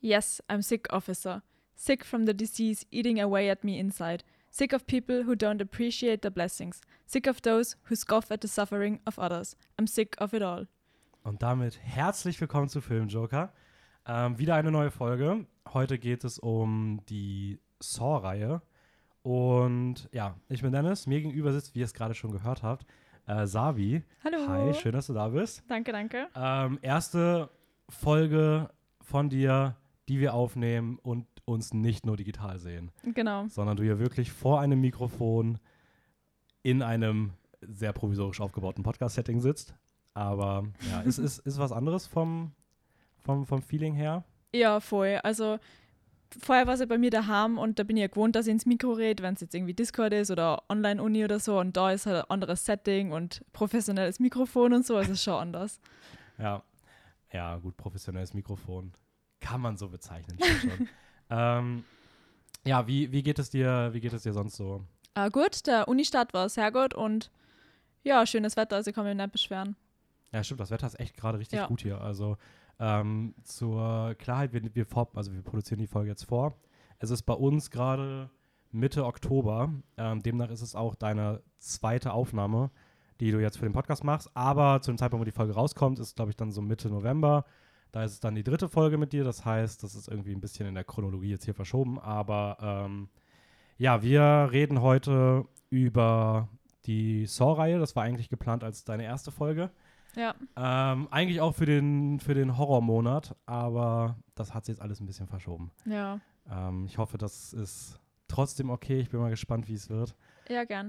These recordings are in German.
Yes, I'm sick, officer. Sick from the disease eating away at me inside. Sick of people who don't appreciate the blessings. Sick of those who scoff at the suffering of others. I'm sick of it all. Und damit herzlich willkommen zu Filmjoker. Wieder eine neue Folge. Heute geht es um die Saw-Reihe. Und ja, ich bin Dennis. Mir gegenüber sitzt, wie ihr es gerade schon gehört habt, Savi. Hallo. Hi, schön, dass du da bist. Danke, danke. Erste Folge von dir, die wir aufnehmen und uns nicht nur digital sehen. Genau. Sondern du hier wirklich vor einem Mikrofon in einem sehr provisorisch aufgebauten Podcast-Setting sitzt. Aber ja, es ist was anderes vom Feeling her. Ja, voll. Also vorher war es ja bei mir daheim und da bin ich ja gewohnt, dass ich ins Mikro rede, wenn es jetzt irgendwie Discord ist oder Online-Uni oder so. Und da ist halt ein anderes Setting und professionelles Mikrofon und so, also ist schon anders. Ja, gut, professionelles Mikrofon kann man so bezeichnen. Schon. Ja, wie geht es dir sonst so? Gut, der Unistart war sehr gut und ja, schönes Wetter, also ich kann mich nicht beschweren. Ja, stimmt, das Wetter ist echt gerade richtig Ja. gut hier. Also zur Klarheit, wir produzieren die Folge jetzt vor. Es ist bei uns gerade Mitte Oktober. Demnach ist es auch deine zweite Aufnahme, die du jetzt für den Podcast machst. Aber zu dem Zeitpunkt, wo die Folge rauskommt, ist, glaube ich, dann so Mitte November. Da ist es dann die dritte Folge mit dir. Das heißt, das ist irgendwie ein bisschen in der Chronologie jetzt hier verschoben. Aber ja, wir reden heute über die Saw-Reihe. Das war eigentlich geplant als deine erste Folge. Ja. Eigentlich auch für den Horrormonat, aber das hat sich jetzt alles ein bisschen verschoben. Ja. Ich hoffe, das ist trotzdem okay. Ich bin mal gespannt, wie es wird. Ja, gern.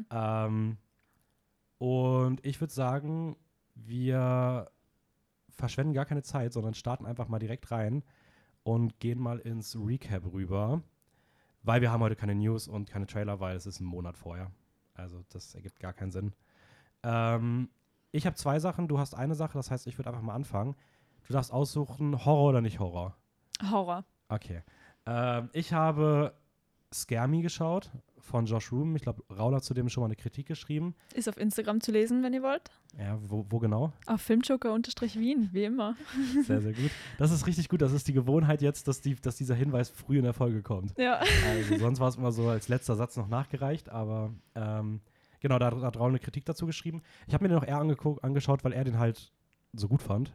Und ich würde sagen, wir verschwenden gar keine Zeit, sondern starten einfach mal direkt rein und gehen mal ins Recap rüber, weil wir haben heute keine News und keine Trailer, weil es ist ein Monat vorher. Also das ergibt gar keinen Sinn. Ich habe zwei Sachen, du hast eine Sache, das heißt, ich würde einfach mal anfangen. Du darfst aussuchen, Horror oder nicht Horror? Horror. Okay. Ich habe Scare Me geschaut von Josh Room. Ich glaube, Raul hat zu dem schon mal eine Kritik geschrieben. Ist auf Instagram zu lesen, wenn ihr wollt. Ja, wo genau? Auf Filmjoker_Wien, wie immer. Sehr, sehr gut. Das ist richtig gut. Das ist die Gewohnheit jetzt, dass dieser Hinweis früh in der Folge kommt. Ja. Also sonst war es immer so als letzter Satz noch nachgereicht, aber genau, da hat Raul eine Kritik dazu geschrieben. Ich habe mir den noch eher angeschaut, weil er den halt so gut fand.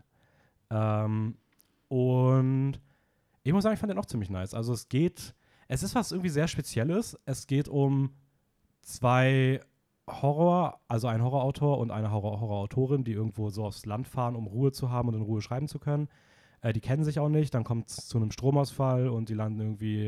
Und ich muss sagen, ich fand den auch ziemlich nice. Also es ist was irgendwie sehr Spezielles. Es geht um zwei also ein Horrorautor und eine Horrorautorin, die irgendwo so aufs Land fahren, um Ruhe zu haben und in Ruhe schreiben zu können. Die kennen sich auch nicht, dann kommt es zu einem Stromausfall und die landen irgendwie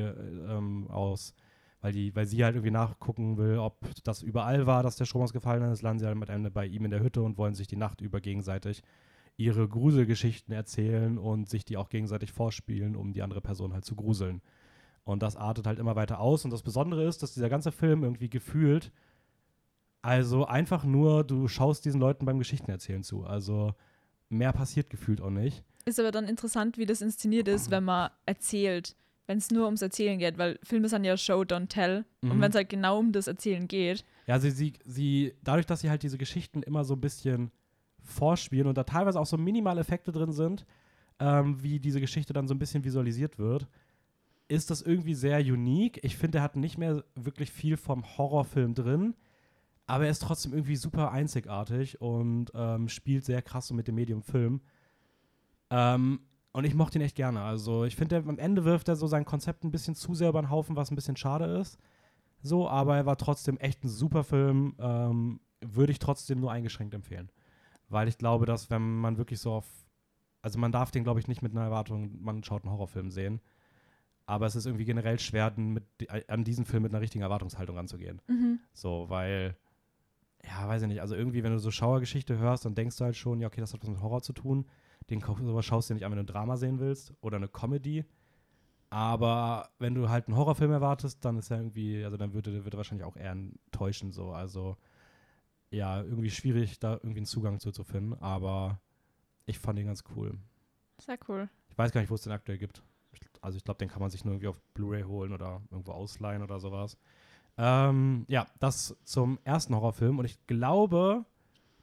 weil sie halt irgendwie nachgucken will, ob das überall war, dass der Strom ausgefallen ist, landen sie halt mit einem bei ihm in der Hütte und wollen sich die Nacht über gegenseitig ihre Gruselgeschichten erzählen und sich die auch gegenseitig vorspielen, um die andere Person halt zu gruseln. Und das artet halt immer weiter aus. Und das Besondere ist, dass dieser ganze Film irgendwie gefühlt, also einfach nur, du schaust diesen Leuten beim Geschichtenerzählen zu. Also mehr passiert gefühlt auch nicht. Ist aber dann interessant, wie das inszeniert ist, wenn man erzählt, wenn es nur ums Erzählen geht, weil Filme sind ja Show, don't tell. Und wenn es halt genau um das Erzählen geht. Ja, sie dadurch, dass sie halt diese Geschichten immer so ein bisschen vorspielen und da teilweise auch so minimale Effekte drin sind, wie diese Geschichte dann so ein bisschen visualisiert wird, ist das irgendwie sehr unique. Ich finde, er hat nicht mehr wirklich viel vom Horrorfilm drin, aber er ist trotzdem irgendwie super einzigartig und spielt sehr krass so mit dem Medium Film. Und ich mochte ihn echt gerne. Also ich finde, am Ende wirft er so sein Konzept ein bisschen zu sehr über den Haufen, was ein bisschen schade ist. So, aber er war trotzdem echt ein super Film. Würde ich trotzdem nur eingeschränkt empfehlen. Weil ich glaube, dass wenn man wirklich so also man darf den, glaube ich, nicht mit einer Erwartung, man schaut einen Horrorfilm sehen. Aber es ist irgendwie generell schwer, an diesen Film mit einer richtigen Erwartungshaltung ranzugehen. So, weil, ja, weiß ich nicht, also irgendwie, wenn du so Schauergeschichte hörst, dann denkst du halt schon, ja, okay, das hat was mit Horror zu tun. Sowas schaust du nicht an, wenn du ein Drama sehen willst oder eine Comedy. Aber wenn du halt einen Horrorfilm erwartest, dann ist ja irgendwie, also dann wird er wahrscheinlich auch eher enttäuschen, so. Also, ja, irgendwie schwierig, da irgendwie einen Zugang zu finden. Aber ich fand ihn ganz cool. Sehr cool. Ich weiß gar nicht, wo es den aktuell gibt. Also ich glaube, den kann man sich nur irgendwie auf Blu-ray holen oder irgendwo ausleihen oder sowas. Ja, das zum ersten Horrorfilm. Und ich glaube,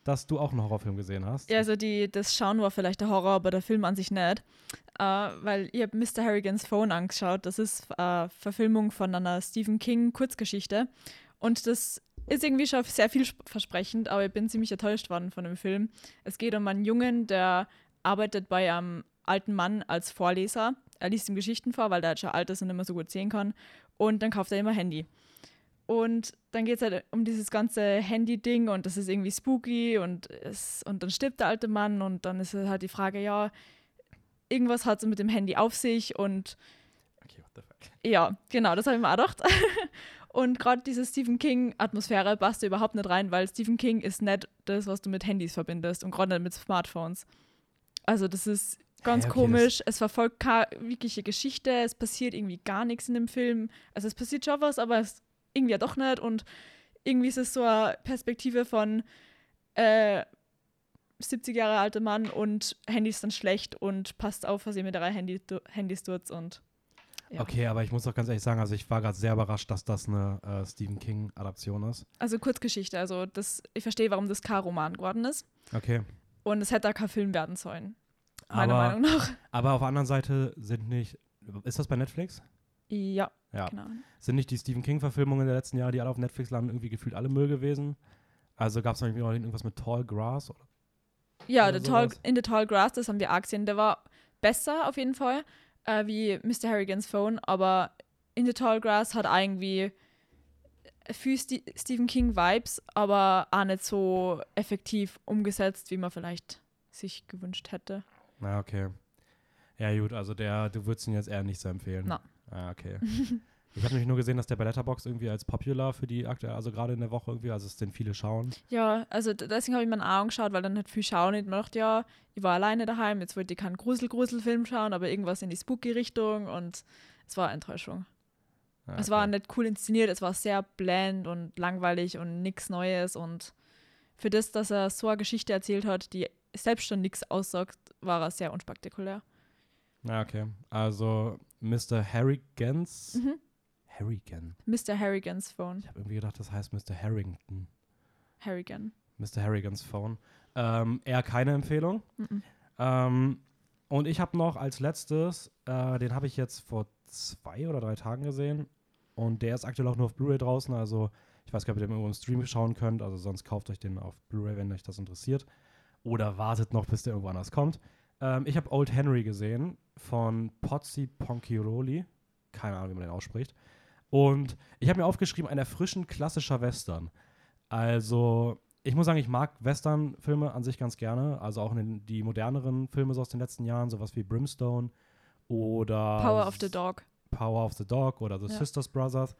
dass du auch einen Horrorfilm gesehen hast. Ja, also das Schauen war vielleicht der Horror, aber der Film an sich nicht. Weil ich habe Mr. Harrigans Phone angeschaut. Das ist Verfilmung von einer Stephen King Kurzgeschichte. Und das ist irgendwie schon sehr vielversprechend, aber ich bin ziemlich enttäuscht worden von dem Film. Es geht um einen Jungen, der arbeitet bei einem alten Mann als Vorleser. Er liest ihm Geschichten vor, weil der halt schon alt ist und nicht mehr so gut sehen kann. Und dann kauft er immer Handy. Und dann geht es halt um dieses ganze Handy-Ding und das ist irgendwie spooky und dann stirbt der alte Mann und dann ist halt die Frage, ja, irgendwas hat es mit dem Handy auf sich und Okay, what the fuck. ja, genau, das habe ich mir auch gedacht. Und gerade diese Stephen King-Atmosphäre passt da überhaupt nicht rein, weil Stephen King ist nicht das, was du mit Handys verbindest und gerade nicht mit Smartphones. Also das ist ganz Okay, komisch. Es verfolgt keine wirkliche Geschichte, es passiert irgendwie gar nichts in dem Film. Also es passiert schon was, aber es irgendwie ja doch nicht und irgendwie ist es so eine Perspektive von 70 Jahre alter Mann und Handy ist dann schlecht und passt auf, was ihr mit 3 Handys tut und ja. Okay, aber ich muss auch ganz ehrlich sagen, also ich war gerade sehr überrascht, dass das eine Stephen King-Adaption ist. Also Kurzgeschichte, also ich verstehe, warum das kein Roman geworden ist. Okay. Und es hätte auch kein Film werden sollen, meiner Meinung nach. Aber auf der anderen Seite ist das bei Netflix? Ja, Ja. genau. Sind nicht die Stephen King-Verfilmungen der letzten Jahre, die alle auf Netflix landen, irgendwie gefühlt alle Müll gewesen? Also gab es noch irgendwas mit Tall Grass? Oder? Ja, Oder sowas? In the Tall Grass, das haben wir auch gesehen. Der war besser auf jeden Fall wie Mr. Harrigans Phone, aber In the Tall Grass hat irgendwie viel Stephen King-Vibes, aber auch nicht so effektiv umgesetzt, wie man vielleicht sich gewünscht hätte. Na, okay. Ja, gut, also du würdest ihn jetzt eher nicht so empfehlen. Na. Ah, okay. Ich habe nämlich nur gesehen, dass der bei Letterboxd irgendwie als popular für die aktuell, also gerade in der Woche irgendwie, also es den viele schauen. Ja, also deswegen habe ich mir einen angeschaut, weil dann halt viel schauen und ich mir gedacht, ja, ich war alleine daheim, jetzt wollte ich keinen Gruselfilm schauen, aber irgendwas in die Spooky-Richtung und es war eine Enttäuschung. Ah, Es war nicht cool inszeniert, es war sehr bland und langweilig und nichts Neues und für das, dass er so eine Geschichte erzählt hat, die selbst schon nichts aussagt, war er sehr unspektakulär. Ja, okay. Also Mr. Harrigans. Harrigan. Mr. Harrigans Phone. Ich habe irgendwie gedacht, das heißt Mr. Harrington. Harrigan. Mr. Harrigans Phone. Eher keine Empfehlung. Mhm. Und ich habe noch als letztes, den habe ich jetzt vor 2 oder 3 Tagen gesehen. Und der ist aktuell auch nur auf Blu-ray draußen. Also ich weiß gar nicht, ob ihr den irgendwo im Stream schauen könnt. Also sonst kauft euch den auf Blu-ray, wenn euch das interessiert. Oder wartet noch, bis der irgendwo anders kommt. Ich habe Old Henry gesehen von Pozzi Ponchiroli. Keine Ahnung, wie man den ausspricht. Und ich habe mir aufgeschrieben, ein erfrischend klassischer Western. Also, ich muss sagen, ich mag Western-Filme an sich ganz gerne. Also auch die moderneren Filme so aus den letzten Jahren, sowas wie Brimstone oder Power of the Dog. Power of the Dog oder The Sisters Brothers.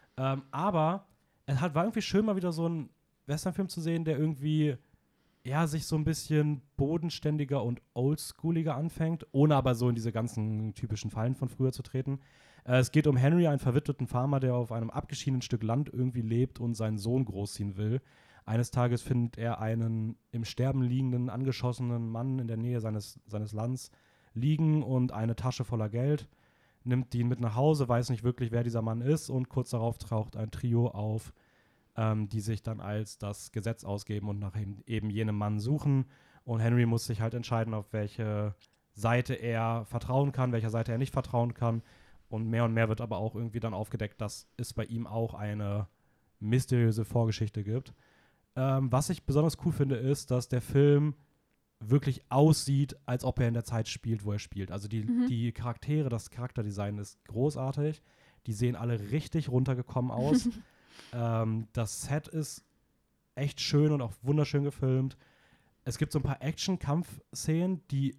Aber war irgendwie schön, mal wieder so einen Western-Film zu sehen, der irgendwie sich so ein bisschen bodenständiger und oldschooliger anfängt, ohne aber so in diese ganzen typischen Fallen von früher zu treten. Es geht um Henry, einen verwitweten Farmer, der auf einem abgeschiedenen Stück Land irgendwie lebt und seinen Sohn großziehen will. Eines Tages findet er einen im Sterben liegenden, angeschossenen Mann in der Nähe seines Lands liegen und eine Tasche voller Geld, nimmt ihn mit nach Hause, weiß nicht wirklich, wer dieser Mann ist und kurz darauf taucht ein Trio auf, die sich dann als das Gesetz ausgeben und nach eben jenem Mann suchen. Und Henry muss sich halt entscheiden, auf welche Seite er vertrauen kann, welcher Seite er nicht vertrauen kann. Und mehr wird aber auch irgendwie dann aufgedeckt, dass es bei ihm auch eine mysteriöse Vorgeschichte gibt. Was ich besonders cool finde, ist, dass der Film wirklich aussieht, als ob er in der Zeit spielt, wo er spielt. Also die Charaktere, das Charakterdesign ist großartig. Die sehen alle richtig runtergekommen aus. Das Set ist echt schön und auch wunderschön gefilmt. Es gibt so ein paar Action-Kampf-Szenen, die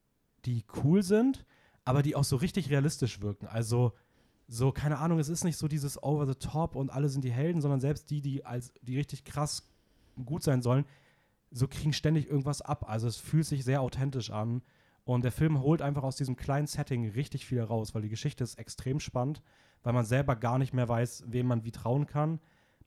cool sind, aber die auch so richtig realistisch wirken. Also so, keine Ahnung, es ist nicht so dieses over the top und alle sind die Helden, sondern selbst die richtig krass gut sein sollen, so kriegen ständig irgendwas ab. Also es fühlt sich sehr authentisch an. Und der Film holt einfach aus diesem kleinen Setting richtig viel raus, weil die Geschichte ist extrem spannend, weil man selber gar nicht mehr weiß, wem man wie trauen kann.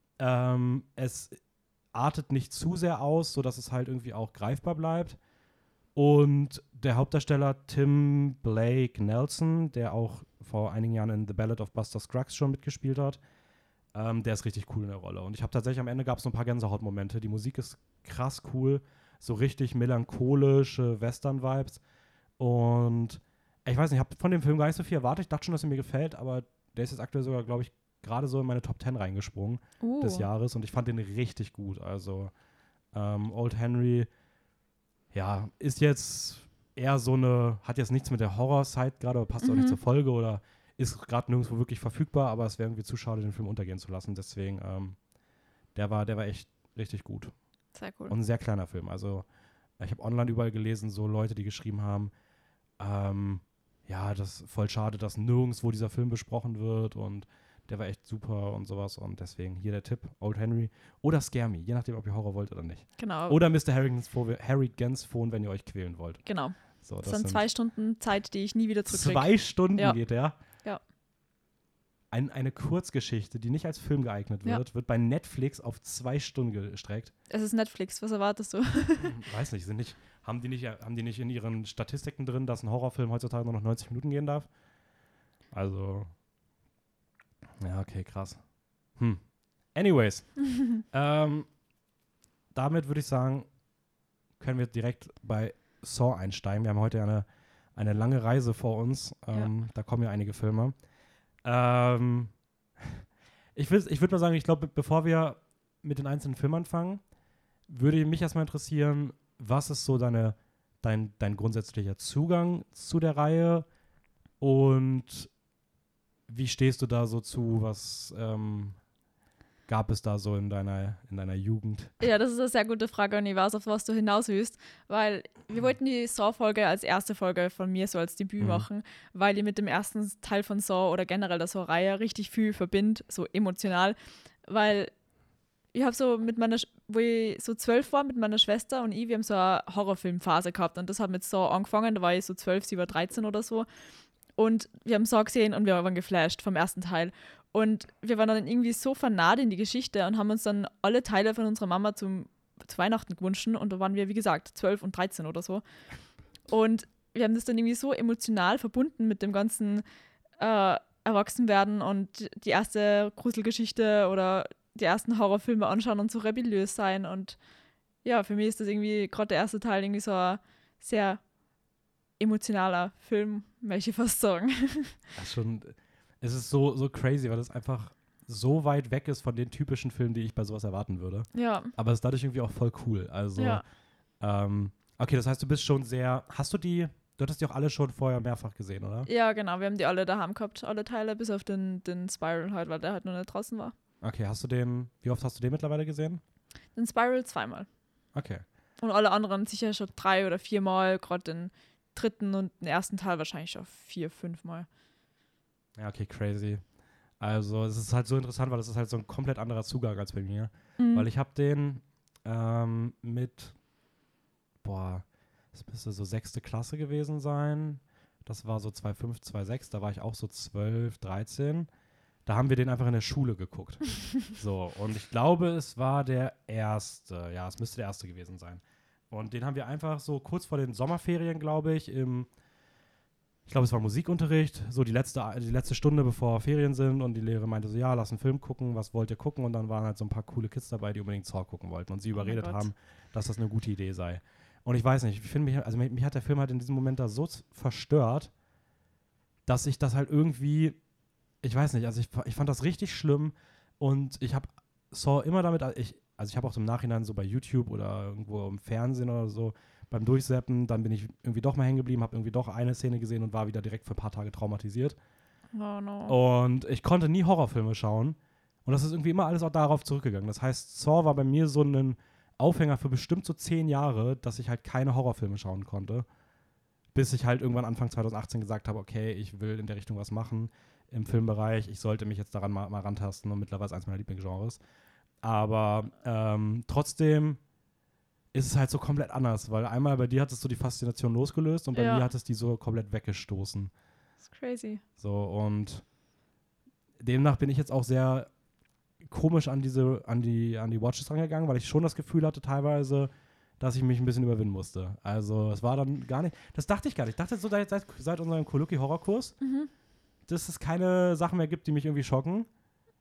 Es artet nicht zu sehr aus, sodass es halt irgendwie auch greifbar bleibt. Und der Hauptdarsteller Tim Blake Nelson, der auch vor einigen Jahren in The Ballad of Buster Scruggs schon mitgespielt hat, Der ist richtig cool in der Rolle. Und ich habe tatsächlich am Ende gab es so ein paar Gänsehautmomente. Die Musik ist krass cool, so richtig melancholische Western-Vibes. Und ich weiß nicht, ich habe von dem Film gar nicht so viel erwartet. Ich dachte schon, dass er mir gefällt, aber der ist jetzt aktuell sogar, glaube ich, gerade so in meine Top 10 reingesprungen des Jahres. Und ich fand den richtig gut. Also Old Henry, ja, ist jetzt eher so hat jetzt nichts mit der Horror-Side gerade, passt auch nicht zur Folge oder ist gerade nirgendwo wirklich verfügbar, aber es wäre irgendwie zu schade, den Film untergehen zu lassen. Deswegen, der war echt richtig gut. Sehr cool. Und ein sehr kleiner Film. Also ich habe online überall gelesen, so Leute, die geschrieben haben, ja, das ist voll schade, dass nirgendwo dieser Film besprochen wird und der war echt super und sowas. Und deswegen hier der Tipp, Old Henry oder Scare Me, je nachdem, ob ihr Horror wollt oder nicht. Genau. Oder Mr. Harrigan's Phone, wenn ihr euch quälen wollt. Genau. So, das sind 2 Stunden Zeit, die ich nie wieder zurückkriege. 2 Stunden geht der? Ja. Eine Kurzgeschichte, die nicht als Film geeignet wird, wird bei Netflix auf 2 Stunden gestreckt. Es ist Netflix, was erwartest du? Weiß nicht, haben die nicht in ihren Statistiken drin, dass ein Horrorfilm heutzutage nur noch 90 Minuten gehen darf? Also, ja, okay, krass. Anyways, damit würde ich sagen, können wir direkt bei Saw einsteigen. Wir haben heute eine lange Reise vor uns. Da kommen ja einige Filme. Ich würde mal sagen, ich glaube, bevor wir mit den einzelnen Filmen anfangen, würde mich erstmal interessieren, was ist so dein grundsätzlicher Zugang zu der Reihe und wie stehst du da so zu, was gab es da so in deiner Jugend? Ja, das ist eine sehr gute Frage und ich weiß, auf was du hinaus willst, weil wir wollten die Saw-Folge als erste Folge von mir so als Debüt machen, weil ich mit dem ersten Teil von Saw oder generell der Saw-Reihe richtig viel verbinde, so emotional, weil ich habe so wo ich so 12 war mit meiner Schwester und wir haben so eine Horrorfilmphase gehabt und das hat mit Saw angefangen, da war ich so 12, sie war 13 oder so und wir haben Saw gesehen und wir waren geflasht vom ersten Teil. Und wir waren dann irgendwie so vernarrt in die Geschichte und haben uns dann alle Teile von unserer Mama zu Weihnachten gewünscht. Und da waren wir, wie gesagt, 12 und 13 oder so. Und wir haben das dann irgendwie so emotional verbunden mit dem ganzen Erwachsenwerden und die erste Gruselgeschichte oder die ersten Horrorfilme anschauen und so rebelliös sein. Und ja, für mich ist das irgendwie gerade der erste Teil irgendwie so ein sehr emotionaler Film, möchte ich fast sagen. Das schon... Es ist so crazy, weil das einfach so weit weg ist von den typischen Filmen, die ich bei sowas erwarten würde. Ja. Aber es ist dadurch irgendwie auch voll cool. Also, okay, das heißt, du bist schon sehr, du hattest die auch alle schon vorher mehrfach gesehen, oder? Ja, genau, wir haben die alle daheim gehabt, alle Teile, bis auf den Spiral halt, weil der halt noch nicht draußen war. Okay, wie oft hast du den mittlerweile gesehen? Den Spiral 2-mal. Okay. Und alle anderen sicher schon 3 oder 4-mal, gerade den 3. und den ersten Teil wahrscheinlich schon 4, 5-mal. Ja, okay, crazy. Also es ist halt so interessant, weil das ist halt so ein komplett anderer Zugang als bei mir. Weil ich habe den das müsste so 6. Klasse gewesen sein. Das war so 2005, 2006, da war ich auch so 12, 13. Da haben wir den einfach in der Schule geguckt. So, und ich glaube, es war der erste. Ja, es müsste der erste gewesen sein. Und den haben wir einfach so kurz vor den Sommerferien, glaube ich, ich glaube, es war Musikunterricht, so die letzte Stunde, bevor Ferien sind und die Lehrerin meinte so, ja, lass einen Film gucken, was wollt ihr gucken? Und dann waren halt so ein paar coole Kids dabei, die unbedingt Saw gucken wollten und sie überredet haben, dass das eine gute Idee sei. Und ich weiß nicht, ich finde mich hat der Film halt in diesem Moment da so verstört, dass ich das halt irgendwie, ich weiß nicht, also ich fand das richtig schlimm und ich habe Saw immer damit, ich habe auch im Nachhinein so bei YouTube oder irgendwo im Fernsehen oder so beim Durchseppen, dann bin ich irgendwie doch mal hängen geblieben, habe irgendwie doch eine Szene gesehen und war wieder direkt für ein paar Tage traumatisiert. Oh no. Und ich konnte nie Horrorfilme schauen. Und das ist irgendwie immer alles auch darauf zurückgegangen. Das heißt, Saw war bei mir so ein Aufhänger für bestimmt so 10 Jahre, dass ich halt keine Horrorfilme schauen konnte. Bis ich halt irgendwann Anfang 2018 gesagt habe, okay, ich will in der Richtung was machen im Filmbereich. Ich sollte mich jetzt daran mal rantasten und mittlerweile ist eins meiner Lieblingsgenres. Aber trotzdem ist es halt so komplett anders, weil einmal bei dir hattest du die Faszination losgelöst und bei mir hat es die so komplett weggestoßen. Das ist crazy. So, und demnach bin ich jetzt auch sehr komisch an die Watches rangegangen, weil ich schon das Gefühl hatte teilweise, dass ich mich ein bisschen überwinden musste. Also es war dann gar nicht, das dachte ich gar nicht. Ich dachte so seit unserem Koluki-Horrorkurs, dass es keine Sachen mehr gibt, die mich irgendwie schocken.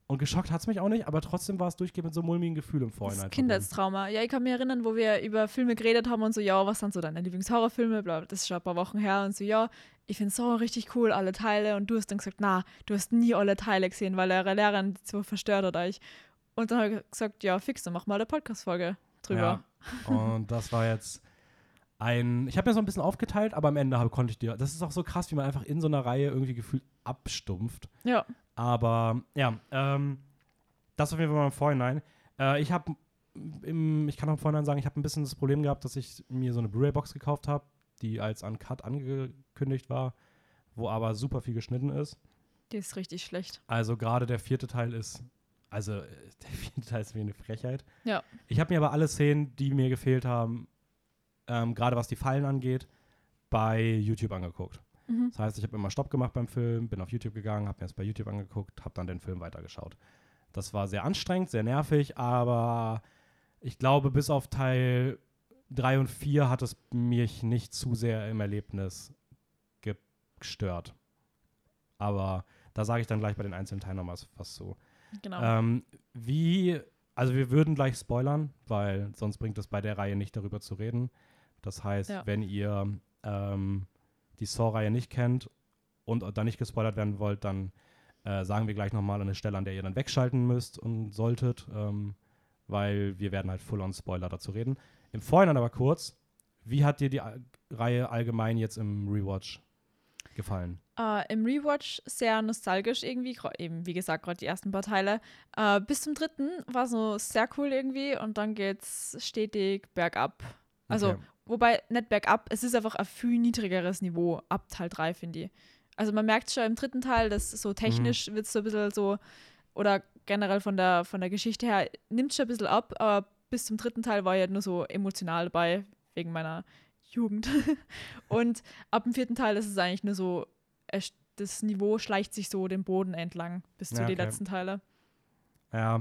Und geschockt hat es mich auch nicht, aber trotzdem war es durchgehend mit so mulmigen Gefühlen im Vorhinein. Das Kindheitstrauma. Ja, ich kann mich erinnern, wo wir über Filme geredet haben und so, ja, was sind so deine Lieblingshorrorfilme? Bla, das ist schon ein paar Wochen her und so, ja, ich finde so richtig cool, alle Teile. Und du hast dann gesagt, na, du hast nie alle Teile gesehen, weil eure Lehrerin so verstört hat euch. Und dann habe ich gesagt, ja, fix, dann mach mal eine Podcast-Folge drüber. Ja, und das war jetzt ich habe mir so ein bisschen aufgeteilt, aber am Ende konnte ich das ist auch so krass, wie man einfach in so einer Reihe irgendwie gefühlt abstumpft. Ja. Aber ja, das auf jeden Fall mal im Vorhinein. Ich kann auch im Vorhinein sagen, ich habe ein bisschen das Problem gehabt, dass ich mir so eine Blu-ray-Box gekauft habe, die als Uncut angekündigt war, wo aber super viel geschnitten ist. Die ist richtig schlecht. Also gerade der vierte Teil ist wie eine Frechheit. Ja. Ich habe mir aber alle Szenen, die mir gefehlt haben, gerade was die Fallen angeht, bei YouTube angeguckt. Das heißt, ich habe immer Stopp gemacht beim Film, bin auf YouTube gegangen, habe mir das bei YouTube angeguckt, habe dann den Film weitergeschaut. Das war sehr anstrengend, sehr nervig, aber ich glaube, bis auf Teil 3 und 4 hat es mich nicht zu sehr im Erlebnis gestört. Aber da sage ich dann gleich bei den einzelnen Teilen noch was zu. Genau. Also wir würden gleich spoilern, weil sonst bringt es bei der Reihe nicht darüber zu reden. Das heißt, wenn ihr die Saw-Reihe nicht kennt und da nicht gespoilert werden wollt, dann sagen wir gleich nochmal eine Stelle, an der ihr dann wegschalten müsst und solltet, weil wir werden halt Full-on-Spoiler dazu reden. Im Vorhinein aber kurz, wie hat dir die Reihe allgemein jetzt im Rewatch gefallen? Im Rewatch sehr nostalgisch irgendwie, eben wie gesagt, gerade die ersten paar Teile. Bis zum dritten war so sehr cool irgendwie und dann geht's stetig bergab. Also, wobei nicht bergab, es ist einfach ein viel niedrigeres Niveau ab Teil 3, finde ich. Also man merkt schon im dritten Teil, dass so technisch wird es so ein bisschen so, oder generell von der Geschichte her, nimmt schon ein bisschen ab, aber bis zum dritten Teil war ich halt nur so emotional dabei, wegen meiner Jugend. Und ab dem vierten Teil ist es eigentlich nur so, das Niveau schleicht sich so den Boden entlang bis zu den letzten Teile. Ja,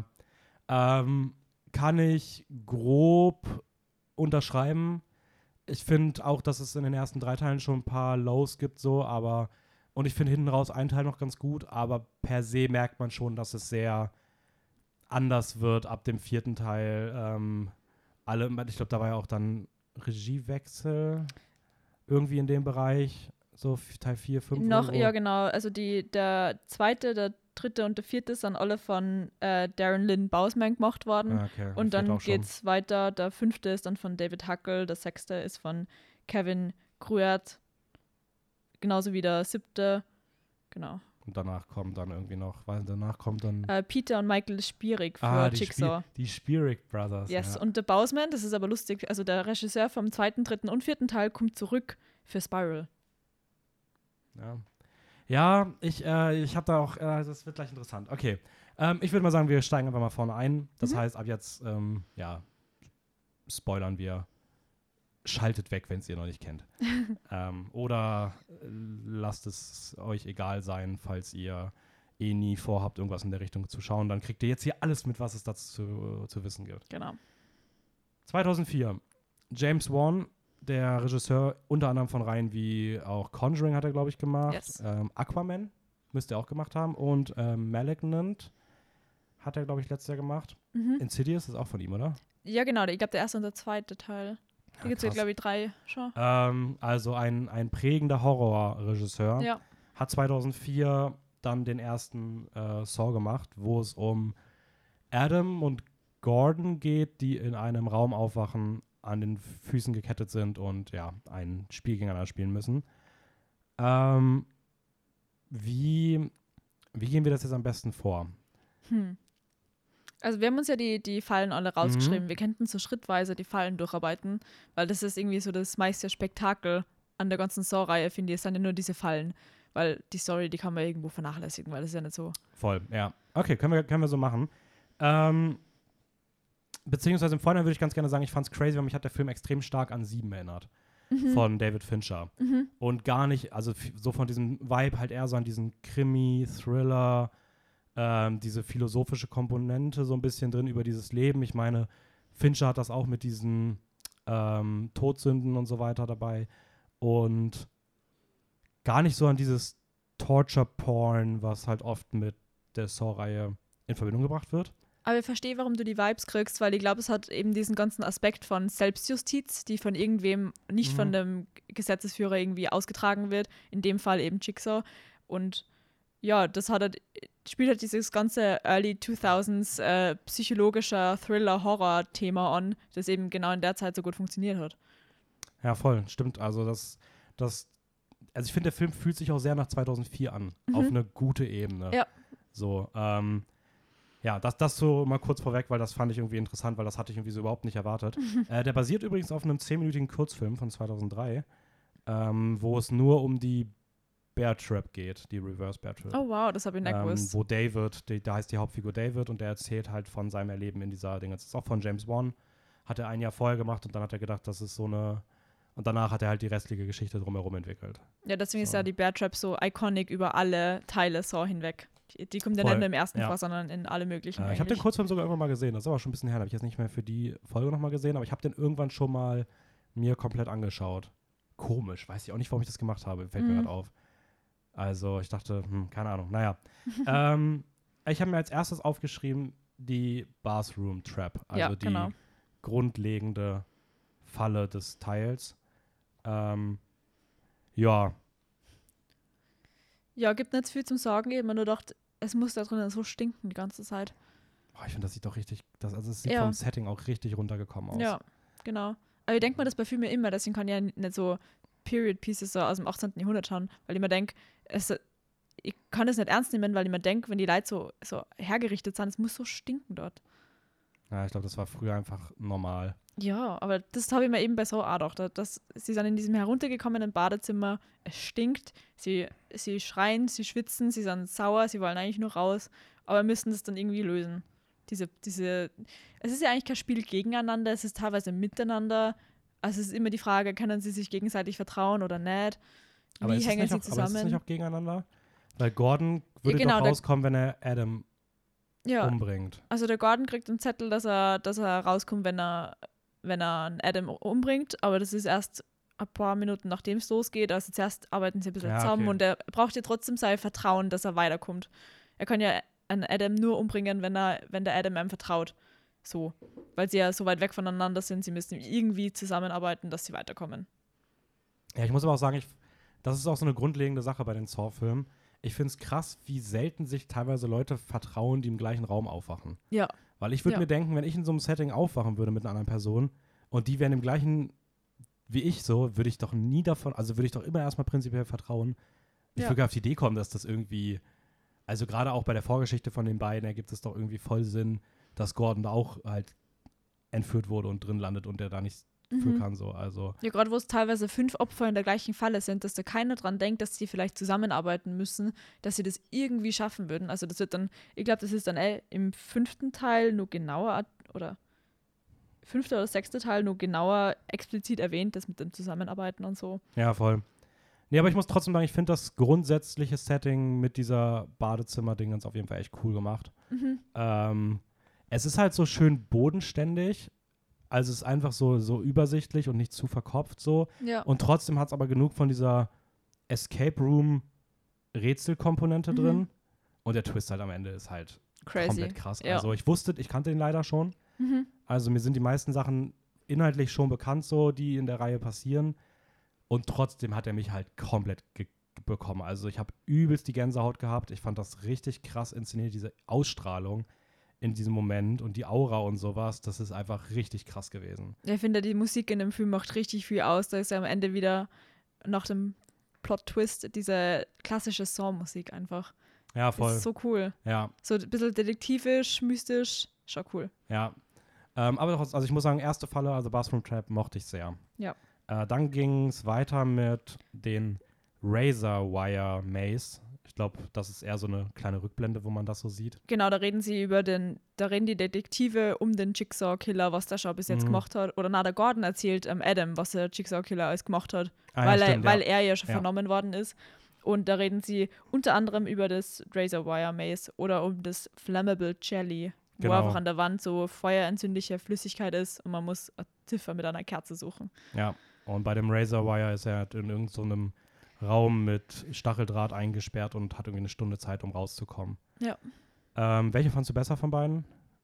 kann ich grob unterschreiben. Ich finde auch, dass es in den ersten 3 Teilen schon ein paar Lows gibt, und ich finde hinten raus einen Teil noch ganz gut, aber per se merkt man schon, dass es sehr anders wird ab dem 4. Teil. Ich glaube, da war ja auch dann Regiewechsel irgendwie in dem Bereich, so Teil 4, 5 noch, ja genau, also der 2., der 3. und der 4. sind alle von Darren Lynn Bousman gemacht worden. Okay, und dann geht's weiter, der 5. ist dann von David Huckle, der 6. ist von Kevin Gruert, genauso wie der 7. Genau. Und danach kommt dann irgendwie noch, Peter und Michael Spierig für Jigsaw. Die Spierig Brothers. Yes, ja. und der Bousman, das ist aber lustig, also der Regisseur vom 2., 3. und 4. Teil kommt zurück für Spiral. Ja, ich habe da auch, das wird gleich interessant. Okay, ich würde mal sagen, wir steigen einfach mal vorne ein. Das heißt, ab jetzt, spoilern wir. Schaltet weg, wenn es ihr noch nicht kennt. Oder lasst es euch egal sein, falls ihr nie vorhabt, irgendwas in der Richtung zu schauen. Dann kriegt ihr jetzt hier alles mit, was es dazu zu wissen gibt. Genau. 2004. James Wan, der Regisseur unter anderem von Reihen wie auch Conjuring hat er, glaube ich, gemacht. Yes. Aquaman müsste er auch gemacht haben. Und Malignant hat er, glaube ich, letztes Jahr gemacht. Insidious ist auch von ihm, oder? Ja, genau. Ich glaube, der 1. und der 2. Teil. Da gibt es ja, glaube ich, 3 schon. Also ein prägender Horrorregisseur. Ja. Hat 2004 dann den ersten Saw gemacht, wo es um Adam und Gordon geht, die in einem Raum aufwachen, an den Füßen gekettet sind und ja, ein Spiel gegeneinander spielen müssen. Wie gehen wir das jetzt am besten vor? Also wir haben uns ja die Fallen alle rausgeschrieben. Wir könnten so schrittweise die Fallen durcharbeiten, weil das ist irgendwie so das meiste Spektakel an der ganzen Saw-Reihe, finde ich. Es sind ja nur diese Fallen, weil die Story, die kann man irgendwo vernachlässigen, weil das ist ja nicht so. Voll, ja. Okay, können wir so machen. Beziehungsweise im Vorhinein würde ich ganz gerne sagen, ich fand es crazy, weil mich hat der Film extrem stark an 7 erinnert. Von David Fincher. Und gar nicht, also so von diesem Vibe halt eher so an diesen Krimi, Thriller, diese philosophische Komponente so ein bisschen drin über dieses Leben. Ich meine, Fincher hat das auch mit diesen Todsünden und so weiter dabei. Und gar nicht so an dieses Torture-Porn, was halt oft mit der Saw-Reihe in Verbindung gebracht wird. Aber ich verstehe, warum du die Vibes kriegst, weil ich glaube, es hat eben diesen ganzen Aspekt von Selbstjustiz, die von irgendwem, nicht von dem Gesetzesführer irgendwie ausgetragen wird. In dem Fall eben Jigsaw. Und ja, das hat halt, spielt halt dieses ganze Early 2000s psychologischer Thriller-Horror-Thema an, das eben genau in der Zeit so gut funktioniert hat. Ja, voll, stimmt. Also ich finde, der Film fühlt sich auch sehr nach 2004 an, auf eine gute Ebene. Ja. So, ja, das so mal kurz vorweg, weil das fand ich irgendwie interessant, weil das hatte ich irgendwie so überhaupt nicht erwartet. Der basiert übrigens auf einem 10-minütigen Kurzfilm von 2003, wo es nur um die Bear Trap geht, die Reverse Bear Trap. Oh wow, das habe ich nicht gewusst. Wo David, da heißt die Hauptfigur David und der erzählt halt von seinem Erleben in dieser Dinge. Das ist auch von James Wan, hat er ein Jahr vorher gemacht und dann hat er gedacht, das ist so eine, und danach hat er halt die restliche Geschichte drumherum entwickelt. Ja, deswegen ist ja die Bear Trap so iconic über alle Teile Saw hinweg. Die kommt ja nicht nur im ersten vor, sondern in alle möglichen. Ich habe den Kurzfilm sogar irgendwann mal gesehen, das ist aber schon ein bisschen her, habe ich jetzt nicht mehr für die Folge nochmal gesehen, aber ich habe den irgendwann schon mal mir komplett angeschaut. Komisch, weiß ich auch nicht, warum ich das gemacht habe, fällt mir gerade auf. Also ich dachte, keine Ahnung, naja. Ich habe mir als erstes aufgeschrieben, die Bathroom Trap, also die grundlegende Falle des Teils. Ja. Ja, gibt nicht viel zum Sagen, eben nur gedacht, es muss da drinnen so stinken die ganze Zeit. Ich finde, das sieht doch richtig, es sieht vom Setting auch richtig runtergekommen aus. Ja, genau. Aber ich denke mir das bei Filmen immer, deswegen kann ich ja nicht so Period Pieces so aus dem 18. Jahrhundert schauen, weil ich mir denke, ich kann das nicht ernst nehmen, weil ich mir denke, wenn die Leute so hergerichtet sind, es muss so stinken dort. Ja, ich glaube, das war früher einfach normal. Ja, aber das habe ich mir eben bei so auch gedacht, dass sie sind in diesem heruntergekommenen Badezimmer, es stinkt, sie schreien, sie schwitzen, sie sind sauer, sie wollen eigentlich nur raus, aber müssen das dann irgendwie lösen. Es ist ja eigentlich kein Spiel gegeneinander, es ist teilweise miteinander. Also es ist immer die Frage, können sie sich gegenseitig vertrauen oder nicht? Wie hängen sie zusammen? Aber ist es nicht auch gegeneinander? Weil Gordon würde doch rauskommen, wenn er Adam umbringt. Also der Gordon kriegt einen Zettel, dass er rauskommt, wenn er einen Adam umbringt, aber das ist erst ein paar Minuten, nachdem es losgeht. Also zuerst arbeiten sie ein bisschen zusammen und er braucht ja trotzdem sein Vertrauen, dass er weiterkommt. Er kann ja einen Adam nur umbringen, wenn der Adam ihm vertraut. So, weil sie ja so weit weg voneinander sind, sie müssen irgendwie zusammenarbeiten, dass sie weiterkommen. Ja, ich muss aber auch sagen, das ist auch so eine grundlegende Sache bei den Saw-Filmen. Ich finde es krass, wie selten sich teilweise Leute vertrauen, die im gleichen Raum aufwachen. Ja. Weil ich würde mir denken, wenn ich in so einem Setting aufwachen würde mit einer anderen Person und die wären im gleichen wie ich so, würde ich doch immer erstmal prinzipiell vertrauen. Ich würde auf die Idee kommen, dass das irgendwie, also gerade auch bei der Vorgeschichte von den beiden ergibt es doch irgendwie voll Sinn, dass Gordon da auch halt entführt wurde und drin landet und der da nichts für kann. So. Also. Ja, gerade wo es teilweise 5 Opfer in der gleichen Falle sind, dass da keiner dran denkt, dass sie vielleicht zusammenarbeiten müssen, dass sie das irgendwie schaffen würden. Also das wird dann, ich glaube, das ist dann im 5. Teil nur genauer, oder 5. oder 6. Teil nur genauer explizit erwähnt, das mit dem Zusammenarbeiten und so. Ja, voll. Nee, aber ich muss trotzdem sagen, ich finde das grundsätzliche Setting mit dieser Badezimmer-Dingens auf jeden Fall echt cool gemacht. Es ist halt so schön bodenständig. Also es ist einfach so übersichtlich und nicht zu verkopft so. Ja. Und trotzdem hat es aber genug von dieser Escape Room Rätselkomponente drin. Und der Twist halt am Ende ist halt komplett krass. Ja. Also ich kannte den leider schon. Also mir sind die meisten Sachen inhaltlich schon bekannt so, die in der Reihe passieren. Und trotzdem hat er mich halt komplett bekommen. Also ich habe übelst die Gänsehaut gehabt. Ich fand das richtig krass inszeniert, diese Ausstrahlung in diesem Moment und die Aura und sowas, das ist einfach richtig krass gewesen. Ich finde, die Musik in dem Film macht richtig viel aus. Da ist ja am Ende wieder nach dem Plot-Twist diese klassische Saw-Musik einfach. Ja, voll. Das ist so cool. Ja. So ein bisschen detektivisch, mystisch, schon cool. Ja. Aber also ich muss sagen, erste Falle, also Bathroom Trap, mochte ich sehr. Ja. Dann ging es weiter mit den Razor Wire Maze. Ich glaube, das ist eher so eine kleine Rückblende, wo man das so sieht. Genau, da reden die Detektive um den Jigsaw-Killer, was der schon bis jetzt gemacht hat. Oder der Gordon erzählt Adam, was der Jigsaw-Killer alles gemacht hat, weil er ja schon vernommen worden ist. Und da reden sie unter anderem über das Razor Wire Maze oder um das Flammable Jelly, wo einfach an der Wand so feuerentzündliche Flüssigkeit ist und man muss eine Ziffer mit einer Kerze suchen. Ja, und bei dem Razor Wire ist er in irgendeinem Raum mit Stacheldraht eingesperrt und hat irgendwie eine Stunde Zeit, um rauszukommen. Ja. Welche fandst du besser von beiden?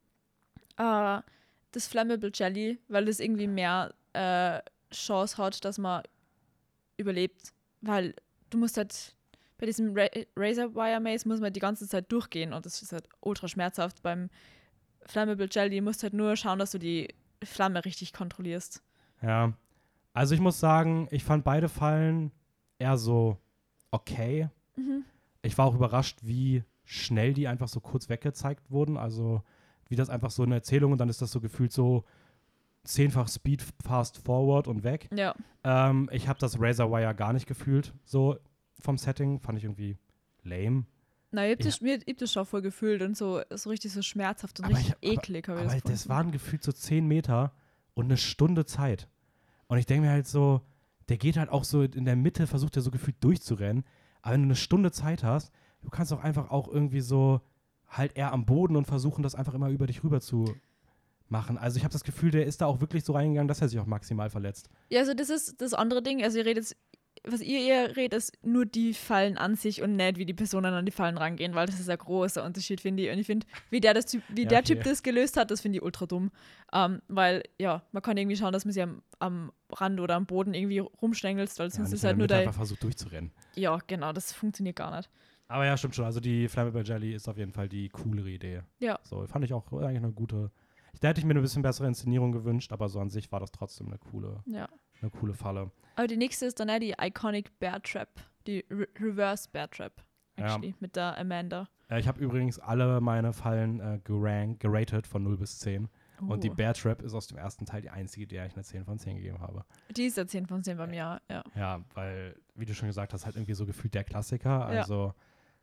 Das Flammable Jelly, weil das irgendwie mehr Chance hat, dass man überlebt. Weil du musst halt bei diesem Razor Wire Maze muss man die ganze Zeit durchgehen und das ist halt ultra schmerzhaft. Beim Flammable Jelly musst du halt nur schauen, dass du die Flamme richtig kontrollierst. Ja, also ich muss sagen, ich fand beide Fallen eher so okay. Ich war auch überrascht, wie schnell die einfach so kurz weggezeigt wurden. Also wie das einfach so eine Erzählung und dann ist das so gefühlt so 10-fach Speed, Fast Forward und weg. Ja. Ich habe das Razor Wire gar nicht gefühlt, so vom Setting. Fand ich irgendwie lame. Nein, ich hab das schon voll gefühlt und so richtig so schmerzhaft und richtig eklig. Aber das waren gefühlt so 10 Meter und eine Stunde Zeit. Und ich denke mir halt so, der geht halt auch so in der Mitte, versucht er so gefühlt durchzurennen. Aber wenn du eine Stunde Zeit hast, du kannst doch einfach auch irgendwie so halt eher am Boden und versuchen, das einfach immer über dich rüber zu machen. Also ich habe das Gefühl, der ist da auch wirklich so reingegangen, dass er sich auch maximal verletzt. Ja, also das ist das andere Ding. Also was ihr redet, ist nur die Fallen an sich und nicht, wie die Personen an die Fallen rangehen, weil das ist ein großer Unterschied, finde ich. Und ich finde, wie der Typ das gelöst hat, das finde ich ultra dumm. Weil, ja, man kann irgendwie schauen, dass man sich am Rand oder am Boden irgendwie rumstängelt, weil sonst ist halt nur einfach versucht durchzurennen. Ja, genau, das funktioniert gar nicht. Aber ja, stimmt schon. Also die Flammable Jelly ist auf jeden Fall die coolere Idee. Ja. So, fand ich auch eigentlich eine gute. Da hätte ich mir eine bisschen bessere Inszenierung gewünscht, aber so an sich war das trotzdem eine coole Falle. Aber die nächste ist dann ja die Iconic Bear Trap, die Reverse Bear Trap, actually, mit der Amanda. Ich habe übrigens alle meine Fallen geratet von 0 bis 10. Und die Bear Trap ist aus dem ersten Teil die einzige, der ich eine 10 von 10 gegeben habe. Die ist ja 10 von 10 bei mir, ja. Ja, weil, wie du schon gesagt hast, halt irgendwie so gefühlt der Klassiker. Also,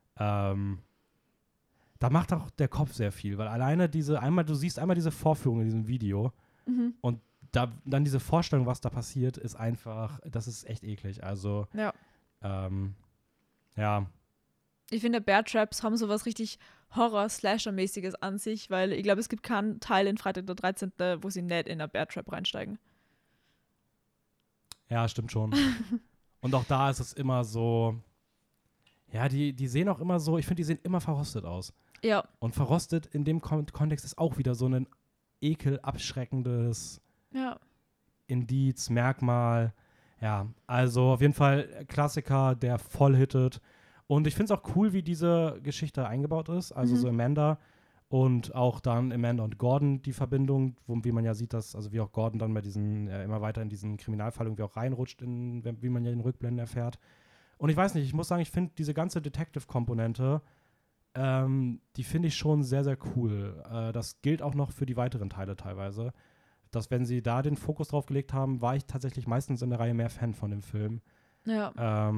da macht auch der Kopf sehr viel, weil alleine du siehst einmal diese Vorführung in diesem Video und dann diese Vorstellung, was da passiert, ist einfach, das ist echt eklig. Also, ja. Ich finde, Bear Traps haben sowas richtig Horror-Slasher-mäßiges an sich, weil ich glaube, es gibt keinen Teil in Freitag der 13., wo sie nicht in eine Bear Trap reinsteigen. Ja, stimmt schon. Und auch da ist es immer so, ja, die sehen auch immer so, ich finde, die sehen immer verrostet aus. Ja. Und verrostet in dem Kontext ist auch wieder so ein ekelabschreckendes Indiz, Merkmal. Ja, also auf jeden Fall Klassiker, der voll hittet. Und ich finde es auch cool, wie diese Geschichte eingebaut ist. Also so Amanda und auch dann Amanda und Gordon die Verbindung, wie man ja sieht, dass, also wie auch Gordon dann bei diesen, immer weiter in diesen Kriminalfall irgendwie auch reinrutscht, wie man ja in Rückblenden erfährt. Und ich weiß nicht, ich muss sagen, ich finde diese ganze Detective-Komponente, die finde ich schon sehr, sehr cool. Das gilt auch noch für die weiteren Teile teilweise. Dass, wenn sie da den Fokus drauf gelegt haben, war ich tatsächlich meistens in der Reihe mehr Fan von dem Film. Ja.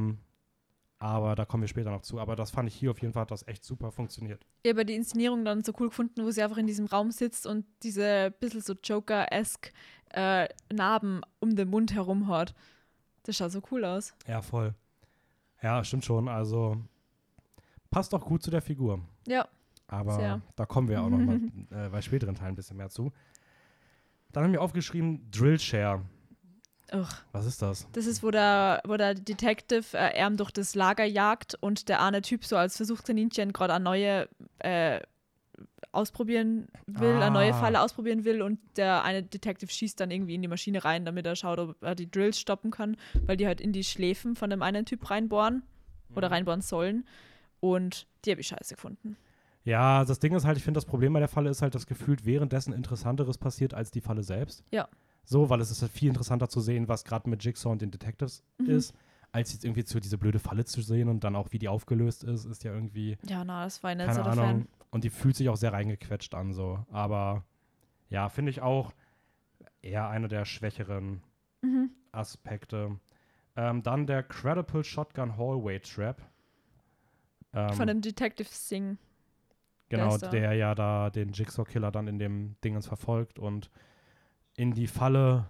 Aber da kommen wir später noch zu. Aber das fand ich hier auf jeden Fall, hat das echt super funktioniert. Ich habe die Inszenierung dann so cool gefunden, wo sie einfach in diesem Raum sitzt und diese bisschen so Joker-esque Narben um den Mund herum hat. Das schaut so cool aus. Ja, voll. Ja, stimmt schon. Also passt auch gut zu der Figur. Ja. Aber sehr. Da kommen wir auch noch mal bei späteren Teilen ein bisschen mehr zu. Dann haben wir aufgeschrieben Drillshare. Was ist das? Das ist, wo der Detective durch das Lager jagt und der eine Typ so als Versuchskaninchen gerade eine neue ausprobieren will, eine neue Falle ausprobieren will und der eine Detective schießt dann irgendwie in die Maschine rein, damit er schaut, ob er die Drills stoppen kann, weil die halt in die Schläfen von dem einen Typ reinbohren oder reinbohren sollen und die habe ich scheiße gefunden. Ja, das Ding ist halt, ich finde, das Problem bei der Falle ist halt, dass gefühlt währenddessen Interessanteres passiert als die Falle selbst. Ja. So, weil es ist halt viel interessanter zu sehen, was gerade mit Jigsaw und den Detectives ist, als jetzt irgendwie diese blöde Falle zu sehen und dann auch, wie die aufgelöst ist ja irgendwie. Ja, das war nicht keine so der Ahnung. Fan. Und die fühlt sich auch sehr reingequetscht an, so. Aber ja, finde ich auch eher einer der schwächeren Aspekte. Dann der Credible Shotgun Hallway Trap. Von dem Detective Singh. Genau, der ja da den Jigsaw-Killer dann in dem Dingens verfolgt und in die Falle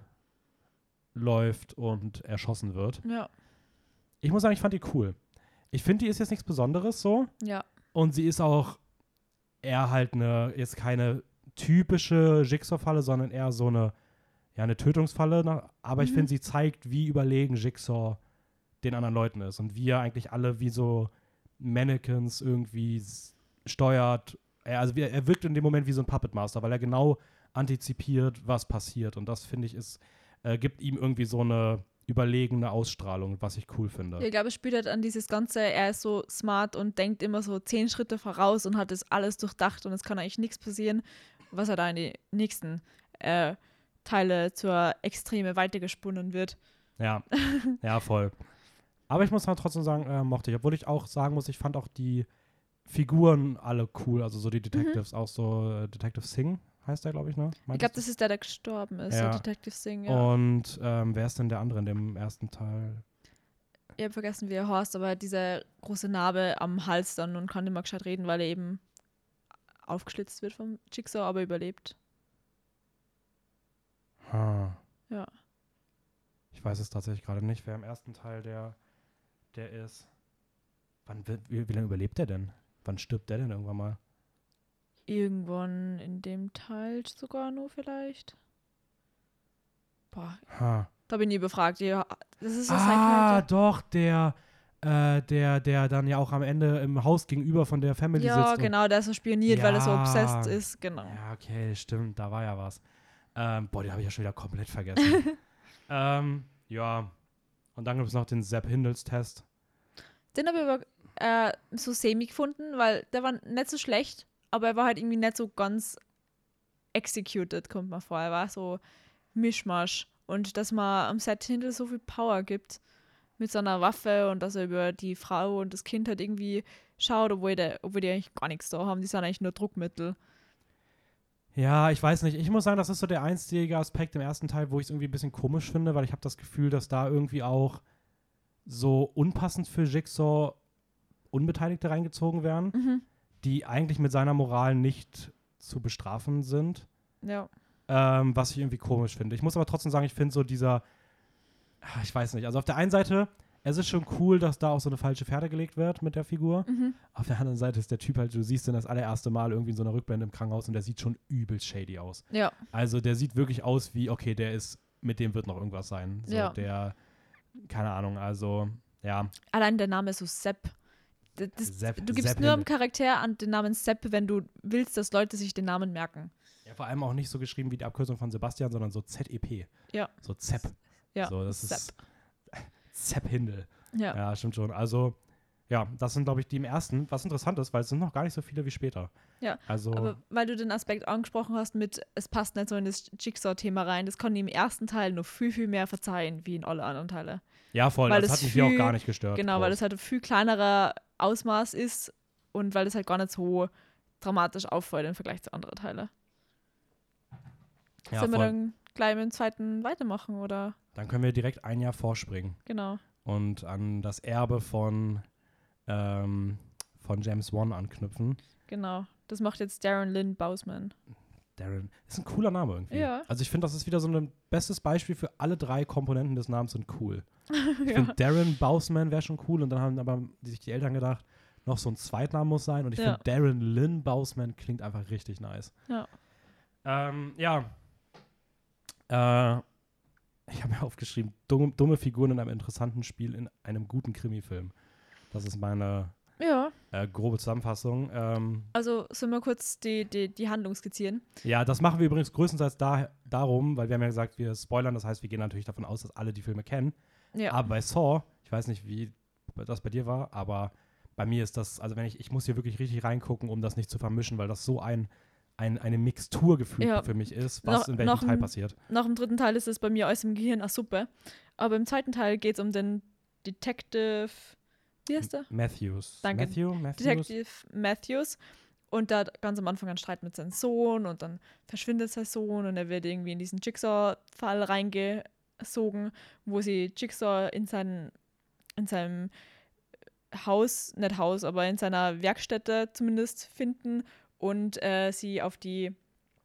läuft und erschossen wird. Ja. Ich muss sagen, ich fand die cool. Ich finde, die ist jetzt nichts Besonderes so. Ja. Und sie ist auch eher halt jetzt keine typische Jigsaw-Falle, sondern eher so eine Tötungsfalle. Aber ich finde, sie zeigt, wie überlegen Jigsaw den anderen Leuten ist und wie er eigentlich alle wie so Mannequins irgendwie steuert, also er wirkt in dem Moment wie so ein Puppet Master, weil er genau antizipiert, was passiert. Und das, finde ich, gibt ihm irgendwie so eine überlegene Ausstrahlung, was ich cool finde. Ich glaube, es spielt halt an dieses Ganze, er ist so smart und denkt immer so 10 Schritte voraus und hat das alles durchdacht und es kann eigentlich nichts passieren, was er da in die nächsten Teile zur Extreme weitergesponnen wird. Ja, ja, voll. Aber ich muss halt trotzdem sagen, mochte ich. Obwohl ich auch sagen muss, ich fand auch die Figuren alle cool. Also so die Detectives, auch so Detective Singh heißt der, glaube ich, ne? Ich glaube, das ist der gestorben ist, Ja. der Detective Singh, ja. Und wer ist denn der andere in dem ersten Teil? Ich habe vergessen, wie er heißt, aber diese große Narbe am Hals dann und kann nicht mehr gescheit reden, weil er eben aufgeschlitzt wird vom Jigsaw, aber überlebt. Ja. Ich weiß es tatsächlich gerade nicht, wer im ersten Teil der ist. Wie lange überlebt der denn? Wann stirbt der denn irgendwann mal? Irgendwann in dem Teil sogar nur vielleicht. Boah, da bin ich überfragt. Ja, das ist so sein doch, der dann ja auch am Ende im Haus gegenüber von der Family sitzt. Ja, genau, der ist so spioniert, weil er so Ja. obsessed ist, genau. Ja, okay, stimmt, da war ja was. Den habe ich ja schon wieder komplett vergessen. Ja, und dann gibt es noch den Sepp Hindels-Test. Den habe ich aber so semi gefunden, weil der war nicht so schlecht, aber er war halt irgendwie nicht so ganz executed, kommt mir vor. Er war so Mischmasch. Und dass man am Set Hindel so viel Power gibt mit seiner Waffe und dass er über die Frau und das Kind halt irgendwie schaut, obwohl die eigentlich gar nichts da haben. Die sind eigentlich nur Druckmittel. Ja, ich weiß nicht. Ich muss sagen, das ist so der einzige Aspekt im ersten Teil, wo ich es irgendwie ein bisschen komisch finde, weil ich habe das Gefühl, dass da irgendwie auch so unpassend für Jigsaw Unbeteiligte reingezogen werden, die eigentlich mit seiner Moral nicht zu bestrafen sind. Ja. Was ich irgendwie komisch finde. Ich muss aber trotzdem sagen, ich finde so ich weiß nicht, also auf der einen Seite, es ist schon cool, dass da auch so eine falsche Fährte gelegt wird mit der Figur. Auf der anderen Seite ist der Typ halt, du siehst ihn das allererste Mal irgendwie in so einer Rückblende im Krankenhaus und der sieht schon übelst shady aus. Ja. Also der sieht wirklich aus wie, okay, mit dem wird noch irgendwas sein. So, Ja. keine Ahnung, also, ja. Allein der Name ist so Sepp. Du gibst Sepp nur einem Hindel. Charakter an den Namen Sepp, wenn du willst, dass Leute sich den Namen merken. Ja, vor allem auch nicht so geschrieben wie die Abkürzung von Sebastian, sondern so ZEP. Ja. So Zepp. Ja, so, das Sepp. ist Sepp Hindel. Ja. Ja, stimmt schon. Also, ja, das sind, glaube ich, die im ersten, was interessant ist, weil es sind noch gar nicht so viele wie später. Ja, also, aber weil du den Aspekt angesprochen hast mit, es passt nicht so in das Jigsaw-Thema rein, das kann ich im ersten Teil noch viel, viel mehr verzeihen, wie in alle anderen Teile. Ja, voll, weil das hat mich hier auch gar nicht gestört. Genau, weil das halt ein viel kleinerer Ausmaß ist und weil das halt gar nicht so dramatisch auffällt im Vergleich zu anderen Teilen. Ja, Sollen wir voll. dann gleich mit dem zweiten weitermachen, oder? Dann können wir direkt ein Jahr vorspringen. Genau. Und an das Erbe von James Wan anknüpfen. Genau. Das macht jetzt Darren Lynn Bousman. Darren. Ist ein cooler Name irgendwie. Ja. Also ich finde, das ist wieder so ein bestes Beispiel für alle 3 Komponenten des Namens sind cool. Ich finde, Darren Bousman wäre schon cool und dann haben aber sich die Eltern gedacht, noch so ein Zweitname muss sein und ich finde, Darren Lynn Bousman klingt einfach richtig nice. Ja. Ich habe mir aufgeschrieben, dumme Figuren in einem interessanten Spiel in einem guten Krimi-Film. Das ist meine grobe Zusammenfassung. Also sollen wir kurz die Handlung skizzieren? Ja, das machen wir übrigens größtenteils darum, weil wir haben ja gesagt, wir spoilern, das heißt, wir gehen natürlich davon aus, dass alle die Filme kennen. Ja. Aber bei Saw, ich weiß nicht, wie das bei dir war, aber bei mir ist das, also ich muss hier wirklich richtig reingucken, um das nicht zu vermischen, weil das so eine Mixtur gefühlt für mich ist, was in welchem Teil passiert. Nach dem dritten Teil ist es bei mir alles im Gehirn Suppe. Aber im zweiten Teil geht es um den Detective, wie heißt der? Matthews. Danke. Matthews? Detective Matthews. Und der hat ganz am Anfang einen Streit mit seinem Sohn und dann verschwindet sein Sohn und er wird irgendwie in diesen Jigsaw-Fall reingesogen, wo sie Jigsaw in seinem Haus, nicht Haus, aber in seiner Werkstätte zumindest finden und sie auf die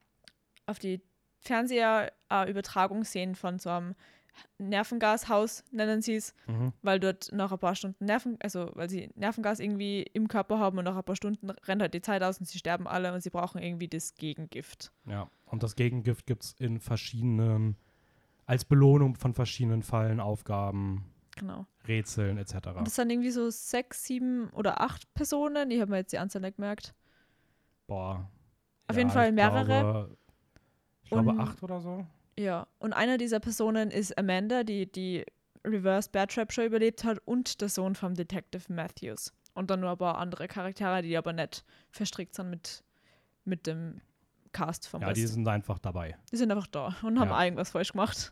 Fernseherübertragung sehen von so einem Nervengashaus, nennen sie es, weil dort nach ein paar Stunden weil sie Nervengas irgendwie im Körper haben und nach ein paar Stunden rennt halt die Zeit aus und sie sterben alle und sie brauchen irgendwie das Gegengift. Ja, und das Gegengift gibt es als Belohnung von verschiedenen Fallen, Aufgaben, Rätseln etc. Und das sind irgendwie so 6, 7 oder 8 Personen, ich habe mir jetzt die Anzahl nicht gemerkt. Boah. Auf jeden Fall mehrere. Ich glaube Und- 8 oder so. Ja, und einer dieser Personen ist Amanda, die Reverse Bear Trap Show überlebt hat und der Sohn vom Detective Matthews. Und dann nur ein paar andere Charaktere, die aber nicht verstrickt sind mit dem Cast vom Ja, Rest. die sind einfach dabei. Die sind einfach da und haben Ja. irgendwas falsch gemacht.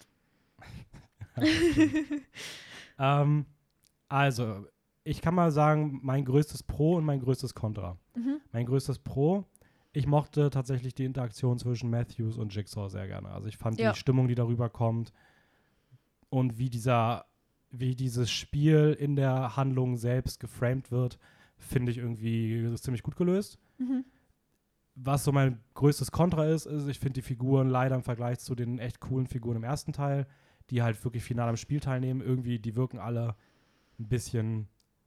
Also, ich kann mal sagen, mein größtes Pro und mein größtes Contra. Mhm. Mein größtes Pro, ich mochte tatsächlich die Interaktion zwischen Matthews und Jigsaw sehr gerne. Also ich fand Ja. die Stimmung, die darüber kommt und wie dieses Spiel in der Handlung selbst geframed wird, finde ich irgendwie ziemlich gut gelöst. Mhm. Was so mein größtes Kontra ist, ich finde die Figuren leider im Vergleich zu den echt coolen Figuren im ersten Teil, die halt wirklich final am Spiel teilnehmen, irgendwie, die wirken alle ein bisschen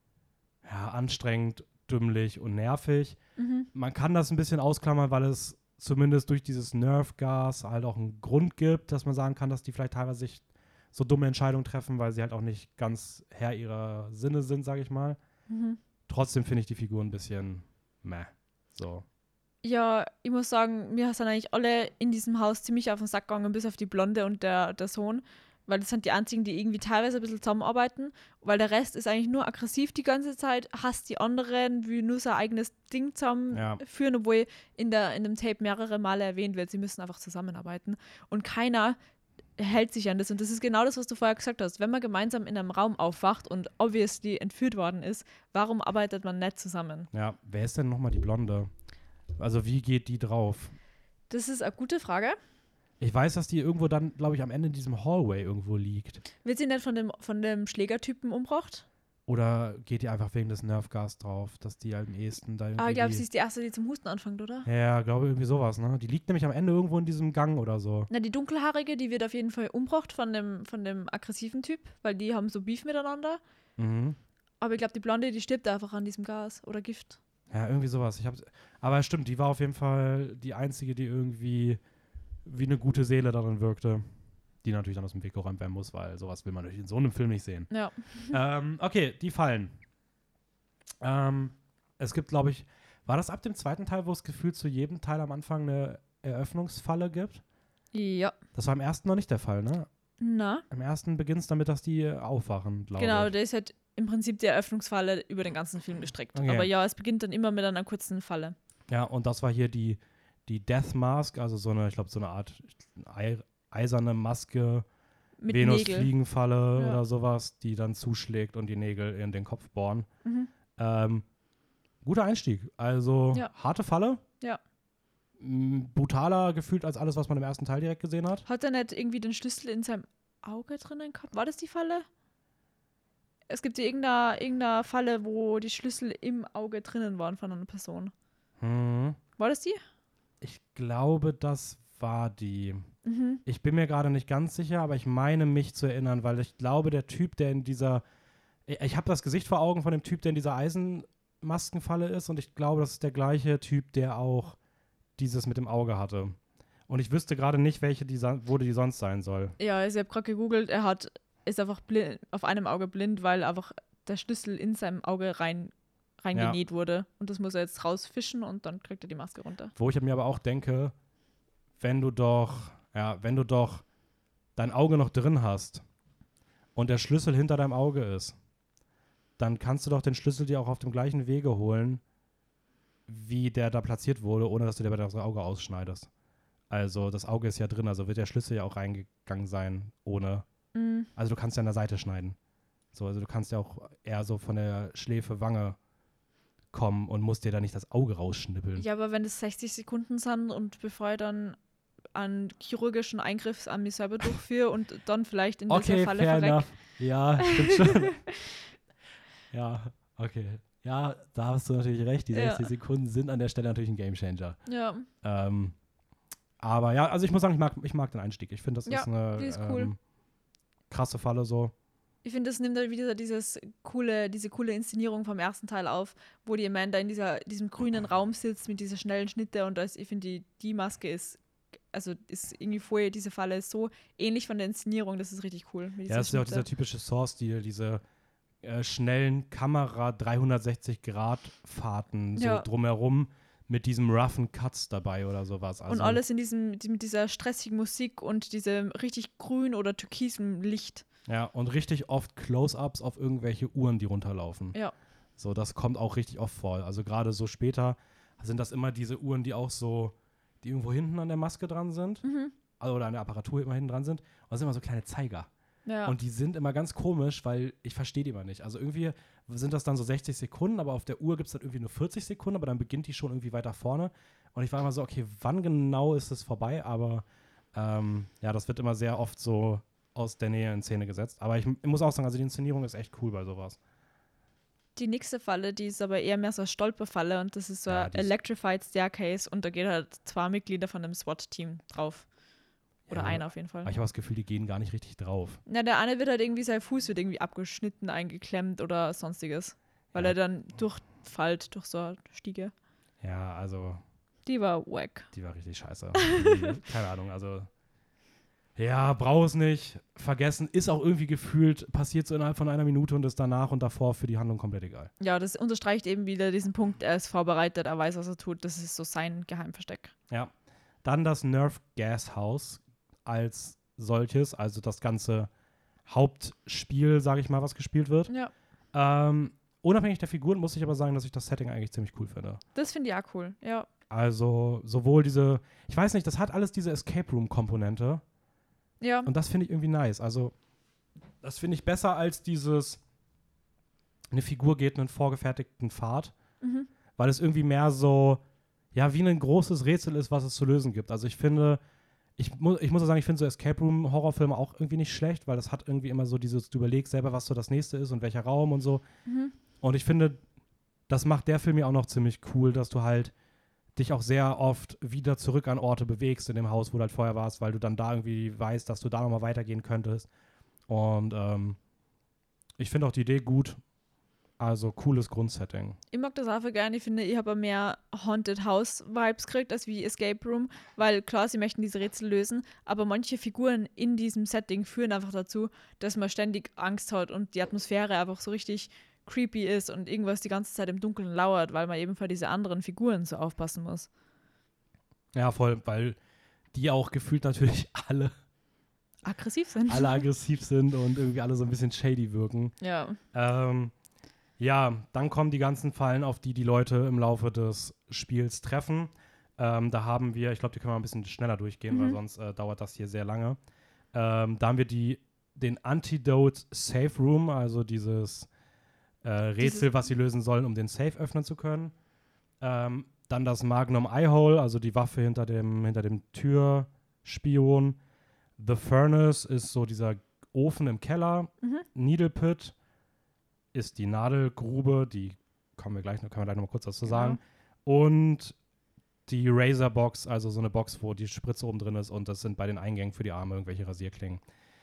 anstrengend, dümmlich und nervig. Mhm. Man kann das ein bisschen ausklammern, weil es zumindest durch dieses Nerf-Gas halt auch einen Grund gibt, dass man sagen kann, dass die vielleicht teilweise sich so dumme Entscheidungen treffen, weil sie halt auch nicht ganz Herr ihrer Sinne sind, sage ich mal. Mhm. Trotzdem finde ich die Figuren ein bisschen meh. So. Ja, ich muss sagen, mir sind eigentlich alle in diesem Haus ziemlich auf den Sack gegangen, bis auf die Blonde und der Sohn, weil das sind die einzigen, die irgendwie teilweise ein bisschen zusammenarbeiten, weil der Rest ist eigentlich nur aggressiv die ganze Zeit, hasst die anderen, will nur sein eigenes Ding zusammenführen, obwohl in dem Tape mehrere Male erwähnt wird, sie müssen einfach zusammenarbeiten und keiner hält sich an das und das ist genau das, was du vorher gesagt hast, wenn man gemeinsam in einem Raum aufwacht und obviously entführt worden ist, warum arbeitet man nicht zusammen? Ja, wer ist denn nochmal die Blonde? Also wie geht die drauf? Das ist eine gute Frage. Ich weiß, dass die irgendwo dann, glaube ich, am Ende in diesem Hallway irgendwo liegt. Wird sie nicht von dem Schlägertypen umgebracht? Oder geht die einfach wegen des Nerfgas drauf, dass die halt am ehesten da irgendwie... Aber ich glaube, sie ist die erste, die zum Husten anfängt, oder? Ja, glaube irgendwie sowas, ne? Die liegt nämlich am Ende irgendwo in diesem Gang oder so. Na, die dunkelhaarige, die wird auf jeden Fall umgebracht von dem aggressiven Typ, weil die haben so Beef miteinander. Mhm. Aber ich glaube, die Blonde, die stirbt einfach an diesem Gas oder Gift. Ja, irgendwie sowas. Aber stimmt, die war auf jeden Fall die einzige, die irgendwie wie eine gute Seele darin wirkte. Die natürlich dann aus dem Weg geräumt werden muss, weil sowas will man natürlich in so einem Film nicht sehen. Ja. Okay, die Fallen. Es gibt, glaube ich, war das ab dem zweiten Teil, wo es gefühlt zu jedem Teil am Anfang eine Eröffnungsfalle gibt? Ja. Das war im ersten noch nicht der Fall, ne? Na, Im ersten beginnt es damit, dass die aufwachen, glaube genau, ich. da ist halt im Prinzip die Eröffnungsfalle über den ganzen Film gestreckt. Okay. Aber ja, es beginnt dann immer mit einer kurzen Falle. Ja, und das war hier die Death Mask, also so eine, ich glaube, so eine Art eiserne Maske, Mit Nägeln. Venusfliegenfalle Ja. oder sowas, die dann zuschlägt und die Nägel in den Kopf bohren. Mhm. Guter Einstieg. Also Ja. harte Falle. Ja. Brutaler gefühlt als alles, was man im ersten Teil direkt gesehen hat. Hat er nicht irgendwie den Schlüssel in seinem Auge drinnen gehabt? War das die Falle? Es gibt ja irgendeine Falle, wo die Schlüssel im Auge drinnen waren von einer Person. War das die? Ich glaube, das war die. Mhm. Ich bin mir gerade nicht ganz sicher, aber ich meine mich zu erinnern, weil ich glaube, der Typ, der in dieser. Ich habe das Gesicht vor Augen von dem Typ, der in dieser Eisenmaskenfalle ist, und ich glaube, das ist der gleiche Typ, der auch dieses mit dem Auge hatte. Und ich wüsste gerade nicht, wo die sonst sein soll. Ja, also ich habe gerade gegoogelt, ist einfach auf einem Auge blind, weil einfach der Schlüssel in seinem Auge reingenäht wurde. Und das muss er jetzt rausfischen und dann kriegt er die Maske runter. Wo ich mir aber auch denke, wenn du doch dein Auge noch drin hast und der Schlüssel hinter deinem Auge ist, dann kannst du doch den Schlüssel dir auch auf dem gleichen Wege holen, wie der da platziert wurde, ohne dass du dir das Auge ausschneidest. Also das Auge ist ja drin, also wird der Schlüssel ja auch reingegangen sein, ohne. Mhm. Also du kannst ja an der Seite schneiden. So, also du kannst ja auch eher so von der Schläfe, Wange kommen und musst dir da nicht das Auge rausschnippeln. Ja, aber wenn es 60 Sekunden sind und bevor ich dann einen chirurgischen Eingriff an mir selber durchführe und dann vielleicht in dieser Falle fair verreck. enough. Ja, stimmt schon. Ja, okay. Ja, da hast du natürlich recht. Die 60 Sekunden sind an der Stelle natürlich ein Gamechanger. Ja. Aber ja, also ich muss sagen, ich mag den Einstieg. Ich finde, das ist eine die ist cool. Krasse Falle so. Ich finde, das nimmt halt wieder diese coole Inszenierung vom ersten Teil auf, wo die Amanda in diesem grünen Raum sitzt mit dieser schnellen Schnitte und ich finde, die Maske ist irgendwie voll, diese Falle ist so ähnlich von der Inszenierung, das ist richtig cool. Mit Ja, das ist ja auch dieser typische Saw-Stil, diese schnellen Kamera 360-Grad-Fahrten so drumherum, mit diesem roughen Cuts dabei oder sowas. Also, und alles mit dieser stressigen Musik und diesem richtig grün oder türkisen Licht. ja, und richtig oft Close-Ups auf irgendwelche Uhren, die runterlaufen. Ja. So, das kommt auch richtig oft vor. Also gerade so später sind das immer diese Uhren, die auch so, die irgendwo hinten an der Maske dran sind. Also, oder an der Apparatur immer hinten dran sind. Und das sind immer so kleine Zeiger. Ja. Und die sind immer ganz komisch, weil ich verstehe die immer nicht. Also irgendwie sind das dann so 60 Sekunden, aber auf der Uhr gibt es dann irgendwie nur 40 Sekunden, aber dann beginnt die schon irgendwie weiter vorne. Und ich war immer so, okay, wann genau ist es vorbei? Aber ja, das wird immer sehr oft so aus der Nähe in Szene gesetzt. Aber ich muss auch sagen, also die Inszenierung ist echt cool bei sowas. Die nächste Falle, die ist aber eher mehr so eine Stolperfalle und das ist so ein Electrified Staircase und da geht halt 2 Mitglieder von einem SWAT-Team drauf. Oder Ja, einer auf jeden Fall. Aber ich habe das Gefühl, die gehen gar nicht richtig drauf. Na, der eine wird halt irgendwie, sein Fuß wird irgendwie abgeschnitten, eingeklemmt oder sonstiges. Weil er dann durchfällt durch so eine Stiege. Ja, also. Die war wack. Die war richtig scheiße. Keine Ahnung, also. Ja, brauch es nicht. Vergessen. Ist auch irgendwie gefühlt, passiert so innerhalb von einer Minute und ist danach und davor für die Handlung komplett egal. Ja, das unterstreicht eben wieder diesen Punkt, er ist vorbereitet, er weiß, was er tut. Das ist so sein Geheimversteck. Ja. Dann das Nerve Gas House als solches, also das ganze Hauptspiel, sage ich mal, was gespielt wird. Ja. Unabhängig der Figuren muss ich aber sagen, dass ich das Setting eigentlich ziemlich cool finde. Das finde ich auch cool, ja. Also sowohl diese, ich weiß nicht, das hat alles diese Escape Room-Komponente. Ja. Und das finde ich irgendwie nice. Also das finde ich besser als dieses, eine Figur geht einen vorgefertigten Pfad, weil es irgendwie mehr so, ja, wie ein großes Rätsel ist, was es zu lösen gibt. Also ich finde, ich muss auch sagen, ich finde so Escape Room Horrorfilme auch irgendwie nicht schlecht, weil das hat irgendwie immer so dieses, du überlegst selber, was so das nächste ist und welcher Raum und so. Und ich finde, das macht der Film ja auch noch ziemlich cool, dass du halt dich auch sehr oft wieder zurück an Orte bewegst in dem Haus, wo du halt vorher warst, weil du dann da irgendwie weißt, dass du da nochmal weitergehen könntest. Und ich finde auch die Idee gut. Also cooles Grundsetting. Ich mag das auch voll gerne. Ich finde, ich habe mehr Haunted House Vibes gekriegt als wie Escape Room, weil klar, sie möchten diese Rätsel lösen, aber manche Figuren in diesem Setting führen einfach dazu, dass man ständig Angst hat und die Atmosphäre einfach so richtig creepy ist und irgendwas die ganze Zeit im Dunkeln lauert, weil man eben vor diese anderen Figuren so aufpassen muss. Ja, voll, weil die auch gefühlt natürlich alle aggressiv sind. Alle aggressiv sind und irgendwie alle so ein bisschen shady wirken. Ja. Ja, dann kommen die ganzen Fallen, auf die die Leute im Laufe des Spiels treffen. Da haben wir, ich glaube, die können wir ein bisschen schneller durchgehen, weil sonst dauert das hier sehr lange. Da haben wir den Antidote Safe Room, also dieses Rätsel, was sie lösen sollen, um den Safe öffnen zu können. Dann das Magnum Eyehole, also die Waffe hinter dem Türspion. The Furnace ist so dieser Ofen im Keller. Needle Pit ist die Nadelgrube, die können wir gleich noch mal kurz was zu sagen. Und die Razor Box, also so eine Box, wo die Spritze oben drin ist und das sind bei den Eingängen für die Arme irgendwelche Rasierklingen.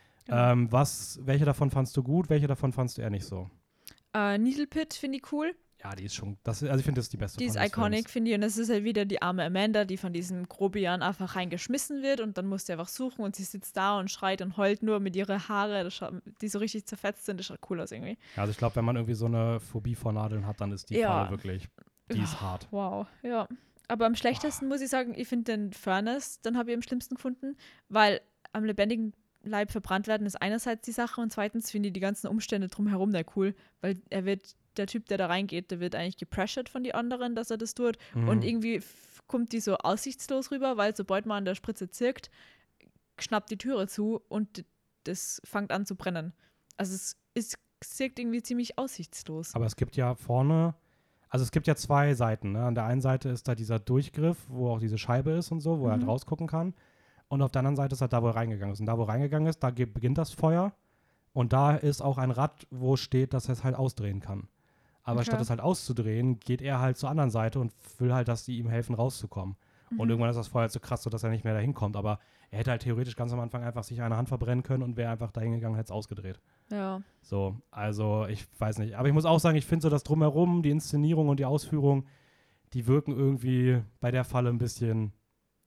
Welche davon fandst du gut, welche davon fandst du eher nicht so? Needle Pit finde ich cool. Ja, die ist schon, also ich finde, das ist die beste. Die ist iconic, finde ich. Und es ist halt wieder die arme Amanda, die von diesem Grobian einfach reingeschmissen wird und dann muss sie einfach suchen und sie sitzt da und schreit und heult nur mit ihren Haare, die so richtig zerfetzt sind. Das schaut cool aus irgendwie. Ja, also ich glaube, wenn man irgendwie so eine Phobie vor Nadeln hat, dann ist die Falle wirklich, die ist hart. Wow, ja. Aber am schlechtesten muss ich sagen, ich finde den Furnace, dann habe ich am schlimmsten gefunden, weil am lebendigen Leib verbrannt werden ist einerseits die Sache und zweitens finde ich die ganzen Umstände drumherum da cool, weil der Typ, der da reingeht, der wird eigentlich gepressured von den anderen, dass er das tut und irgendwie kommt die so aussichtslos rüber, weil sobald man an der Spritze zirkt, schnappt die Türe zu und das fängt an zu brennen. Also es zirkt irgendwie ziemlich aussichtslos. Aber es gibt ja vorne, also es gibt ja zwei Seiten, ne? An der einen Seite ist da dieser Durchgriff, wo auch diese Scheibe ist und so, wo er halt rausgucken kann. Und auf der anderen Seite ist halt da, wo er reingegangen ist. Und da, wo er reingegangen ist, da beginnt das Feuer. Und da ist auch ein Rad, wo steht, dass er es halt ausdrehen kann. Aber statt es halt auszudrehen, geht er halt zur anderen Seite und will halt, dass die ihm helfen, rauszukommen. Und irgendwann ist das Feuer so krass, sodass er nicht mehr dahin kommt. Aber er hätte halt theoretisch ganz am Anfang einfach sich eine Hand verbrennen können und wäre einfach dahin gegangen und hätte es ausgedreht. Ja. So, also ich weiß nicht. Aber ich muss auch sagen, ich finde so das Drumherum, die Inszenierung und die Ausführung, die wirken irgendwie bei der Falle ein bisschen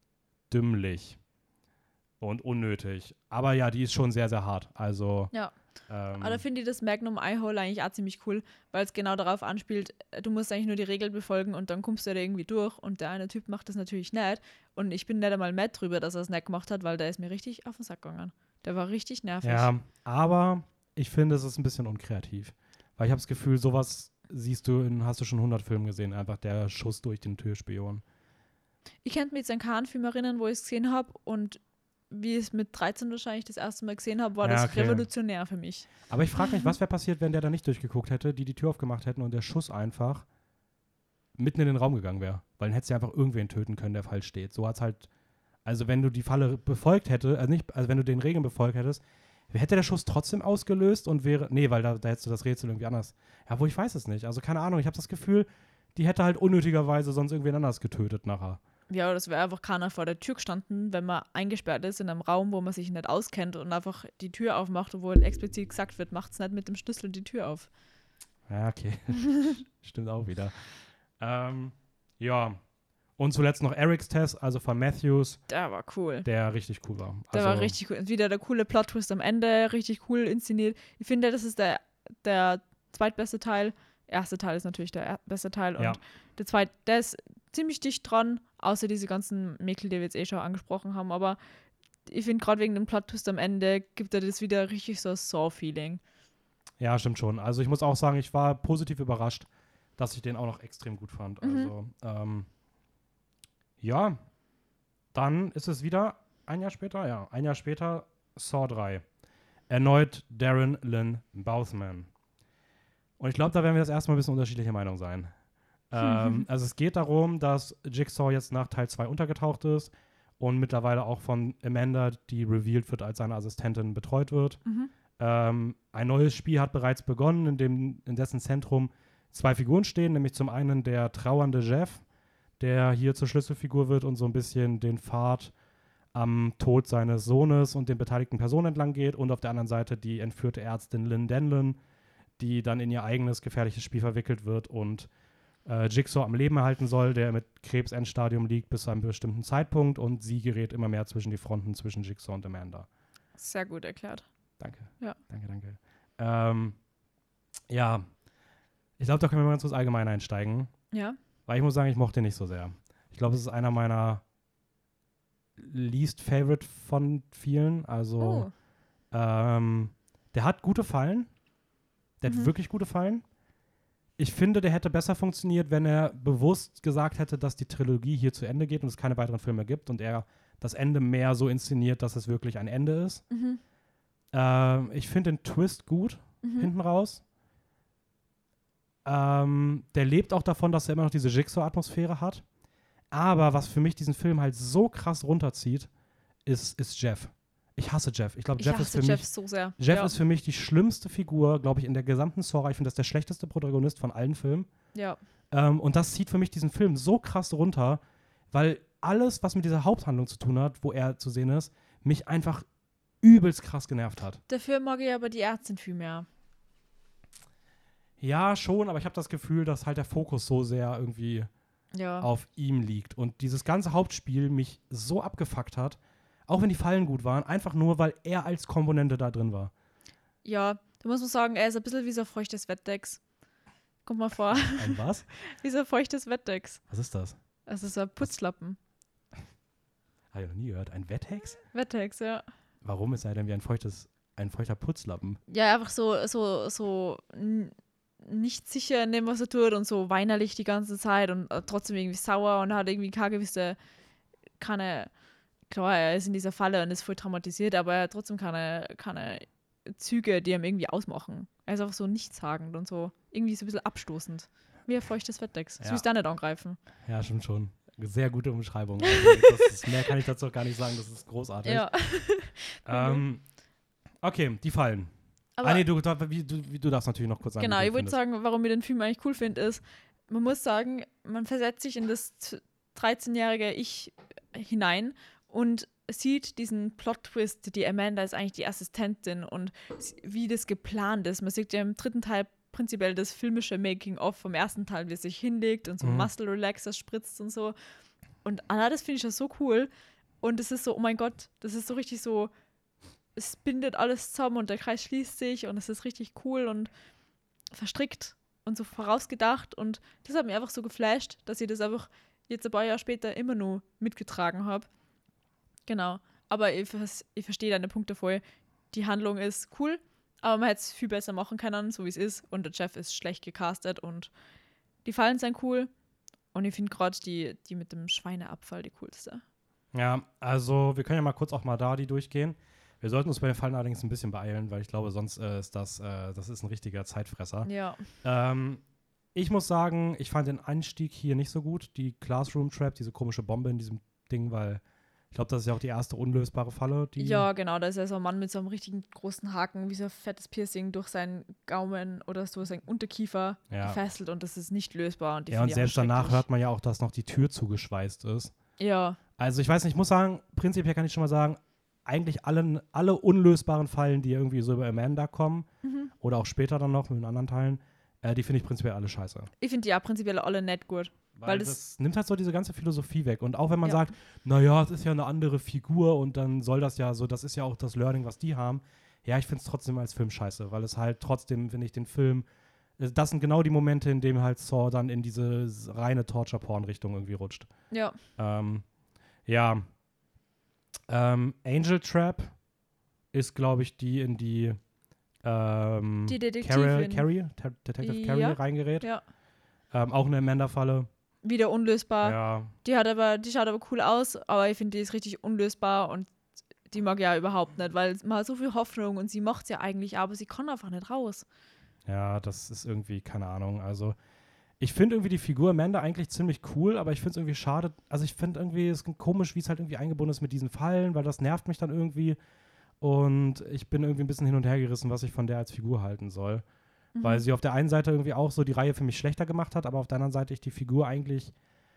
dümmlich und unnötig. Aber ja, die ist schon sehr, sehr hart. Also Aber da finde ich das Magnum Eye-Hole eigentlich auch ziemlich cool, weil es genau darauf anspielt, du musst eigentlich nur die Regeln befolgen und dann kommst du da irgendwie durch und der eine Typ macht das natürlich nicht und ich bin nicht einmal mad drüber, dass er es nicht gemacht hat, weil der ist mir richtig auf den Sack gegangen. Der war richtig nervig. Ja, aber ich finde, es ist ein bisschen unkreativ, weil ich habe das Gefühl, sowas hast du schon 100 Filme gesehen, einfach der Schuss durch den Türspion. Ich könnte mich jetzt an keinen Film erinnern, wo ich es gesehen habe und wie ich es mit 13 wahrscheinlich das erste Mal gesehen habe, war das revolutionär für mich. Aber ich frage mich, was wäre passiert, wenn der da nicht durchgeguckt hätte, die Tür aufgemacht hätten und der Schuss einfach mitten in den Raum gegangen wäre. Weil dann hättest du einfach irgendwen töten können, der falsch steht. So hat's halt, also wenn du die Falle befolgt hättest, also wenn du den Regeln befolgt hättest, hätte der Schuss trotzdem ausgelöst und wäre, nee, weil da hättest du das Rätsel irgendwie anders. Ja, ich weiß es nicht. Also keine Ahnung, ich habe das Gefühl, die hätte halt unnötigerweise sonst irgendwen anders getötet nachher. Ja, das wäre einfach keiner vor der Tür gestanden, wenn man eingesperrt ist in einem Raum, wo man sich nicht auskennt und einfach die Tür aufmacht, obwohl explizit gesagt wird, macht's nicht mit dem Schlüssel die Tür auf. Ja, okay. Stimmt auch wieder. Ja. Und zuletzt noch Erics Test, also von Matthews. Der war cool. Der richtig cool war. Der war richtig cool. Wieder der coole Plot-Twist am Ende, richtig cool inszeniert. Ich finde, das ist der zweitbeste Teil. Der erste Teil ist natürlich der beste Teil und der zweite, der ist ziemlich dicht dran, außer diese ganzen Mäkel, die wir jetzt schon angesprochen haben, aber ich finde, gerade wegen dem Plot-Twist am Ende gibt er das wieder richtig so ein Saw-Feeling. Ja, stimmt schon. Also ich muss auch sagen, ich war positiv überrascht, dass ich den auch noch extrem gut fand. Also, ja, dann ist es wieder ein Jahr später, Saw 3. Erneut Darren Lynn Bousman. Und ich glaube, da werden wir das erstmal ein bisschen unterschiedlicher Meinung sein. Also es geht darum, dass Jigsaw jetzt nach Teil 2 untergetaucht ist und mittlerweile auch von Amanda, die revealed wird als seine Assistentin, betreut wird. Ein neues Spiel hat bereits begonnen, in dessen Zentrum 2 Figuren stehen, nämlich zum einen der trauernde Jeff, der hier zur Schlüsselfigur wird und so ein bisschen den Pfad am Tod seines Sohnes und den beteiligten Personen entlang geht, und auf der anderen Seite die entführte Ärztin Lynn Denlon, die dann in ihr eigenes gefährliches Spiel verwickelt wird und Jigsaw am Leben erhalten soll, der mit Krebsendstadium liegt bis zu einem bestimmten Zeitpunkt, und sie gerät immer mehr zwischen die Fronten zwischen Jigsaw und Amanda. Sehr gut erklärt. Danke. Ja. Danke. Ja, ich glaube, da können wir mal ganz kurz allgemein einsteigen. Ja. Weil ich muss sagen, ich mochte ihn nicht so sehr. Ich glaube, es ist einer meiner least favorite von vielen. Also, der hat gute Fallen. Der hat wirklich gute Fallen. Ich finde, der hätte besser funktioniert, wenn er bewusst gesagt hätte, dass die Trilogie hier zu Ende geht und es keine weiteren Filme gibt und er das Ende mehr so inszeniert, dass es wirklich ein Ende ist. Ich finde den Twist gut hinten raus. Der lebt auch davon, dass er immer noch diese Jigsaw-Atmosphäre hat. Aber was für mich diesen Film halt so krass runterzieht, ist Jeff. Ich hasse Jeff. Ich glaube, Jeff ist für mich so sehr. Jeff ist für mich die schlimmste Figur, glaube ich, in der gesamten Saw. Ich finde, das ist der schlechteste Protagonist von allen Filmen. Ja. Und das zieht für mich diesen Film so krass runter, weil alles, was mit dieser Haupthandlung zu tun hat, wo er zu sehen ist, mich einfach übelst krass genervt hat. Dafür mag ich aber die Ärztin viel mehr. Ja, schon, aber ich habe das Gefühl, dass halt der Fokus so sehr irgendwie auf ihm liegt. Und dieses ganze Hauptspiel mich so abgefuckt hat, auch wenn die Fallen gut waren, einfach nur, weil er als Komponente da drin war. Ja, da muss man sagen, er ist ein bisschen wie so ein feuchtes Wettdecks. Kommt mal vor. Ein was? Wie so ein feuchtes Wettdecks. Was ist das? Das ist so ein Putzlappen. Habe ich noch nie gehört. Ein Wettex? Wettex, ja. Warum ist er denn wie ein feuchter Putzlappen? Ja, einfach so nicht sicher in dem, was er tut und so weinerlich die ganze Zeit und trotzdem irgendwie sauer und hat irgendwie klar, er ist in dieser Falle und ist voll traumatisiert, aber er hat trotzdem keine Züge, die ihm irgendwie ausmachen. Er ist einfach so nichtssagend und so irgendwie so ein bisschen abstoßend. Wie ein feuchtes Wettdecks. Ja. So ist da nicht angreifen. Ja, stimmt schon. Sehr gute Umschreibung. Also mehr kann ich dazu auch gar nicht sagen, das ist großartig. Ja. Okay, die Fallen. Aber du darfst natürlich noch kurz sagen. Genau, ich wollte sagen, warum ich den Film eigentlich cool finde, ist, man muss sagen, man versetzt sich in das 13-jährige Ich hinein und sieht diesen Plot-Twist, die Amanda ist eigentlich die Assistentin und wie das geplant ist. Man sieht ja im dritten Teil prinzipiell das filmische Making-of vom ersten Teil, wie es sich hinlegt und so Muscle Relaxer spritzt und so. Und das finde ich ja so cool. Und es ist so, oh mein Gott, das ist so richtig so es bindet alles zusammen und der Kreis schließt sich und es ist richtig cool und verstrickt und so vorausgedacht und das hat mich einfach so geflasht, dass ich das einfach jetzt ein paar Jahre später immer nur mitgetragen habe. Genau. Aber ich verstehe deine Punkte voll. Die Handlung ist cool, aber man hätte es viel besser machen können, so wie es ist. Und der Jeff ist schlecht gecastet und die Fallen sind cool. Und ich finde gerade die mit dem Schweineabfall die coolste. Ja, also wir können ja mal kurz auch mal da die durchgehen. Wir sollten uns bei den Fallen allerdings ein bisschen beeilen, weil ich glaube, sonst ist das ist ein richtiger Zeitfresser. Ja. Ich muss sagen, ich fand den Einstieg hier nicht so gut. Die Classroom Trap, diese komische Bombe in diesem Ding, weil ich glaube, das ist ja auch die erste unlösbare Falle. Ja, genau. Da ist ja so ein Mann mit so einem richtigen großen Haken, wie so ein fettes Piercing durch seinen Gaumen oder so seinen Unterkiefer gefesselt und das ist nicht lösbar. Und und selbst danach hört man ja auch, dass noch die Tür zugeschweißt ist. Ja. Also ich weiß nicht, ich muss sagen, prinzipiell kann ich schon mal sagen, eigentlich alle unlösbaren Fallen, die irgendwie so über Amanda kommen oder auch später dann noch mit den anderen Teilen, die finde ich prinzipiell alle scheiße. Ich finde die ja prinzipiell alle nicht gut. Weil das nimmt halt so diese ganze Philosophie weg. Und auch wenn man sagt, naja, es ist ja eine andere Figur und dann soll das ja so, das ist ja auch das Learning, was die haben. Ja, ich finde es trotzdem als Film scheiße, weil es halt trotzdem, finde ich, den Film, das sind genau die Momente, in denen halt Saw dann in diese reine Torture-Porn-Richtung irgendwie rutscht. Ja. Angel Trap ist, glaube ich, die in die die Detektivin. Detective Carrie reingerät. Ja. Auch eine Amanda-Falle. Wieder unlösbar. Ja. Die schaut aber cool aus, aber ich finde, die ist richtig unlösbar und die mag ich ja überhaupt nicht, weil man hat so viel Hoffnung und sie macht es ja eigentlich, aber sie kann einfach nicht raus. Ja, das ist irgendwie, keine Ahnung, also ich finde irgendwie die Figur Amanda eigentlich ziemlich cool, aber ich finde es irgendwie schade, also ich finde irgendwie, es ist komisch, wie es halt irgendwie eingebunden ist mit diesen Fallen, weil das nervt mich dann irgendwie und ich bin irgendwie ein bisschen hin und her gerissen, was ich von der als Figur halten soll. Weil sie auf der einen Seite irgendwie auch so die Reihe für mich schlechter gemacht hat, aber auf der anderen Seite ich die Figur eigentlich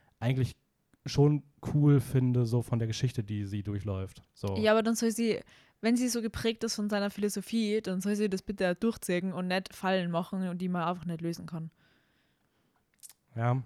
schon cool finde, so von der Geschichte, die sie durchläuft. So. Ja, aber dann soll sie, wenn sie so geprägt ist von seiner Philosophie, dann soll sie das bitte durchziehen und nicht Fallen machen und die man einfach nicht lösen kann. Ja.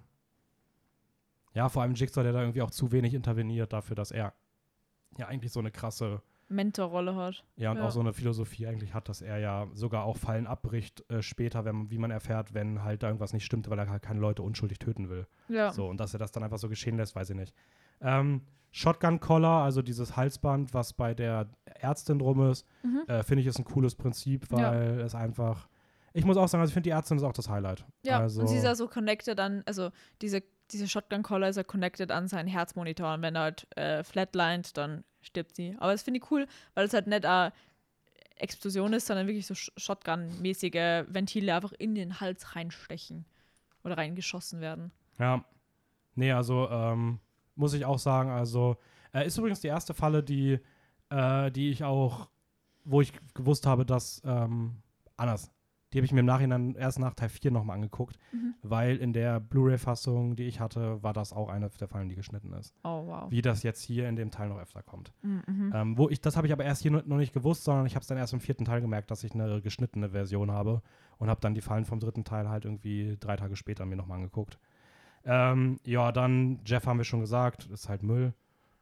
Ja, vor allem Jigsaw, der da irgendwie auch zu wenig interveniert dafür, dass er ja eigentlich so eine krasse Mentorrolle hat. Ja, und auch so eine Philosophie eigentlich hat, dass er ja sogar auch Fallen abbricht später, wie man erfährt, wenn halt da irgendwas nicht stimmt, weil er halt keine Leute unschuldig töten will. Ja. So, und dass er das dann einfach so geschehen lässt, weiß ich nicht. Shotgun-Collar, also dieses Halsband, was bei der Ärztin drum ist, finde ich ist ein cooles Prinzip, weil es einfach, ich muss auch sagen, also ich finde die Ärztin ist auch das Highlight. Ja, also, und sie ist ja so connected an, also diese Shotgun-Collar ist ja connected an seinen Herzmonitor und wenn er halt flatlined, dann stirbt sie. Aber das finde ich cool, weil es halt nicht eine Explosion ist, sondern wirklich so Shotgun-mäßige Ventile einfach in den Hals reinstechen oder reingeschossen werden. Ja. Nee, also muss ich auch sagen, also ist übrigens die erste Falle, die ich auch, wo ich gewusst habe, dass anders. Die habe ich mir im Nachhinein erst nach Teil 4 nochmal angeguckt, weil in der Blu-ray-Fassung, die ich hatte, war das auch eine der Fallen, die geschnitten ist. Oh, wow. Wie das jetzt hier in dem Teil noch öfter kommt. Das habe ich aber erst hier noch nicht gewusst, sondern ich habe es dann erst im 4. Teil gemerkt, dass ich eine geschnittene Version habe und habe dann die Fallen vom 3. Teil halt irgendwie 3 Tage später mir nochmal angeguckt. Dann Jeff haben wir schon gesagt, ist halt Müll.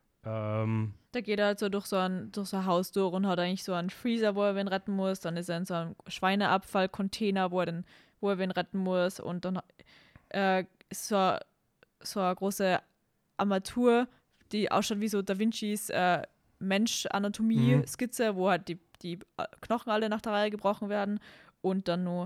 Da geht er halt so durch so ein Haus durch und hat eigentlich so einen Freezer, wo er wen retten muss. Dann ist er in so einem Schweineabfall-Container, wo er wen retten muss. Und dann ist so eine große Armatur, die ausschaut wie so Da Vincis Mensch-Anatomie-Skizze, wo halt die Knochen alle nach der Reihe gebrochen werden. Und dann nur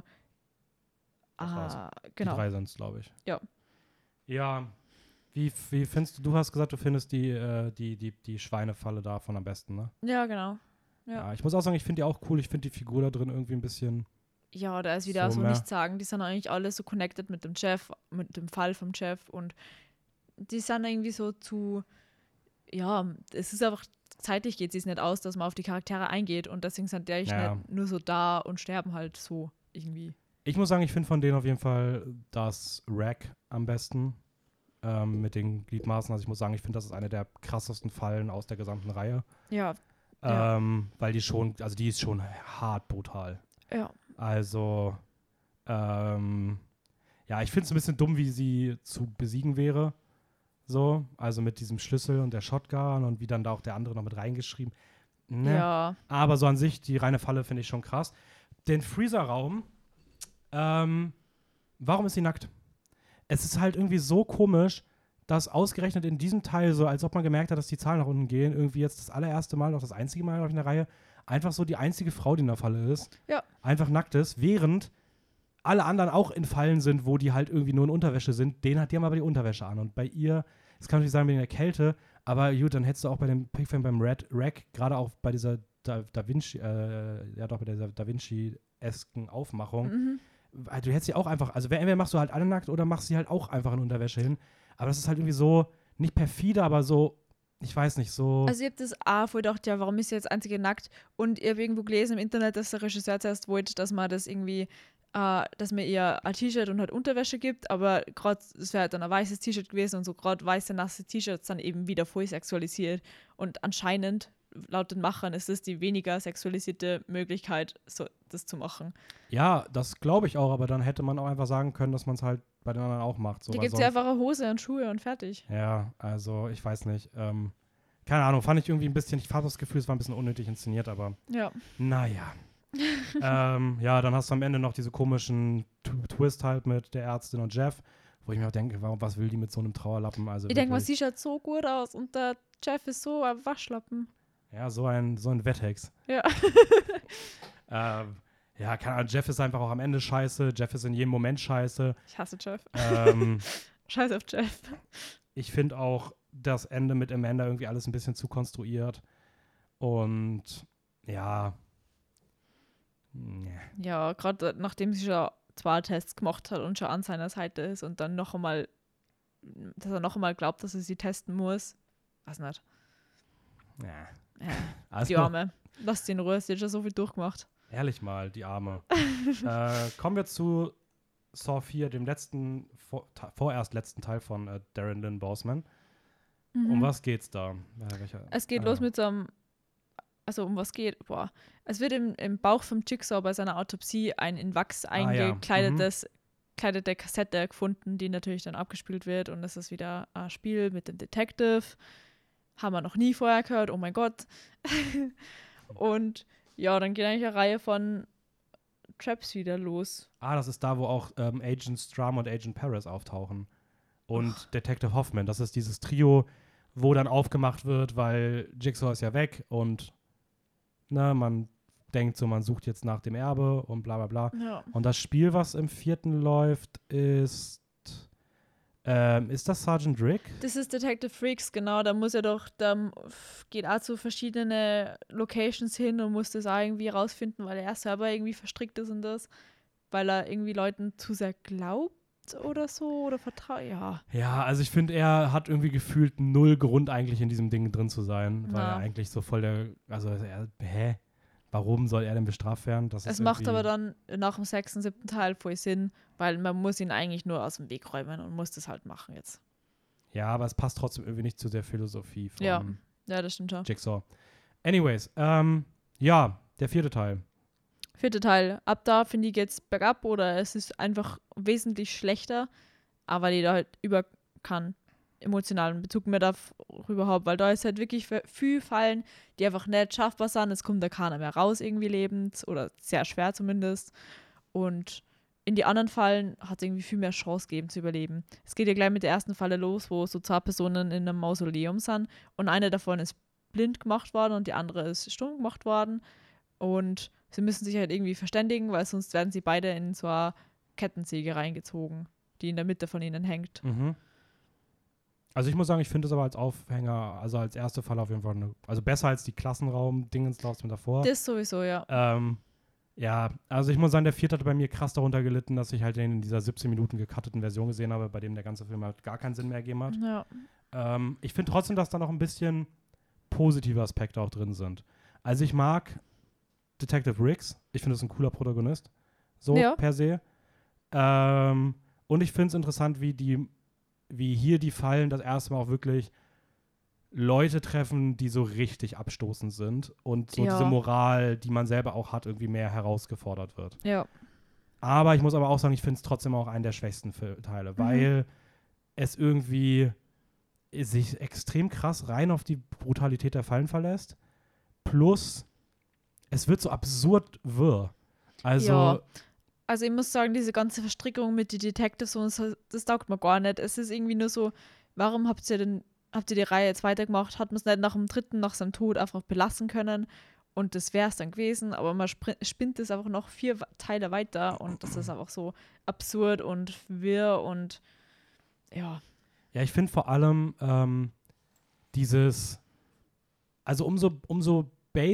genau. Die 3 sind es, glaube ich. Ja. Ja. Wie findest du hast gesagt, du findest die Schweinefalle davon am besten, ne? Ja, genau. Ja, ich muss auch sagen, ich finde die auch cool. Ich finde die Figur da drin irgendwie ein bisschen. Ja, da ist wieder so nichts sagen. Die sind eigentlich alle so connected mit dem Jeff, mit dem Fall vom Jeff und die sind irgendwie so es ist einfach, zeitlich geht es nicht aus, dass man auf die Charaktere eingeht und deswegen sind die eigentlich nicht nur so da und sterben halt so irgendwie. Ich muss sagen, ich finde von denen auf jeden Fall das Rack am besten. Mit den Gliedmaßen. Also ich muss sagen, ich finde, das ist eine der krassesten Fallen aus der gesamten Reihe. Ja. Weil die ist schon hart brutal. Ja. Also, ich finde es ein bisschen dumm, wie sie zu besiegen wäre. So, also mit diesem Schlüssel und der Shotgun und wie dann da auch der andere noch mit reingeschrieben. Ne? Ja. Aber so an sich, die reine Falle finde ich schon krass. Den Freezer-Raum, warum ist sie nackt? Es ist halt irgendwie so komisch, dass ausgerechnet in diesem Teil so, als ob man gemerkt hat, dass die Zahlen nach unten gehen, irgendwie jetzt das allererste Mal, noch das einzige Mal, glaube ich, in der Reihe, einfach so die einzige Frau, die in der Falle ist, Ja. einfach nackt ist, während alle anderen auch in Fallen sind, wo die halt irgendwie nur in Unterwäsche sind. Die haben aber die Unterwäsche an. Und bei ihr, das kann ich nicht sagen wegen der Kälte, aber gut, dann hättest du auch bei dem Pickfam beim Red Rack, gerade auch bei dieser Da Vinci, bei dieser Da Vinci-esken Aufmachung, du hättest sie auch einfach, also entweder machst du halt alle nackt oder machst sie halt auch einfach in Unterwäsche hin. Aber das ist halt irgendwie so, nicht perfide, aber so, ich weiß nicht, so. Also ich habe das auch voll gedacht, ja, warum ist sie jetzt einzige nackt? Und ich habe irgendwo gelesen im Internet, dass der Regisseur zuerst wollte, dass man das irgendwie, dass man ihr ein T-Shirt und halt Unterwäsche gibt, aber gerade, es wäre halt dann ein weißes T-Shirt gewesen und so gerade weiße, nasse T-Shirts dann eben wieder voll sexualisiert. Und anscheinend, laut den Machern, ist es die weniger sexualisierte Möglichkeit, so das zu machen. Ja, das glaube ich auch, aber dann hätte man auch einfach sagen können, dass man es halt bei den anderen auch macht. So, Da weil gibt es ja einfach eine Hose und Schuhe und fertig. Ja, also ich weiß nicht. Keine Ahnung, fand ich irgendwie ein bisschen, ich habe das Gefühl, es war ein bisschen unnötig inszeniert, aber Ja. naja. Ja, dann hast du am Ende noch diese komischen Twist halt mit der Ärztin und Jeff, wo ich mir auch denke, was will die mit so einem Trauerlappen? Also Ich denke mal, wirklich. sie schaut so gut aus und der Jeff ist so ein Waschlappen. Ja, so ein Wetthex. Ja. Ja, keine Ahnung, Jeff ist einfach auch am Ende scheiße, Jeff ist in jedem Moment scheiße. Ich hasse Jeff. Scheiß auf Jeff. Ich finde auch das Ende mit Amanda irgendwie alles ein bisschen zu konstruiert. Und ja. Ja, gerade nachdem sie schon 2 Tests gemacht hat und schon an seiner Seite ist und dann noch einmal, dass er noch einmal glaubt, dass er sie testen muss. Weiß nicht. Ja. Die Arme. Lass sie in Ruhe, sie hat schon so viel durchgemacht. Ehrlich mal, die Arme. Kommen wir zu Saw 4, dem vorerst letzten Teil von Darren Lynn Bousman. Um was geht's da? Es geht los mit so einem, also um was geht? Boah. Es wird im Bauch vom Jigsaw bei seiner Autopsie ein in Wachs eingekleidetes kleidete Kassette gefunden, die natürlich dann abgespielt wird und es ist wieder ein Spiel mit dem Detective. Haben wir noch nie vorher gehört, oh mein Gott. Und ja, dann geht eigentlich eine Reihe von Traps wieder los. Das ist da, wo auch Agent Strum und Agent Paris auftauchen. Und Detective Hoffman. Das ist dieses Trio, wo dann aufgemacht wird, weil Jigsaw ist ja weg und man denkt so, man sucht jetzt nach dem Erbe und bla bla bla. Ja. Und das Spiel, was im 4. läuft, ist das Sergeant Rick? Das ist Detective Freaks, genau. Da geht auch zu verschiedenen Locations hin und muss das auch irgendwie rausfinden, weil er selber irgendwie verstrickt ist in das, weil er irgendwie Leuten zu sehr glaubt oder so oder vertraut. Ja, also ich finde, er hat irgendwie gefühlt 0 Grund eigentlich in diesem Ding drin zu sein, weil er eigentlich so voll warum soll er denn bestraft werden? Es macht aber dann nach dem 6. und 7. Teil voll Sinn, weil man muss ihn eigentlich nur aus dem Weg räumen und muss das halt machen jetzt. Ja, aber es passt trotzdem irgendwie nicht zu der Philosophie von ja, das stimmt schon. Jigsaw. Anyways, der 4. Teil. 4. Teil. Ab da finde ich jetzt bergab oder es ist einfach wesentlich schlechter, aber die da halt über keinen emotionalen Bezug mehr darüber habe, weil da ist halt wirklich viel Fallen, die einfach nicht schaffbar sind. Es kommt da keiner mehr raus irgendwie lebend oder sehr schwer zumindest. Und in die anderen Fallen hat es irgendwie viel mehr Chance gegeben zu überleben. Es geht ja gleich mit der ersten Falle los, wo so 2 Personen in einem Mausoleum sind und eine davon ist blind gemacht worden und die andere ist stumm gemacht worden und sie müssen sich halt irgendwie verständigen, weil sonst werden sie beide in so eine Kettensäge reingezogen, die in der Mitte von ihnen hängt. Also ich muss sagen, ich finde es aber als Aufhänger, also als erste Fall auf jeden Fall, also besser als die Klassenraum-Dingenslaufs mit davor. Das sowieso, ja. Ja, also ich muss sagen, der 4. hat bei mir krass darunter gelitten, dass ich halt den in dieser 17 Minuten gecutteten Version gesehen habe, bei dem der ganze Film halt gar keinen Sinn mehr ergeben hat. Ja. Ich finde trotzdem, dass da noch ein bisschen positive Aspekte auch drin sind. Also ich mag Detective Riggs. Ich finde, das ist ein cooler Protagonist. So, per se. Und ich finde es interessant, wie hier die Fallen das erste Mal auch wirklich Leute treffen, die so richtig abstoßend sind und so diese Moral, die man selber auch hat, irgendwie mehr herausgefordert wird. Ja. Aber ich muss aber auch sagen, ich finde es trotzdem auch einen der schwächsten Teile, weil es irgendwie sich extrem krass rein auf die Brutalität der Fallen verlässt, plus es wird so absurd wirr. Also Ja. Also ich muss sagen, diese ganze Verstrickung mit den Detectives und so, das taugt mir gar nicht. Es ist irgendwie nur so, warum habt ihr die Reihe jetzt weitergemacht? Hat man es nicht nach dem dritten, nach seinem Tod einfach belassen können? Und das wäre es dann gewesen, aber man spinnt es einfach noch 4 Teile weiter und das ist einfach so absurd und wirr und ja. Ja, ich finde vor allem also umso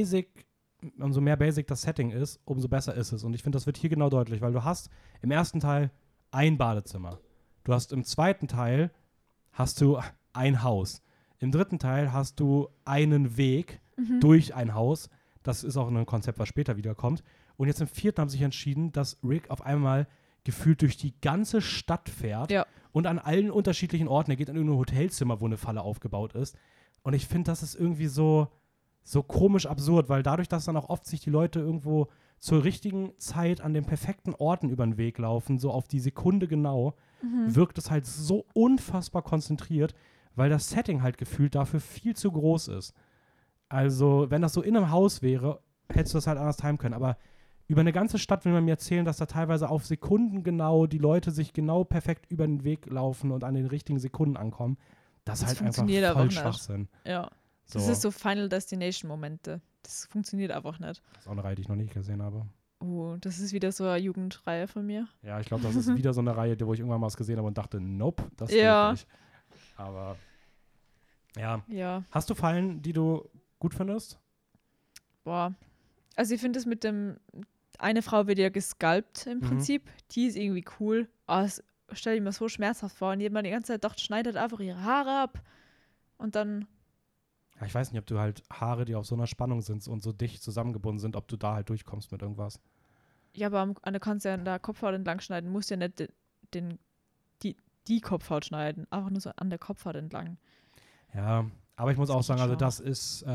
mehr basic das Setting ist, umso besser ist es. Und ich finde, das wird hier genau deutlich, weil du hast im ersten Teil ein Badezimmer. Du hast im zweiten Teil hast du ein Haus. Im dritten Teil hast du einen Weg durch ein Haus. Das ist auch ein Konzept, was später wiederkommt. Und jetzt im vierten haben sie sich entschieden, dass Rick auf einmal gefühlt durch die ganze Stadt fährt und an allen unterschiedlichen Orten. Er geht in irgendein Hotelzimmer, wo eine Falle aufgebaut ist. Und ich finde, das ist irgendwie so komisch absurd, weil dadurch, dass dann auch oft sich die Leute irgendwo zur richtigen Zeit an den perfekten Orten über den Weg laufen, so auf die Sekunde genau, wirkt es halt so unfassbar konzentriert, weil das Setting halt gefühlt dafür viel zu groß ist. Also, wenn das so in einem Haus wäre, hättest du das halt anders timen können. Aber über eine ganze Stadt will man mir erzählen, dass da teilweise auf Sekunden genau die Leute sich genau perfekt über den Weg laufen und an den richtigen Sekunden ankommen. Das ist halt einfach voll Schwachsinn. Ja. So. Das ist so Final Destination-Momente. Das funktioniert einfach nicht. Das ist auch eine Reihe, die ich noch nicht gesehen habe. Oh, das ist wieder so eine Jugendreihe von mir. Ja, ich glaube, das ist wieder so eine Reihe, wo ich irgendwann mal was gesehen habe und dachte, nope, das geht nicht. Aber ja. Hast du Fallen, die du gut findest? Boah. Also ich finde es mit dem, eine Frau wird ja gesculpt im Prinzip. Die ist irgendwie cool. Aber das stelle ich mir so schmerzhaft vor. Und jemand die ganze Zeit dachte, schneidet einfach ihre Haare ab. Und dann... Ja, ich weiß nicht, ob du halt Haare, die auf so einer Spannung sind und so dicht zusammengebunden sind, ob du da halt durchkommst mit irgendwas. Ja, aber du kannst ja an der Kopfhaut entlang schneiden. Du musst ja nicht die Kopfhaut schneiden. Einfach nur so an der Kopfhaut entlang. Ja, aber ich muss auch sagen, also das ist,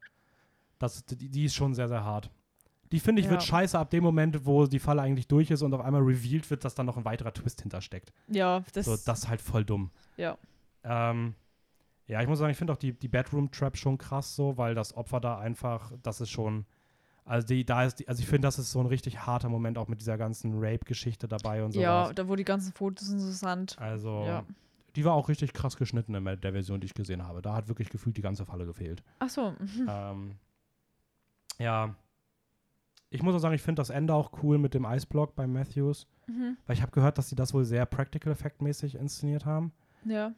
die ist schon sehr, sehr hart. Die, finde ich, wird scheiße ab dem Moment, wo die Falle eigentlich durch ist und auf einmal revealed wird, dass da noch ein weiterer Twist hintersteckt. Ja, das ist halt voll dumm. Ja. Ja, ich muss sagen, ich finde auch die Bedroom-Trap schon krass so, weil das Opfer da einfach, das ist schon, also ich finde, das ist so ein richtig harter Moment auch mit dieser ganzen Rape-Geschichte dabei und so. Ja, da wo die ganzen Fotos und so sind. Also, die war auch richtig krass geschnitten in der Version, die ich gesehen habe. Da hat wirklich gefühlt die ganze Falle gefehlt. Ach so. Ja. Ich muss auch sagen, ich finde das Ende auch cool mit dem Eisblock bei Matthews, weil ich habe gehört, dass sie das wohl sehr Practical-Effect-mäßig inszeniert haben. Ja.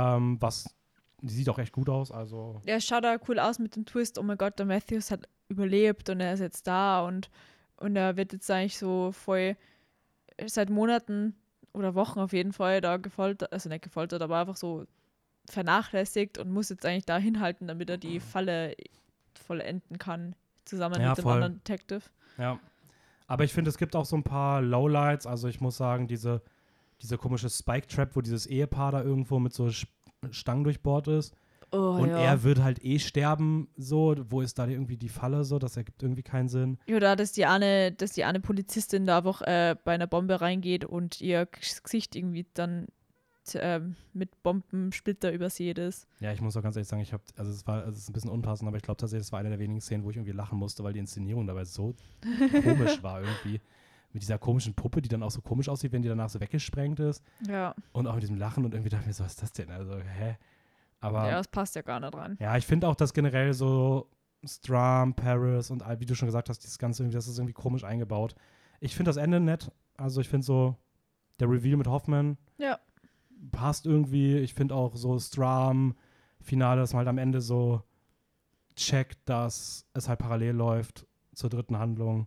Die sieht auch echt gut aus, also. Ja, es schaut auch cool aus mit dem Twist. Oh mein Gott, der Matthews hat überlebt und er ist jetzt da und er wird jetzt eigentlich so voll seit Monaten oder Wochen auf jeden Fall da gefoltert, also nicht gefoltert, aber einfach so vernachlässigt und muss jetzt eigentlich da hinhalten, damit er die Falle vollenden kann, zusammen mit dem anderen Detective. Ja, aber ich finde, es gibt auch so ein paar Lowlights, also ich muss sagen, diese komische Spike-Trap, wo dieses Ehepaar da irgendwo mit so Stangen durchbohrt ist. Oh, und er wird halt ksisterben, so. Wo ist da irgendwie die Falle so? Das ergibt irgendwie keinen Sinn. Ja, da, dass die eine Polizistin da einfach bei einer Bombe reingeht und ihr Gesicht irgendwie dann mit Bombensplitter übersät ist. Ja, ich muss auch ganz ehrlich sagen, es ist ein bisschen unpassend, aber ich glaube tatsächlich, es war eine der wenigen Szenen, wo ich irgendwie lachen musste, weil die Inszenierung dabei so komisch war irgendwie. Mit dieser komischen Puppe, die dann auch so komisch aussieht, wenn die danach so weggesprengt ist. Ja. Und auch mit diesem Lachen und irgendwie dachte ich mir so, was ist das denn? Also, hä? Aber, ja, das passt ja gar nicht rein. Ja, ich finde auch, dass generell so Strum, Paris und wie du schon gesagt hast, dieses Ganze, das ist irgendwie komisch eingebaut. Ich finde das Ende nett. Also ich finde so, der Reveal mit Hoffman passt irgendwie. Ich finde auch so Strum, Finale, dass man halt am Ende so checkt, dass es halt parallel läuft zur dritten Handlung.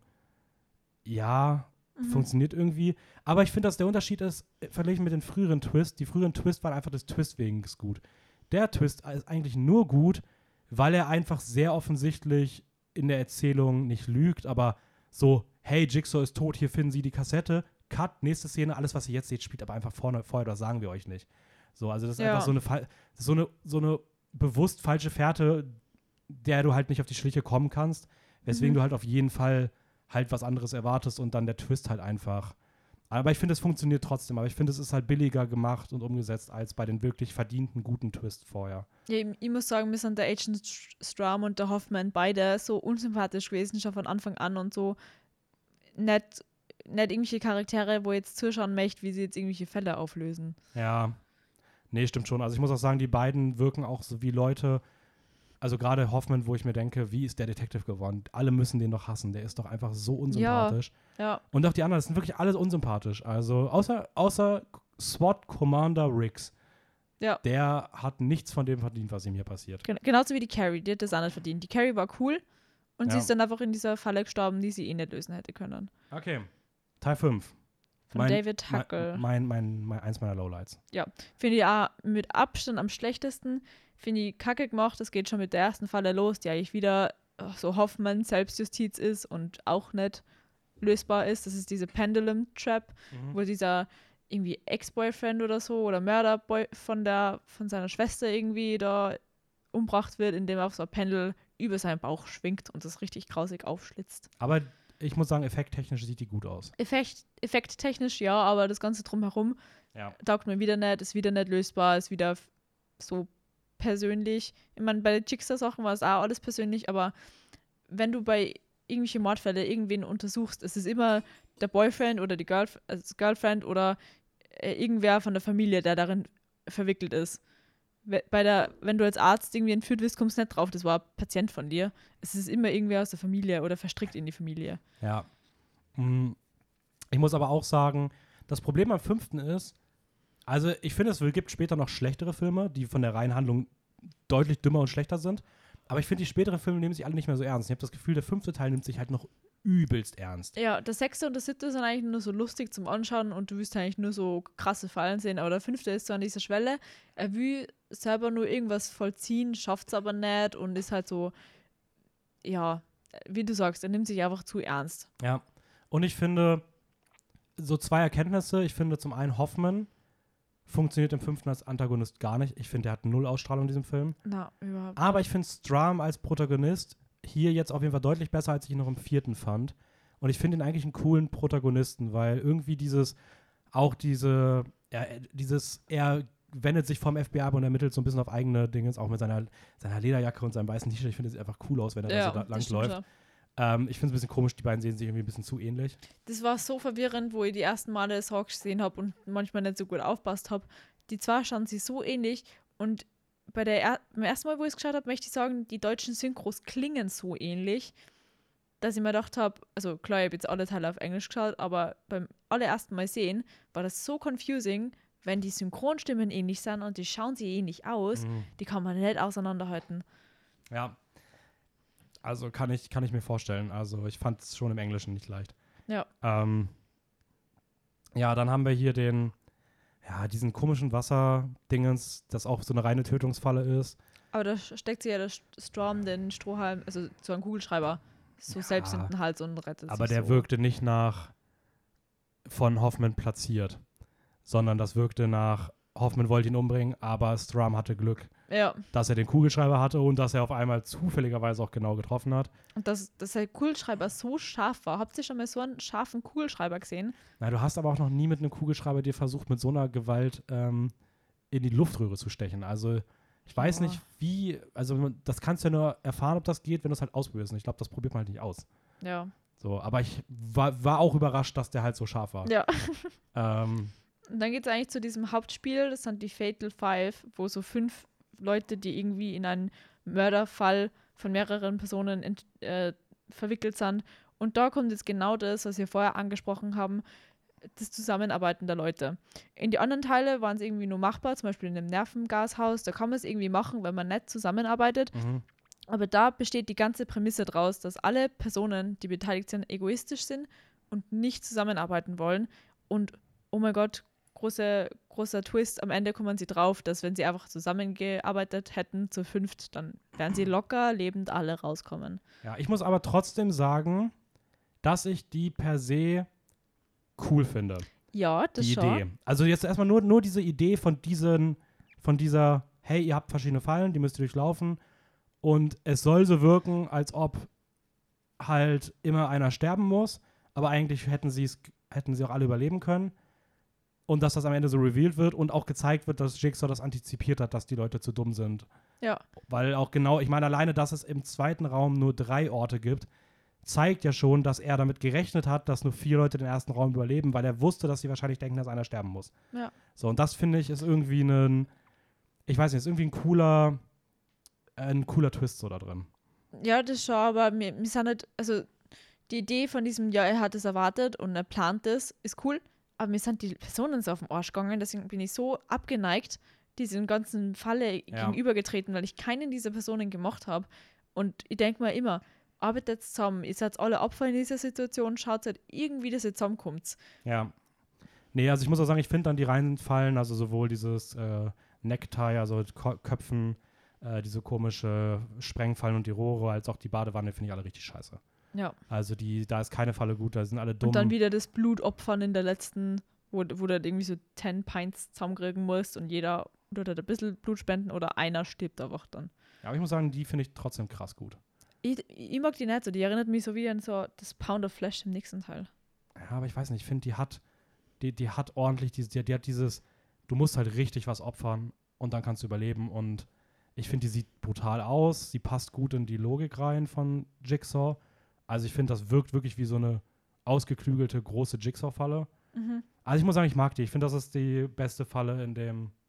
Ja, funktioniert irgendwie. Aber ich finde, dass der Unterschied ist, verglichen mit den früheren Twists, die früheren Twists waren einfach des Twist wegen gut. Der Twist ist eigentlich nur gut, weil er einfach sehr offensichtlich in der Erzählung nicht lügt, aber so, hey, Jigsaw ist tot, hier finden Sie die Kassette, Cut, nächste Szene, alles, was ihr jetzt seht, spielt aber einfach vorher, das sagen wir euch nicht. So, also das ist einfach so eine bewusst falsche Fährte, der du halt nicht auf die Schliche kommen kannst, weswegen du halt auf jeden Fall halt was anderes erwartest und dann der Twist halt einfach Aber ich finde, es funktioniert trotzdem. Aber ich finde, es ist halt billiger gemacht und umgesetzt als bei den wirklich verdienten guten Twists vorher. Ja, ich muss sagen, mir sind der Agent Strahm und der Hoffman beide so unsympathisch gewesen, schon von Anfang an und so nicht irgendwelche Charaktere, wo ich jetzt zuschauen möchte, wie sie jetzt irgendwelche Fälle auflösen. Ja, nee, stimmt schon. Also ich muss auch sagen, die beiden wirken auch so wie Leute, also gerade Hoffman, wo ich mir denke, wie ist der Detective geworden? Alle müssen den doch hassen. Der ist doch einfach so unsympathisch. Ja. Und auch die anderen, das sind wirklich alles unsympathisch. Also außer SWAT Commander Riggs. Ja. Der hat nichts von dem verdient, was ihm hier passiert. Genauso wie die Carrie, die hat das auch nicht verdient. Die Carrie war cool und Ja. sie ist dann einfach in dieser Falle gestorben, die sie eh nicht lösen hätte können. Okay. Teil 5. Von David Huckle. Eins meiner Lowlights. Finde ich auch mit Abstand am schlechtesten. Finde ich kacke gemacht. Das geht schon mit der ersten Falle los, die eigentlich wieder so Hoffmann Selbstjustiz ist und auch nicht lösbar ist. Das ist diese Pendulum Trap, wo dieser irgendwie Ex-Boyfriend oder so oder Mörderboy von seiner Schwester irgendwie da umgebracht wird, indem er auf so ein Pendel über seinen Bauch schwingt und das richtig grausig aufschlitzt. Aber ich muss sagen, effekttechnisch sieht die gut aus. Effekttechnisch ja, aber das Ganze drumherum taugt mir wieder nicht, ist wieder nicht lösbar, ist wieder so persönlich. Ich meine, bei den Jigsaw-Sachen war es auch alles persönlich, aber wenn du bei irgendwelchen Mordfälle irgendwen untersuchst, es ist immer der Boyfriend oder die Girlfriend oder irgendwer von der Familie, der darin verwickelt ist. Wenn du als Arzt irgendwie entführt wirst, kommst du nicht drauf, das war ein Patient von dir. Es ist immer irgendwer aus der Familie oder verstrickt in die Familie. Ja. Ich muss aber auch sagen, das Problem am 5. ist, also ich finde, es gibt später noch schlechtere Filme, die von der reinen Handlung deutlich dümmer und schlechter sind. Aber ich finde, die späteren Filme nehmen sich alle nicht mehr so ernst. Ich habe das Gefühl, der 5. Teil nimmt sich halt noch übelst ernst. Ja, der 6. und der 7. sind eigentlich nur so lustig zum Anschauen und du willst eigentlich nur so krasse Fallen sehen. Aber der 5. ist so an dieser Schwelle. Er will selber nur irgendwas vollziehen, schafft es aber nicht und ist halt so, ja, wie du sagst, er nimmt sich einfach zu ernst. Ja, und ich finde, so 2 Erkenntnisse. Ich finde zum einen, Hoffman funktioniert im 5. als Antagonist gar nicht. Ich finde, der hat 0 Ausstrahlung in diesem Film. Na, überhaupt. Aber ich finde Strahm als Protagonist hier jetzt auf jeden Fall deutlich besser, als ich ihn noch im 4. fand. Und ich finde ihn eigentlich einen coolen Protagonisten, weil irgendwie er wendet sich vom FBI ab und ermittelt so ein bisschen auf eigene Dinge, auch mit seiner Lederjacke und seinem weißen T-Shirt. Ich finde, es sieht einfach cool aus, wenn er da so lang läuft. Ja. Ich finde es ein bisschen komisch, die beiden sehen sich irgendwie ein bisschen zu ähnlich. Das war so verwirrend, wo ich die ersten Male Saw gesehen habe und manchmal nicht so gut aufpasst habe. Die zwei schauen sich so ähnlich und beim ersten Mal, wo ich es geschaut habe, möchte ich sagen, die deutschen Synchros klingen so ähnlich, dass ich mir gedacht habe, also klar, ich habe jetzt alle Teile auf Englisch geschaut, aber beim allerersten Mal sehen, war das so confusing, wenn die Synchronstimmen ähnlich sind und die schauen sich ähnlich aus, die kann man nicht auseinanderhalten. Ja. Also kann ich mir vorstellen. Also ich fand es schon im Englischen nicht leicht. Ja. Ja, dann haben wir hier diesen komischen Wasserdingens, das auch so eine reine Tötungsfalle ist. Aber da steckt sich ja der Storm den Strohhalm, also so ein Kugelschreiber, so selbst in den Hals und rettet aber sich der so. wirkte nicht nach von Hoffman platziert, sondern das wirkte nach Hoffman wollte ihn umbringen, aber Strahm hatte Glück, dass er den Kugelschreiber hatte und dass er auf einmal zufälligerweise auch genau getroffen hat. Und dass der Kugelschreiber so scharf war. Habt ihr schon mal so einen scharfen Kugelschreiber gesehen? Na, du hast aber auch noch nie mit einem Kugelschreiber dir versucht, mit so einer Gewalt in die Luftröhre zu stechen. Also ich weiß nicht, also das kannst du ja nur erfahren, ob das geht, wenn du es halt ausprobierst. Und ich glaube, das probiert man halt nicht aus. Ja. So, aber ich war auch überrascht, dass der halt so scharf war. Ja. Und dann geht es eigentlich zu diesem Hauptspiel, das sind die Fatal Five, wo so 5 Leute, die irgendwie in einen Mörderfall von mehreren Personen verwickelt sind. Und da kommt jetzt genau das, was wir vorher angesprochen haben, das Zusammenarbeiten der Leute. In die anderen Teile waren es irgendwie nur machbar, zum Beispiel in einem Nervengashaus, da kann man es irgendwie machen, wenn man nicht zusammenarbeitet. Aber da besteht die ganze Prämisse draus, dass alle Personen, die beteiligt sind, egoistisch sind und nicht zusammenarbeiten wollen. Und oh mein Gott, großer Twist, am Ende kommen sie drauf, dass wenn sie einfach zusammengearbeitet hätten zu 5, dann wären sie locker lebend alle rauskommen. Ja, ich muss aber trotzdem sagen, dass ich die per se cool finde. Ja, das die schon. Idee. Also jetzt erstmal nur diese Idee von dieser, hey, ihr habt verschiedene Fallen, die müsst ihr durchlaufen und es soll so wirken, als ob halt immer einer sterben muss, aber eigentlich hätten sie es hätten sie auch alle überleben können. Und dass das am Ende so revealed wird und auch gezeigt wird, dass Jigsaw das antizipiert hat, dass die Leute zu dumm sind. Ja. Weil auch genau, ich meine, alleine, dass es im zweiten Raum nur 3 Orte gibt, zeigt ja schon, dass er damit gerechnet hat, dass nur 4 Leute den ersten Raum überleben, weil er wusste, dass sie wahrscheinlich denken, dass einer sterben muss. Ja. So, und das finde ich ist irgendwie ich weiß nicht, ist irgendwie ein cooler Twist so da drin. Ja, das schon, aber wir sind halt, also die Idee von diesem, ja, er hat es erwartet und er plant es, ist cool, aber mir sind die Personen so auf den Arsch gegangen, deswegen bin ich so abgeneigt, diesem ganzen Falle gegenübergetreten, weil ich keinen dieser Personen gemocht habe. Und ich denke mir immer, arbeitet zusammen, ihr seid alle Opfer in dieser Situation, schaut halt irgendwie, dass ihr zusammenkommt. Ja. Nee, also ich muss auch sagen, ich finde dann die reinfallen, also sowohl dieses Necktie, also Köpfen, diese komische Sprengfallen und die Rohre, als auch die Badewanne, finde ich alle richtig scheiße. Ja. Also da ist keine Falle gut, da sind alle dumm. Und dann wieder das Blutopfern in der letzten, wo du halt irgendwie so 10 Pints zusammenkriegen musst und jeder tut halt ein bisschen Blut spenden oder einer stirbt einfach dann. Ja, aber ich muss sagen, die finde ich trotzdem krass gut. Ich mag die nicht so, die erinnert mich so wie an so das Pound of Flesh im nächsten Teil. Ja, aber ich weiß nicht, ich finde, die hat ordentlich, die hat dieses, du musst halt richtig was opfern und dann kannst du überleben und ich finde, die sieht brutal aus, sie passt gut in die Logik rein von Jigsaw. Also ich finde, das wirkt wirklich wie so eine ausgeklügelte, große Jigsaw-Falle. Mhm. Also ich muss sagen, ich mag die. Ich finde, das ist die beste Falle in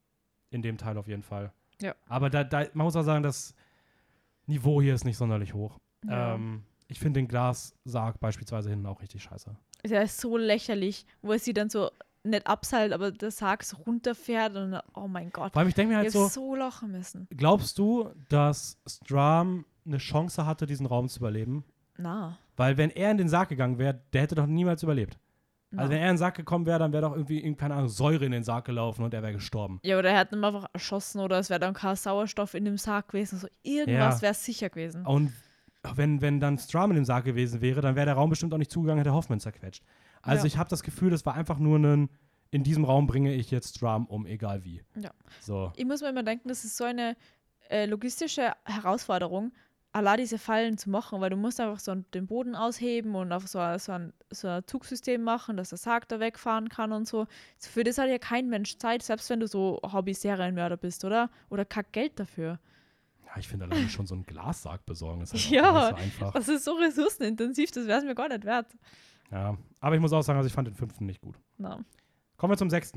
dem Teil auf jeden Fall. Ja. Aber man muss auch sagen, das Niveau hier ist nicht sonderlich hoch. Ja. Ich finde den Glassarg beispielsweise hinten auch richtig scheiße. Der ist so lächerlich, wo es sie dann so nicht abseilt, aber der Sarg so runterfährt und dann, oh mein Gott. Vor allem, ich denke mir halt ich so lachen müssen. Glaubst du, dass Strahm eine Chance hatte, diesen Raum zu überleben? Na. Weil wenn er in den Sarg gegangen wäre, der hätte doch niemals überlebt. Na. Also wenn er in den Sarg gekommen wäre, dann wäre doch irgendwie, keine Ahnung, Säure in den Sarg gelaufen und er wäre gestorben. Ja, oder er hat ihn einfach erschossen oder es wäre dann kein Sauerstoff in dem Sarg gewesen. So irgendwas wäre sicher gewesen. Und wenn dann Strahm in dem Sarg gewesen wäre, dann wäre der Raum bestimmt auch nicht zugegangen, hätte Hoffman zerquetscht. Also ich habe das Gefühl, das war einfach nur in diesem Raum bringe ich jetzt Strahm um, egal wie. Ja. So. Ich muss mir immer denken, das ist so eine logistische Herausforderung, allein diese Fallen zu machen, weil du musst einfach so den Boden ausheben und auf so ein Zugsystem machen, dass der Sarg da wegfahren kann und so. Für das hat ja kein Mensch Zeit, selbst wenn du so Hobby-Serienmörder bist, oder? Oder kack Geld dafür. Ja, ich finde alleine schon so einen Glassarg besorgen ist halt auch Ja, nicht so einfach. das ist so ressourcenintensiv, das wäre es mir gar nicht wert. Ja, aber ich muss auch sagen, also ich fand den 5. nicht gut. Na. Kommen wir zum 6.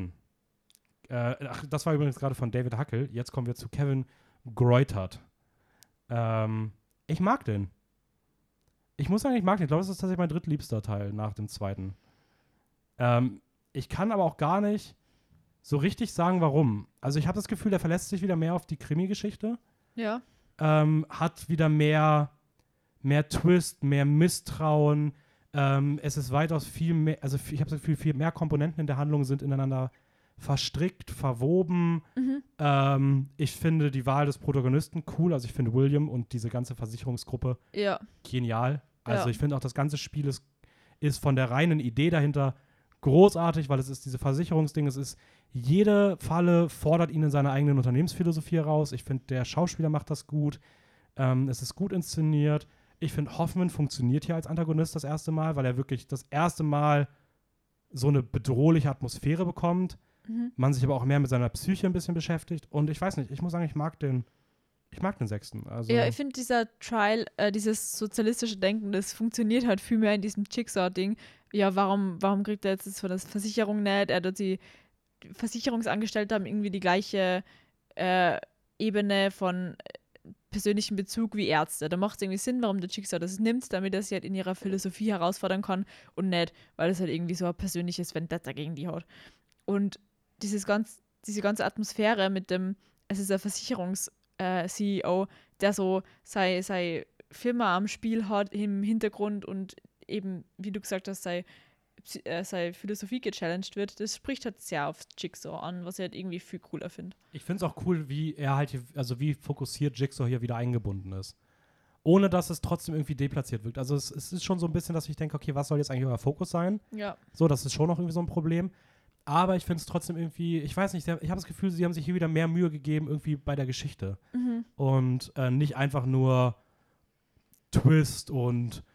Das war übrigens gerade von David Hackel. Jetzt kommen wir zu Kevin Greutert. Ich mag den. Ich muss sagen, ich mag den. Ich glaube, das ist tatsächlich mein drittliebster Teil nach dem 2. Ich kann aber auch gar nicht so richtig sagen, warum. Also ich habe das Gefühl, der verlässt sich wieder mehr auf die Krimi-Geschichte. Ja. Hat wieder mehr Twist, mehr Misstrauen. Es ist weitaus viel mehr, also ich habe das Gefühl, viel mehr Komponenten in der Handlung sind ineinander verstrickt, verwoben. Mhm. Ich finde die Wahl des Protagonisten cool. Also ich finde William und diese ganze Versicherungsgruppe genial. Also ich finde auch, das ganze Spiel ist von der reinen Idee dahinter großartig, weil es ist diese Versicherungsding, es ist jede Falle fordert ihn in seiner eigenen Unternehmensphilosophie heraus. Ich finde, der Schauspieler macht das gut. Es ist gut inszeniert. Ich finde, Hoffman funktioniert hier als Antagonist das erste Mal, weil er wirklich das erste Mal so eine bedrohliche Atmosphäre bekommt. Mhm. Man sich aber auch mehr mit seiner Psyche ein bisschen beschäftigt. Und ich weiß nicht, ich muss sagen, ich mag den 6. Also Ja, ich finde dieser Trial, dieses sozialistische Denken, das funktioniert halt viel mehr in diesem Jigsaw-Ding. Ja, warum kriegt er jetzt das von der Versicherung nicht? Die Versicherungsangestellte haben irgendwie die gleiche Ebene von persönlichen Bezug wie Ärzte. Da macht es irgendwie Sinn, warum der Jigsaw das nimmt, damit er sie halt in ihrer Philosophie herausfordern kann und nicht, weil es halt irgendwie so ein persönliches Vendetta gegen die hat. Und diese ganze Atmosphäre mit dem, es ist ein Versicherungs-CEO, der so seine Firma am Spiel hat im Hintergrund und eben, wie du gesagt hast, seine Philosophie gechallenged wird, das spricht halt sehr auf Jigsaw an, was ich halt irgendwie viel cooler finde. Ich finde es auch cool, wie er halt hier, also wie fokussiert Jigsaw hier wieder eingebunden ist. Ohne dass es trotzdem irgendwie deplatziert wirkt. Also es ist schon so ein bisschen, dass ich denke, okay, was soll jetzt eigentlich euer Fokus sein? Ja. So, das ist schon noch irgendwie so ein Problem. Aber ich finde es trotzdem irgendwie, ich weiß nicht, ich habe das Gefühl, sie haben sich hier wieder mehr Mühe gegeben irgendwie bei der Geschichte. Mhm. Und nicht einfach nur Twist und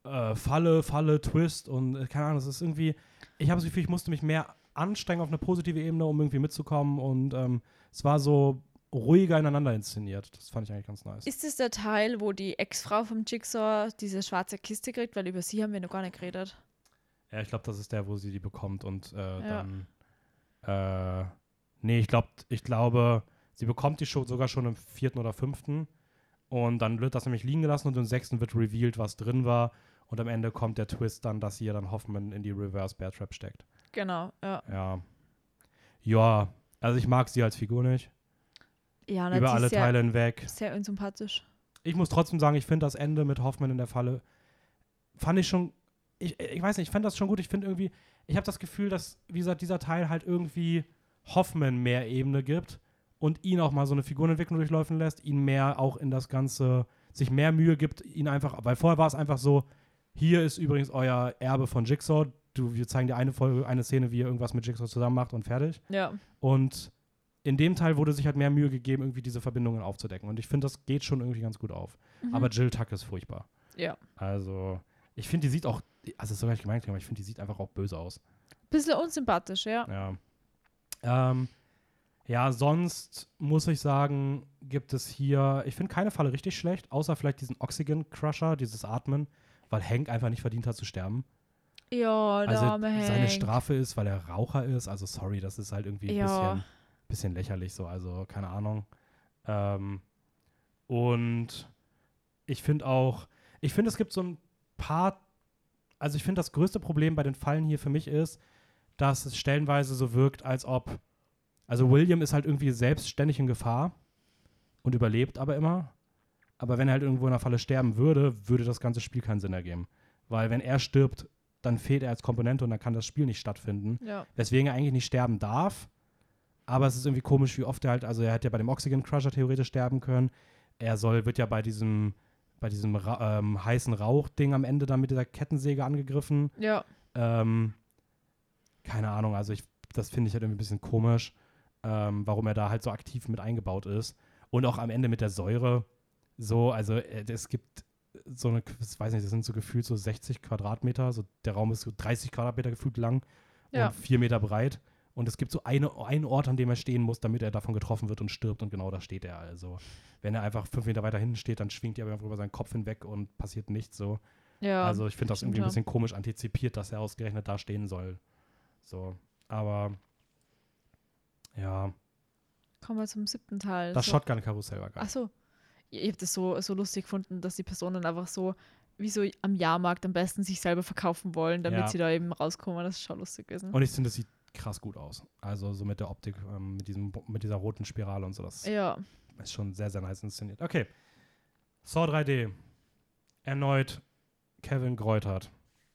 Falle, Twist und keine Ahnung, es ist irgendwie, ich habe das Gefühl, ich musste mich mehr anstrengen auf eine positive Ebene, um irgendwie mitzukommen und es war so ruhiger ineinander inszeniert. Das fand ich eigentlich ganz nice. Ist es der Teil, wo die Ex-Frau vom Jigsaw diese schwarze Kiste kriegt? Weil über sie haben wir noch gar nicht geredet. Ja, ich glaube, das ist der, wo sie die bekommt und Ja. dann nee, ich glaube, sie bekommt die sogar schon im 4. oder 5. Und dann wird das nämlich liegen gelassen und im 6. wird revealed, was drin war. Und am Ende kommt der Twist dann, dass sie ja dann Hoffman in die Reverse Bear Trap steckt. Genau, ja. Ja. Ja, also ich mag sie als Figur nicht. Ja, Über alle Teile hinweg. Sehr unsympathisch. Ich muss trotzdem sagen, ich finde das Ende mit Hoffman in der Falle, fand ich schon, ich weiß nicht, ich fand das schon gut. Ich finde irgendwie, ich habe das Gefühl, dass, wie gesagt, dieser Teil halt irgendwie Hoffman mehr Ebene gibt und ihn auch mal so eine Figurenentwicklung durchlaufen lässt, ihn mehr auch in das Ganze, sich mehr Mühe gibt, ihn einfach, weil vorher war es einfach so, hier ist übrigens euer Erbe von Jigsaw, wir zeigen dir eine Szene, wie ihr irgendwas mit Jigsaw zusammen macht und fertig. Ja. Und in dem Teil wurde sich halt mehr Mühe gegeben, irgendwie diese Verbindungen aufzudecken. Und ich finde, das geht schon irgendwie ganz gut auf. Aber Jill Tucker ist furchtbar. Ja. Also, ich finde, die sieht auch, also das ist so gar nicht gemeint, aber ich finde, die sieht einfach auch böse aus. Bisschen unsympathisch, ja. Ja. Ja, sonst muss ich sagen, gibt es hier, ich finde keine Falle richtig schlecht, außer vielleicht diesen Oxygen Crusher, dieses Atmen, weil Hank einfach nicht verdient hat zu sterben. Ja, der Also arme Hank. seine Strafe ist, weil er Raucher ist, also sorry, das ist halt irgendwie ein bisschen lächerlich so, also keine Ahnung. Und ich finde es gibt so ein paar, also ich finde das größte Problem bei den Fallen hier für mich ist, dass es stellenweise so wirkt, als ob, also William ist halt irgendwie selbstständig in Gefahr und überlebt aber immer. Aber wenn er halt irgendwo in einer Falle sterben würde, würde das ganze Spiel keinen Sinn ergeben. Weil wenn er stirbt, dann fehlt er als Komponente und dann kann das Spiel nicht stattfinden. Ja. Weswegen er eigentlich nicht sterben darf. Aber es ist irgendwie komisch, wie oft er halt, also er hätte ja bei dem Oxygen Crusher theoretisch sterben können. Wird ja bei diesem heißen Rauchding am Ende dann mit dieser Kettensäge angegriffen. Ja. Keine Ahnung, also das finde ich halt irgendwie ein bisschen komisch, warum er da halt so aktiv mit eingebaut ist. Und auch am Ende mit der Säure. So, also es gibt so eine, ich weiß nicht, das sind so gefühlt so 60 Quadratmeter, so der Raum ist so 30 Quadratmeter gefühlt lang und 4 Meter breit. Und es gibt so einen Ort, an dem er stehen muss, damit er davon getroffen wird und stirbt. Und genau da steht er. Also, wenn er einfach 5 Meter weiter hinten steht, dann schwingt er einfach über seinen Kopf hinweg und passiert nichts so. Ja, also, ich finde das irgendwie ein bisschen komisch antizipiert, dass er ausgerechnet da stehen soll. So, aber ja. Kommen wir zum 7. Teil. Das Shotgun-Karussell war geil. Achso. Ich habe das so lustig gefunden, dass die Personen einfach so, wie so am Jahrmarkt am besten sich selber verkaufen wollen, damit sie da eben rauskommen. Das ist schon lustig gewesen. Und ich finde, das sieht krass gut aus. Also so mit der Optik, mit dieser roten Spirale und so. Das ist schon sehr, sehr nice inszeniert. Okay. Saw 3D. Erneut Kevin Greutert.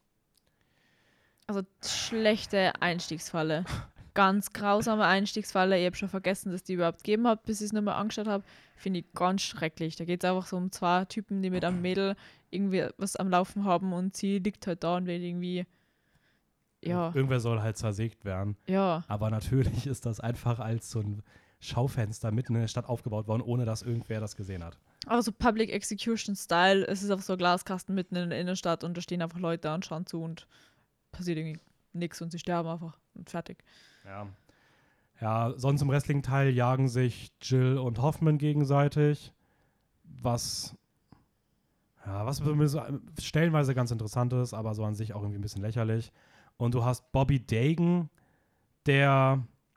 Also schlechte Einstiegsfalle. Ganz grausame Einstiegsfalle. Ich habe schon vergessen, dass die überhaupt gegeben hat, bis ich es nochmal angeschaut habe. Finde ich ganz schrecklich. Da geht es einfach so um 2 Typen, die mit einem Mädel irgendwie was am Laufen haben und sie liegt halt da und will irgendwie Irgendwer soll halt zersägt werden. Ja. Aber natürlich ist das einfach als so ein Schaufenster mitten in der Stadt aufgebaut worden, ohne dass irgendwer das gesehen hat. Aber so Public Execution Style, es ist einfach so ein Glaskasten mitten in der Innenstadt und da stehen einfach Leute da und schauen zu und passiert irgendwie nichts und sie sterben einfach und fertig. Ja, sonst im restlichen Teil jagen sich Jill und Hoffman gegenseitig, was stellenweise ganz interessant ist, aber so an sich auch irgendwie ein bisschen lächerlich. Und du hast Bobby Dagen, der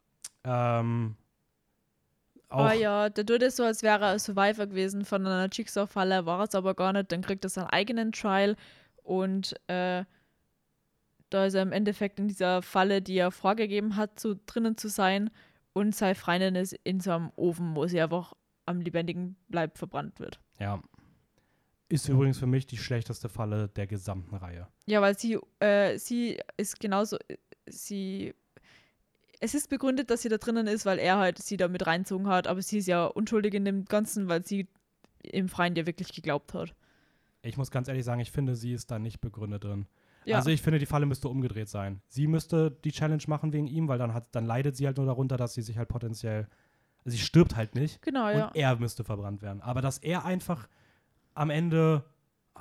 auch der tut es so, als wäre er ein Survivor gewesen von einer Jigsaw-Falle, war es aber gar nicht. Dann kriegt er seinen eigenen Trial und da ist er im Endeffekt in dieser Falle, die er vorgegeben hat, drinnen zu sein und seine Freundin ist in so einem Ofen, wo sie einfach am lebendigen Leib verbrannt wird. Ja. Ist übrigens für mich die schlechteste Falle der gesamten Reihe. Ja, weil sie ist genauso, es ist begründet, dass sie da drinnen ist, weil er halt sie da mit reinzogen hat, aber sie ist ja unschuldig in dem Ganzen, weil sie im Freien ja wirklich geglaubt hat. Ich muss ganz ehrlich sagen, ich finde, sie ist da nicht begründet drin. Ja. Also ich finde, die Falle müsste umgedreht sein. Sie müsste die Challenge machen wegen ihm, weil dann leidet sie halt nur darunter, dass sie sich halt potenziell, sie stirbt halt nicht. Genau, und er müsste verbrannt werden. Aber dass er einfach am Ende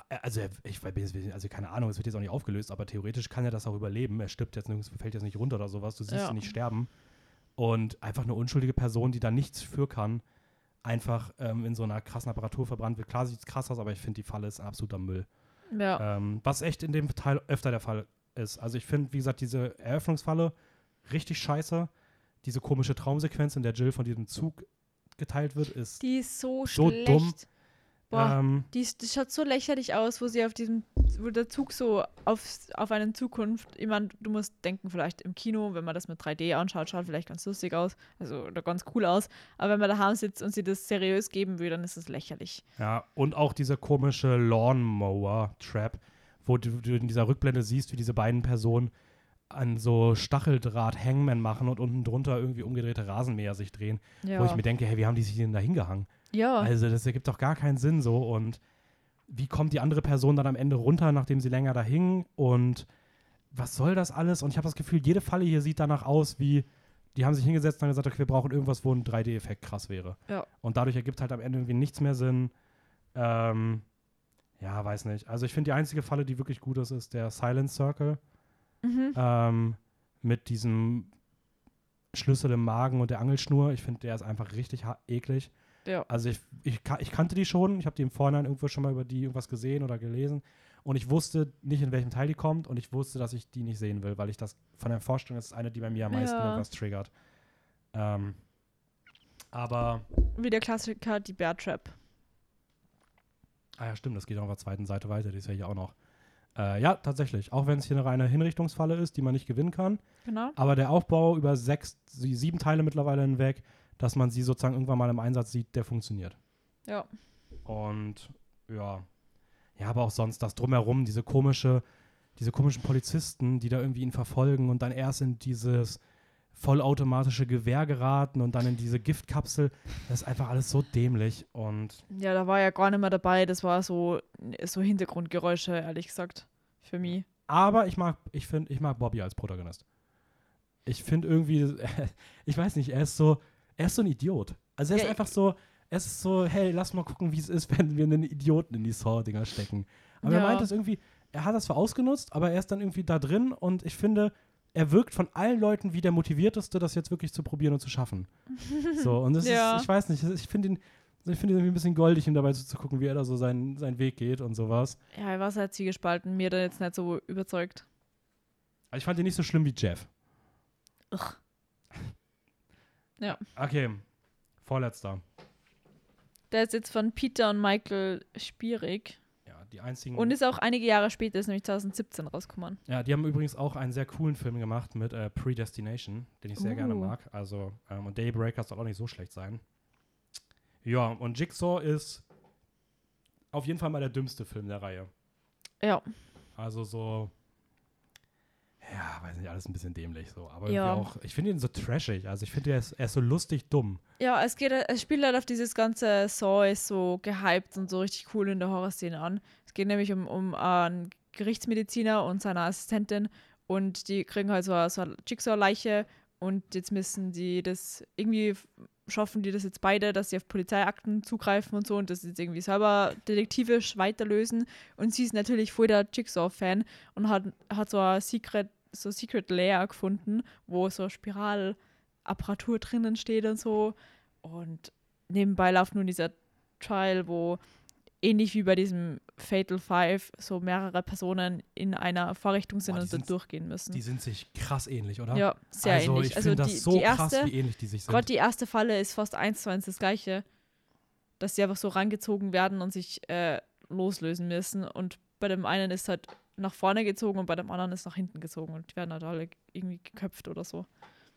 also keine Ahnung, es wird jetzt auch nicht aufgelöst, aber theoretisch kann er das auch überleben. Er stirbt jetzt nirgends, fällt jetzt nicht runter oder sowas. Du siehst ihn nicht sterben. Und einfach eine unschuldige Person, die da nichts für kann, einfach in so einer krassen Apparatur verbrannt wird. Klar sieht es krass aus, aber ich finde, die Falle ist ein absoluter Müll. Ja. Was echt in dem Teil öfter der Fall ist. Also ich finde, wie gesagt, diese Eröffnungsfalle richtig scheiße. Diese komische Traumsequenz, in der Jill von diesem Zug geteilt wird, ist Die ist so schlecht. Dumm. Boah, die schaut so lächerlich aus, wo der Zug so auf eine Zukunft, ich meine, du musst denken, vielleicht im Kino, wenn man das mit 3D anschaut, schaut vielleicht ganz lustig aus, also oder ganz cool aus, aber wenn man daheim sitzt und sie das seriös geben will, dann ist es lächerlich. Ja, und auch diese komische Lawnmower-Trap, wo du in dieser Rückblende siehst, wie diese beiden Personen an so Stacheldraht-Hangman machen und unten drunter irgendwie umgedrehte Rasenmäher sich drehen, wo ich mir denke, hey, wie haben die sich denn da hingehangen? Ja. Also das ergibt doch gar keinen Sinn so. Und wie kommt die andere Person dann am Ende runter, nachdem sie länger da hing? Und was soll das alles? Und ich habe das Gefühl, jede Falle hier sieht danach aus wie, die haben sich hingesetzt und haben gesagt, okay, wir brauchen irgendwas, wo ein 3D-Effekt krass wäre. Ja. Und dadurch ergibt halt am Ende irgendwie nichts mehr Sinn. Ja, weiß nicht. Also ich finde, die einzige Falle, die wirklich gut ist, ist der Silent Circle. Mit diesem Schlüssel im Magen und der Angelschnur. Ich finde, der ist einfach richtig eklig. Ja. Also ich kannte die schon. Ich habe die im Vorhinein irgendwo schon mal über die irgendwas gesehen oder gelesen. Und ich wusste nicht, in welchem Teil die kommt. Und ich wusste, dass ich die nicht sehen will, weil ich das von der Vorstellung, das ist eine, die bei mir am meisten irgendwas triggert. Aber wie der Klassiker, die Bear Trap. Ah ja, stimmt, das geht auch auf der zweiten Seite weiter. Die ist ja hier auch noch. Ja, tatsächlich. Auch wenn es hier eine reine Hinrichtungsfalle ist, die man nicht gewinnen kann. Genau. Aber der Aufbau über 7 Teile mittlerweile hinweg, dass man sie sozusagen irgendwann mal im Einsatz sieht, der funktioniert. Ja. Und ja. Ja, aber auch sonst das Drumherum, diese komischen Polizisten, die da irgendwie ihn verfolgen und dann erst in dieses vollautomatische Gewehr geraten und dann in diese Giftkapsel. Das ist einfach alles so dämlich. Und ja, da war ja gar nicht mehr dabei. Das war so Hintergrundgeräusche, ehrlich gesagt, für mich. Aber ich mag Bobby als Protagonist. Ich finde irgendwie, ich weiß nicht, er ist so ein Idiot. Also er ist einfach so, es ist so, hey, lass mal gucken, wie es ist, wenn wir einen Idioten in die Saw-Dinger stecken. Aber er meint das irgendwie, er hat das zwar ausgenutzt, aber er ist dann irgendwie da drin und ich finde, er wirkt von allen Leuten wie der Motivierteste, das jetzt wirklich zu probieren und zu schaffen. So, und das ist, ich weiß nicht, ich finde ihn irgendwie ein bisschen goldig, ihm dabei so zu gucken, wie er da so seinen Weg geht und sowas. Ja, er war halt zwiegespalten, mir da jetzt nicht so überzeugt. Aber ich fand ihn nicht so schlimm wie Jeff. Ugh. Ja. Okay, vorletzter. Der ist jetzt von Peter und Michael Spierig. Ja, die einzigen. Und ist auch einige Jahre später, ist nämlich 2017 rausgekommen. Ja, die haben übrigens auch einen sehr coolen Film gemacht mit Predestination, den ich sehr gerne mag. Also, und Daybreaker soll auch nicht so schlecht sein. Ja, und Jigsaw ist auf jeden Fall mal der dümmste Film der Reihe. Ja. Also so, ja, weiß nicht, alles ein bisschen dämlich so. Aber irgendwie auch, ich finde ihn so trashig. Also ich finde, er ist so lustig dumm. Ja, es spielt halt auf dieses ganze Saw ist so gehypt und so richtig cool in der Horrorszene an. Es geht nämlich um einen Gerichtsmediziner und seine Assistentin und die kriegen halt so eine Jigsaw-Leiche und jetzt müssen die das irgendwie schaffen die das jetzt beide, dass sie auf Polizeiakten zugreifen und so und das jetzt irgendwie selber detektivisch weiterlösen. Und sie ist natürlich voll der Jigsaw-Fan und hat so ein Secret Layer gefunden, wo so Spiralapparatur drinnen steht und so. Und nebenbei läuft nun dieser Trial, wo ähnlich wie bei diesem Fatal Five so mehrere Personen in einer Vorrichtung sind und dann durchgehen müssen. Die sind sich krass ähnlich, oder? Ja, sehr ähnlich. Ich finde das so krass, wie ähnlich die sich sind. Gerade die erste Falle ist fast 1:1 das Gleiche. Dass sie einfach so rangezogen werden und sich loslösen müssen. Und bei dem einen ist halt nach vorne gezogen und bei dem anderen ist nach hinten gezogen. Und die werden halt alle irgendwie geköpft oder so.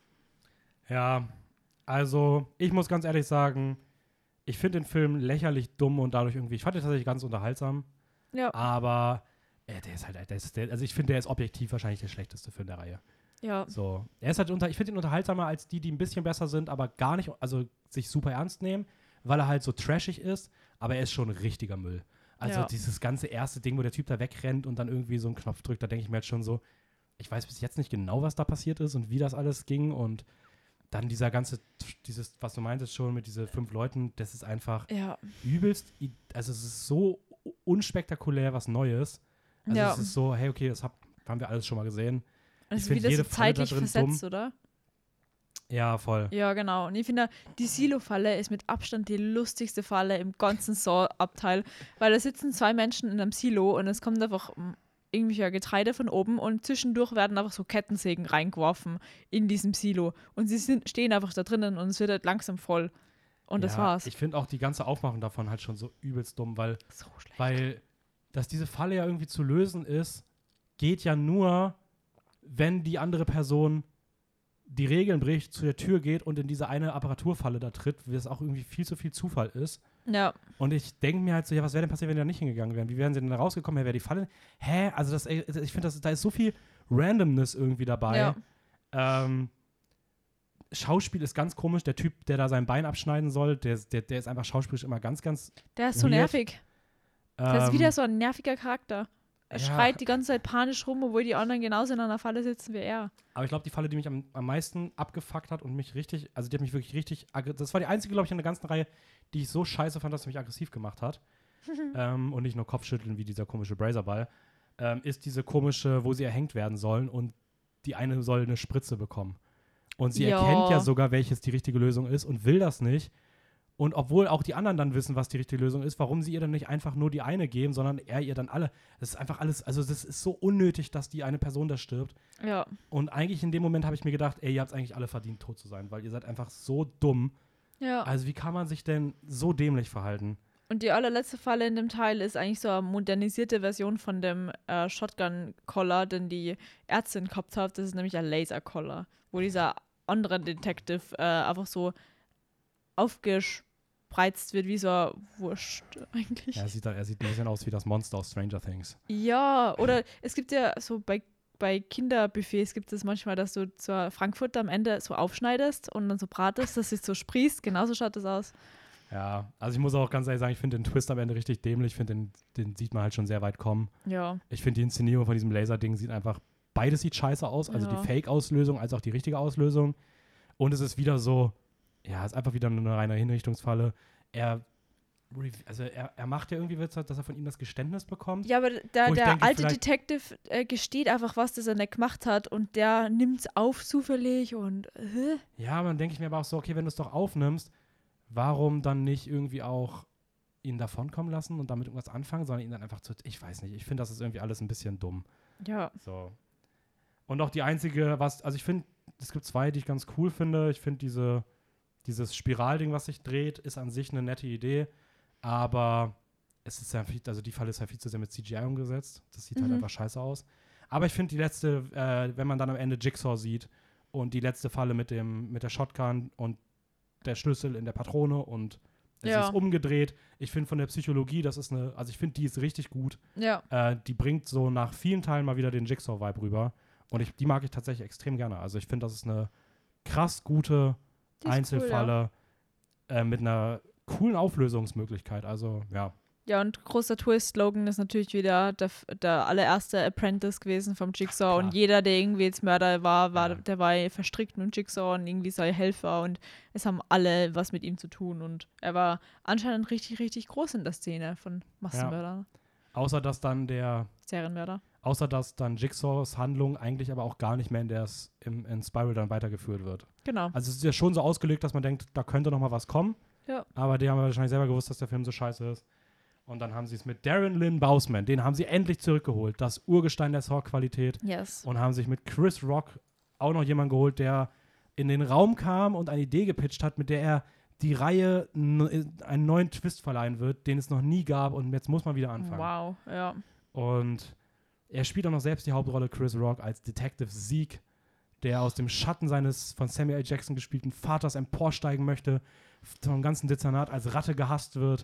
Ja, also ich muss ganz ehrlich sagen, ich finde den Film lächerlich dumm und dadurch irgendwie, ich fand den tatsächlich ganz unterhaltsam. Ja. Aber der ist halt, also ich finde, der ist objektiv wahrscheinlich der schlechteste Film der Reihe. Ja. So, er ist halt ich finde ihn unterhaltsamer als die ein bisschen besser sind, aber gar nicht, also sich super ernst nehmen, weil er halt so trashig ist, aber er ist schon richtiger Müll. Also dieses ganze erste Ding, wo der Typ da wegrennt und dann irgendwie so einen Knopf drückt, da denke ich mir jetzt schon so, ich weiß bis jetzt nicht genau, was da passiert ist und wie das alles ging und dann dieses, was du meintest schon mit diesen 5 Leuten, das ist einfach übelst, also es ist so unspektakulär was Neues. Also Ja. es ist so, hey, okay, haben wir alles schon mal gesehen. Und Ich es ist find wieder so jede Falle da zeitlich drin versetzt, dumm. oder? Ja, voll. Ja, genau. Und ich finde, die Silo-Falle ist mit Abstand die lustigste Falle im ganzen Saw-Abteil, weil da sitzen 2 Menschen in einem Silo und es kommt einfach irgendwie Getreide von oben und zwischendurch werden einfach so Kettensägen reingeworfen in diesem Silo. Und sie stehen einfach da drinnen und es wird halt langsam voll. Und das war's. Ich finde auch die ganze Aufmachung davon halt schon so übelst dumm, weil So schlecht. dass diese Falle ja irgendwie zu lösen ist, geht ja nur, wenn die andere Person die Regeln bricht, zu der Tür geht und in diese eine Apparaturfalle da tritt, wie es auch irgendwie viel zu viel Zufall ist. Ja. Und ich denke mir halt so, ja, was wäre denn passiert, wenn die da nicht hingegangen wären? Wie wären sie denn da rausgekommen? Wäre die Falle? Hä? Also ich finde, da ist so viel Randomness irgendwie dabei. Ja. Schauspiel ist ganz komisch. Der Typ, der da sein Bein abschneiden soll, der ist einfach schauspielerisch immer ganz, ganz Der ist so weird. nervig. Das ist wieder so ein nerviger Charakter. Er ja. schreit die ganze Zeit panisch rum, obwohl die anderen genauso in einer Falle sitzen wie er. Aber ich glaube, die Falle, die mich am meisten abgefuckt hat und mich richtig, also die hat mich wirklich richtig, das war die einzige, glaube ich, in der ganzen Reihe, die ich so scheiße fand, dass sie mich aggressiv gemacht hat. Und nicht nur Kopfschütteln wie dieser komische Brazerball, ist diese komische, wo sie erhängt werden sollen und die eine soll eine Spritze bekommen. Und sie erkennt ja sogar, welches die richtige Lösung ist und will das nicht. Und obwohl auch die anderen dann wissen, was die richtige Lösung ist, warum sie ihr dann nicht einfach nur die eine geben, sondern er ihr dann alle. Das ist einfach alles, also das ist so unnötig, dass die eine Person da stirbt. Ja. Und eigentlich in dem Moment habe ich mir gedacht, ey, ihr habt eigentlich alle verdient, tot zu sein, weil ihr seid einfach so dumm. Ja. Also wie kann man sich denn so dämlich verhalten? Und die allerletzte Falle in dem Teil ist eigentlich so eine modernisierte Version von dem Shotgun-Collar, den die Ärztin gehabt hat. Das ist nämlich ein Laser-Collar, wo andere Detective einfach so aufgespreizt wird, wie so ein Wurst eigentlich. Ja, er sieht ein bisschen aus wie das Monster aus Stranger Things. Ja, oder es gibt ja so bei Kinderbuffets gibt es manchmal, dass du zur Frankfurt am Ende so aufschneidest und dann so bratest, dass es so sprießt. Genauso schaut das aus. Ja, also ich muss auch ganz ehrlich sagen, ich finde den Twist am Ende richtig dämlich. Ich finde, den sieht man halt schon sehr weit kommen. Ja. Ich finde, die Inszenierung von diesem Laserding sieht einfach, beides sieht scheiße aus. Also die Fake-Auslösung als auch die richtige Auslösung. Und es ist wieder so, ja, es ist einfach wieder eine reine Hinrichtungsfalle. Er macht ja irgendwie, dass er von ihm das Geständnis bekommt. Ja, aber der alte Detective gesteht einfach was, das er nicht gemacht hat und der nimmt es auf zufällig und Ja, aber dann denke ich mir aber auch so, okay, wenn du es doch aufnimmst, warum dann nicht irgendwie auch ihn davonkommen lassen und damit irgendwas anfangen, sondern ihn dann einfach ich weiß nicht, ich finde, das ist irgendwie alles ein bisschen dumm. Ja. So. Und auch die einzige, also ich finde, es gibt 2, die ich ganz cool finde. Ich finde dieses Spiralding, was sich dreht, ist an sich eine nette Idee, aber es ist ja viel, also die Falle ist ja viel zu sehr mit CGI umgesetzt. Das sieht halt einfach scheiße aus. Aber ich finde die letzte, wenn man dann am Ende Jigsaw sieht und die letzte Falle mit der Shotgun und der Schlüssel in der Patrone und es ist umgedreht. Ich finde von der Psychologie, ich finde, die ist richtig gut. Ja. Die bringt so nach vielen Teilen mal wieder den Jigsaw-Vibe rüber. Und die mag ich tatsächlich extrem gerne. Also ich finde, das ist eine krass gute Einzelfalle mit einer coolen Auflösungsmöglichkeit. Also, ja. Ja, und großer Twist-Slogan ist natürlich wieder der allererste Apprentice gewesen vom Jigsaw. Klar. Und jeder, der irgendwie jetzt Mörder war, der war verstrickt mit dem Jigsaw und irgendwie sei Helfer und es haben alle was mit ihm zu tun. Und er war anscheinend richtig, richtig groß in der Szene von Massenmördern. Ja. Außer dass dann Serienmörder. Außer dass dann Jigsaws Handlung eigentlich aber auch gar nicht mehr in Spiral dann weitergeführt wird. Genau. Also es ist ja schon so ausgelegt, dass man denkt, da könnte noch mal was kommen. Ja. Aber die haben wahrscheinlich selber gewusst, dass der Film so scheiße ist. Und dann haben sie es mit Darren Lynn Bousman, den haben sie endlich zurückgeholt, das Urgestein der Saw-Qualität. Yes. Und haben sich mit Chris Rock auch noch jemanden geholt, der in den Raum kam und eine Idee gepitcht hat, mit der er die Reihe einen neuen Twist verleihen wird, den es noch nie gab und jetzt muss man wieder anfangen. Wow, ja. Und er spielt auch noch selbst die Hauptrolle Chris Rock als Detective Zeke, der aus dem Schatten seines von Samuel L. Jackson gespielten Vaters emporsteigen möchte, vom ganzen Dezernat als Ratte gehasst wird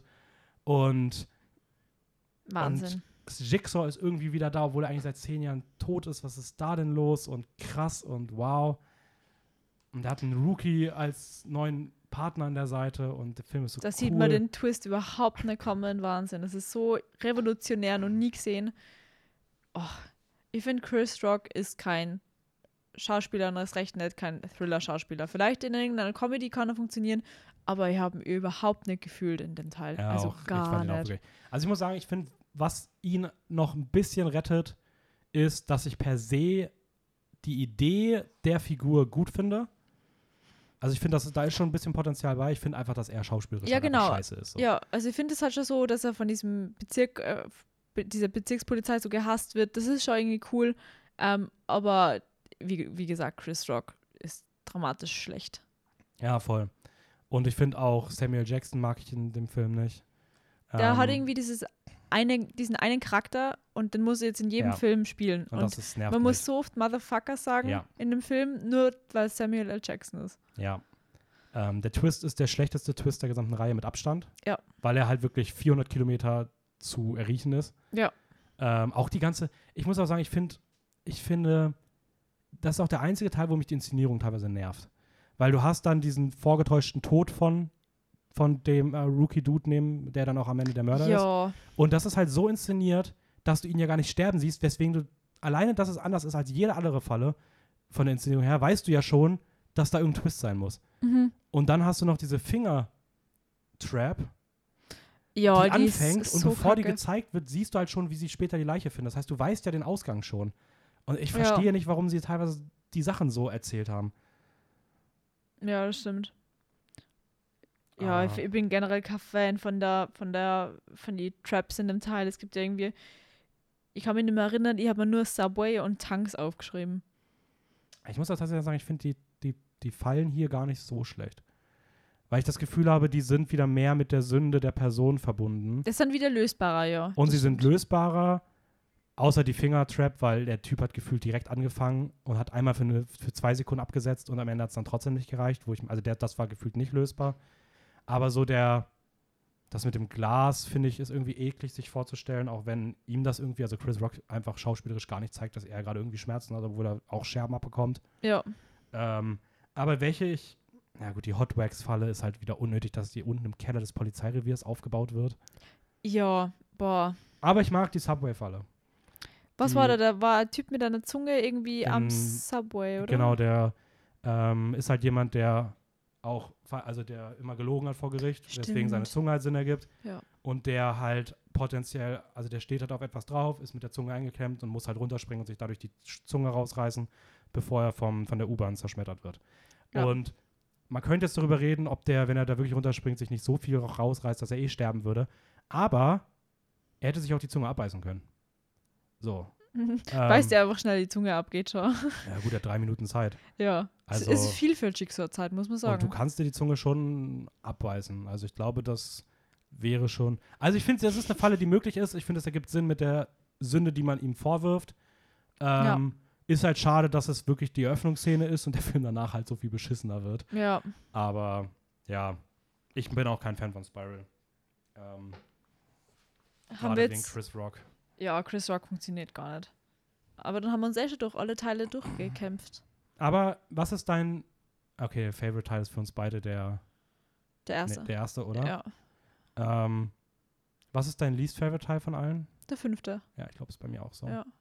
und Wahnsinn. Und Jigsaw ist irgendwie wieder da, obwohl er eigentlich seit 10 Jahren tot ist. Was ist da denn los? Und krass und wow. Und er hat einen Rookie als neuen Partner an der Seite und der Film ist so da cool. sieht man den Twist überhaupt nicht kommen. Wahnsinn. Das ist so revolutionär und nie gesehen. Oh, ich finde, Chris Rock ist kein Schauspieler und das recht nicht kein Thriller-Schauspieler. Vielleicht in irgendeiner Comedy kann er funktionieren, aber ich habe ihn überhaupt nicht gefühlt in dem Teil. Ja, also auch, gar nicht. Also ich muss sagen, ich finde, was ihn noch ein bisschen rettet, ist, dass ich per se die Idee der Figur gut finde. Also ich finde, da ist schon ein bisschen Potenzial bei. Ich finde einfach, dass er schauspielerisch Ja, halt genau. einfach scheiße ist. So. Ja, also ich finde es halt schon so, dass er von diesem Bezirk, dieser Bezirkspolizei so gehasst wird. Das ist schon irgendwie cool. Aber wie gesagt, Chris Rock ist dramatisch schlecht. Ja, voll. Und ich finde auch, Samuel Jackson mag ich in dem Film nicht. Der hat irgendwie diesen einen Charakter und den muss er jetzt in jedem Film spielen. Und das ist nervig. Man muss so oft Motherfucker sagen in dem Film, nur weil Samuel L. Jackson ist. Ja. Der Twist ist der schlechteste Twist der gesamten Reihe mit Abstand. Ja. Weil er halt wirklich 400 Kilometer zu erriechen ist. Ja. Auch die ganze, ich muss auch sagen, ich finde, das ist auch der einzige Teil, wo mich die Inszenierung teilweise nervt. Weil du hast dann diesen vorgetäuschten Tod von dem Rookie-Dude der dann auch am Ende der Mörder ist. Und das ist halt so inszeniert, dass du ihn ja gar nicht sterben siehst, weswegen du, alleine, dass es anders ist als jede andere Falle von der Inszenierung her, weißt du ja schon, dass da irgendein Twist sein muss. Mhm. Und dann hast du noch diese Finger-Trap, die anfängt und so bevor kacke. die gezeigt wird, siehst du halt schon, wie sie später die Leiche finden. Das heißt, du weißt ja den Ausgang schon. Und ich verstehe nicht, warum sie teilweise die Sachen so erzählt haben. Ja, das stimmt. Ja, ich bin generell kein Fan von den Traps in dem Teil. Es gibt ja irgendwie, ich kann mich nicht mehr erinnern, ich habe mir nur Subway und Tanks aufgeschrieben. Ich muss auch tatsächlich sagen, ich finde die Fallen hier gar nicht so schlecht. Weil ich das Gefühl habe, die sind wieder mehr mit der Sünde der Person verbunden. Das ist dann wieder lösbarer, ja. Und sie sind lösbarer, außer die Finger-Trap, weil der Typ hat gefühlt direkt angefangen und hat einmal für 2 Sekunden abgesetzt und am Ende hat es dann trotzdem nicht gereicht. Das war gefühlt nicht lösbar. Aber so das mit dem Glas, finde ich, ist irgendwie eklig, sich vorzustellen, auch wenn ihm das irgendwie, also Chris Rock einfach schauspielerisch gar nicht zeigt, dass er gerade irgendwie Schmerzen hat, obwohl er auch Scherben abbekommt. Ja. Aber die Hot Wax-Falle ist halt wieder unnötig, dass die unten im Keller des Polizeireviers aufgebaut wird. Ja, boah. Aber ich mag die Subway-Falle. Was war da? Da war ein Typ mit einer Zunge irgendwie am Subway, oder? Genau, der ist halt jemand, der der immer gelogen hat vor Gericht, weswegen seine Zunge halt Sinn ergibt. Ja. Und der halt potenziell, also der steht halt auf etwas drauf, ist mit der Zunge eingeklemmt und muss halt runterspringen und sich dadurch die Zunge rausreißen, bevor er von der U-Bahn zerschmettert wird. Ja. Und man könnte jetzt darüber reden, ob der, wenn er da wirklich runterspringt, sich nicht so viel rausreißt, dass er sterben würde. Aber er hätte sich auch die Zunge abbeißen können. So. Beißt er einfach schnell die Zunge ab, geht schon. Ja gut, er hat 3 Minuten Zeit. Ja, also, es ist viel für Schicksalszeit, muss man sagen. Und du kannst dir die Zunge schon abbeißen. Also ich glaube, das wäre schon... Also ich finde, das ist eine Falle, die möglich ist. Ich finde, es ergibt Sinn mit der Sünde, die man ihm vorwirft. Ist halt schade, dass es wirklich die Eröffnungsszene ist und der Film danach halt so viel beschissener wird. Ja. Aber ja, ich bin auch kein Fan von Spiral. Haben wir jetzt... wegen Chris Rock. Ja, Chris Rock funktioniert gar nicht. Aber dann haben wir uns echt durch alle Teile durchgekämpft. Aber was ist dein... Okay, Favorite Teil ist für uns beide der erste. Der erste, oder? Ja. Was ist dein least Favorite Teil von allen? Der 5. Ja, ich glaube, es ist bei mir auch so. Ja.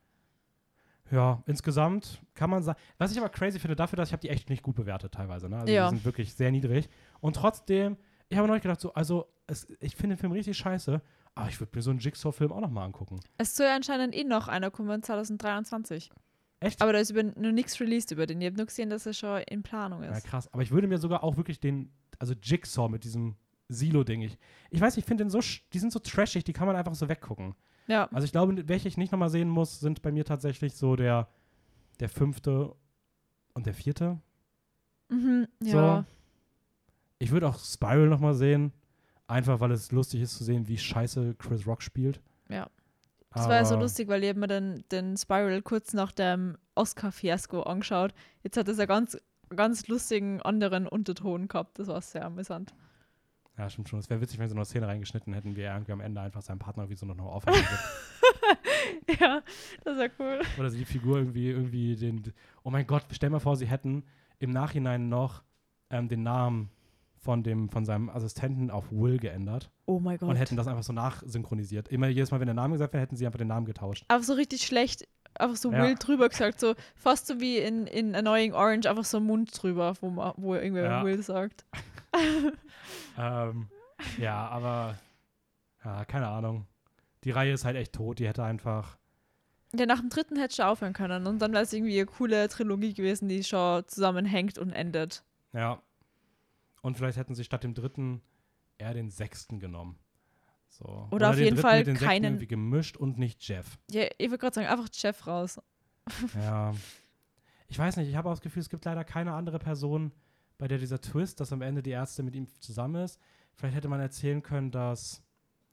Ja, insgesamt kann man sagen, was ich aber crazy finde, dafür, dass ich habe die echt nicht gut bewertet teilweise, ne? Also die sind wirklich sehr niedrig. Und trotzdem, ich habe noch nicht gedacht, ich finde den Film richtig scheiße, aber ich würde mir so einen Jigsaw-Film auch nochmal angucken. Es soll ja anscheinend noch einer kommen 2023. Echt? Aber da ist noch nichts released über den. Ich habe nur gesehen, dass er schon in Planung ist. Ja, krass. Aber ich würde mir sogar auch wirklich Jigsaw mit diesem Silo-Ding, ich weiß nicht, ich finde die sind so trashig, die kann man einfach so weggucken. Ja. Also ich glaube, welche ich nicht nochmal sehen muss, sind bei mir tatsächlich so der 5. und der 4. Mhm, ja. So. Ich würde auch Spiral nochmal sehen, einfach weil es lustig ist zu sehen, wie scheiße Chris Rock spielt. Ja. Das war ja so lustig, weil ich habe mir den Spiral kurz nach dem Oscar-Fiasko angeschaut. Jetzt hat es einen ganz lustigen anderen Unterton gehabt. Das war sehr amüsant. Ja, stimmt schon. Es wäre witzig, wenn sie noch eine Szene reingeschnitten hätten, wie er irgendwie am Ende einfach seinem Partner wie so noch aufhängen wird. Ja, das wäre cool. Oder sie die Figur irgendwie den... Oh mein Gott, stell mal vor, sie hätten im Nachhinein noch den Namen von seinem Assistenten auf Will geändert. Oh mein Gott. Und hätten das einfach so nachsynchronisiert. Jedes Mal, wenn der Name gesagt wird, hätten sie einfach den Namen getauscht. Aber so richtig schlecht, einfach so Will drüber gesagt, so fast so wie in Annoying Orange, einfach so Mund drüber, wo irgendwer Will sagt. Ja, aber keine Ahnung. die Reihe ist halt echt tot. Die hätte einfach. Ja, nach dem dritten hätte schon aufhören können. Und dann wäre es irgendwie eine coole Trilogie gewesen, die schon zusammenhängt und endet. Ja. Und vielleicht hätten sie statt dem dritten eher den 6. genommen. So. Oder auf jeden Fall mit den 6. keinen. irgendwie gemischt und nicht Jeff. Ja, ich würde gerade sagen, einfach Jeff raus. Ja. Ich weiß nicht, ich habe auch das Gefühl, es gibt leider keine andere Person, bei der dieser Twist, dass am Ende die Ärzte mit ihm zusammen ist. Vielleicht hätte man erzählen können, dass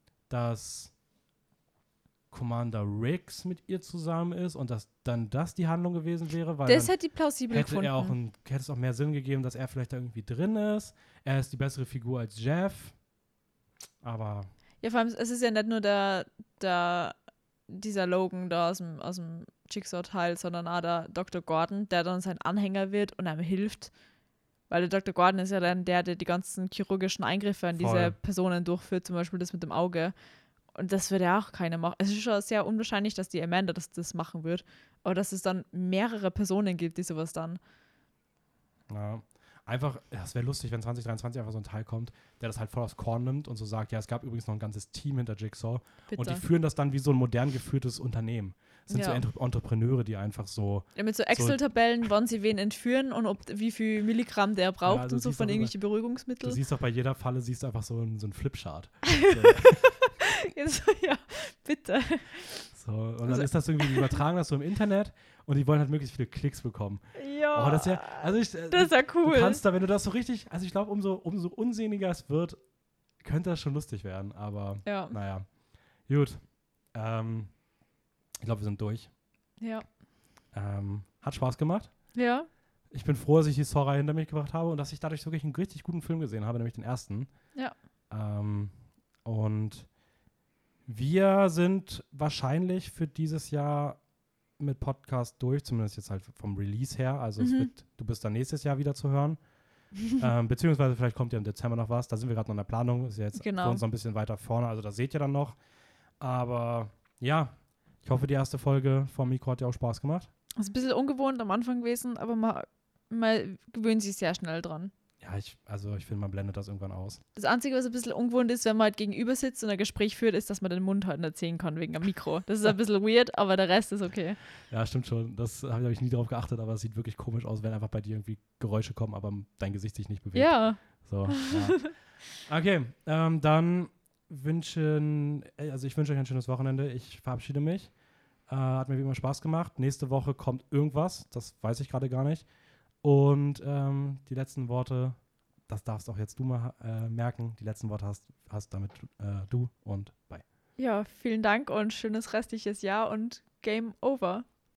Commander Riggs mit ihr zusammen ist und dass dann das die Handlung gewesen wäre, weil Das dann hätte ich plausibel hätte gefunden. hätte es auch mehr Sinn gegeben, dass er vielleicht da irgendwie drin ist. Er ist die bessere Figur als Jeff. Aber Ja, vor allem, es ist ja nicht nur dieser Logan da aus dem Jigsaw-Teil, sondern auch der Dr. Gordon, der dann sein Anhänger wird und einem hilft. Weil der Dr. Gordon ist ja dann der die ganzen chirurgischen Eingriffe an Voll. diese Personen durchführt, zum Beispiel das mit dem Auge. Und das würde ja auch keiner machen. Es ist schon sehr unwahrscheinlich, dass die Amanda das machen wird. Aber dass es dann mehrere Personen gibt, die sowas dann. ja, einfach, es wäre lustig, wenn 2023 einfach so ein Teil kommt, der das halt voll aufs Korn nimmt und so sagt, ja, es gab übrigens noch ein ganzes Team hinter Jigsaw. Bitte. Und die führen das dann wie so ein modern geführtes Unternehmen. Das sind Ja. so Entrepreneure, die einfach so. Ja, mit so Excel-Tabellen, wann sie wen entführen und wie viel Milligramm der braucht also und so siehst von auch irgendwelchen Du Beruhigungsmitteln. siehst auch bei jeder Falle, siehst du einfach so ein Flipchart. Ja, bitte. So, und dann Also- ist das irgendwie, die übertragen das so im Internet und die wollen halt möglichst viele Klicks bekommen. Ja, Oh, das ist ja, also das ist ja cool. du kannst da, wenn du das so richtig, also ich glaube, umso unsinniger es wird, könnte das schon lustig werden, aber Ja, naja. Gut. Ich glaube, wir sind durch. ja. Hat Spaß gemacht. Ja, Ich bin froh, dass ich die Saw hinter mich gebracht habe und dass ich dadurch wirklich einen richtig guten Film gesehen habe, nämlich den ersten. Ja. Und wir sind wahrscheinlich für dieses Jahr mit Podcast durch, zumindest jetzt halt vom Release her. Also du bist dann nächstes Jahr wieder zu hören. Beziehungsweise vielleicht kommt ja im Dezember noch was. Da sind wir gerade noch in der Planung. Ist ja jetzt Genau. für uns noch ein bisschen weiter vorne. Also das seht ihr dann noch. Aber ja, ich hoffe, die erste Folge vom Mikro hat dir auch Spaß gemacht. das ist ein bisschen ungewohnt am Anfang gewesen, aber man gewöhnt sich sehr schnell dran. Ja, ich finde, man blendet das irgendwann aus. Das Einzige, was ein bisschen ungewohnt ist, wenn man halt gegenüber sitzt und ein Gespräch führt, ist, dass man den Mund halt nicht sehen kann wegen am Mikro. Das ist ein bisschen weird, aber der Rest ist okay. Ja, stimmt schon. Das habe ich nie drauf geachtet, aber es sieht wirklich komisch aus, wenn einfach bei dir irgendwie Geräusche kommen, aber dein Gesicht sich nicht bewegt. Ja, So, ja. Okay, dann ich wünsche euch ein schönes Wochenende. Ich verabschiede mich. Hat mir wie immer Spaß gemacht. Nächste Woche kommt irgendwas, das weiß ich gerade gar nicht. Und die letzten Worte, das darfst auch jetzt du mal merken. Die letzten Worte hast damit du und bye. ja, vielen Dank und schönes restliches Jahr und Game over.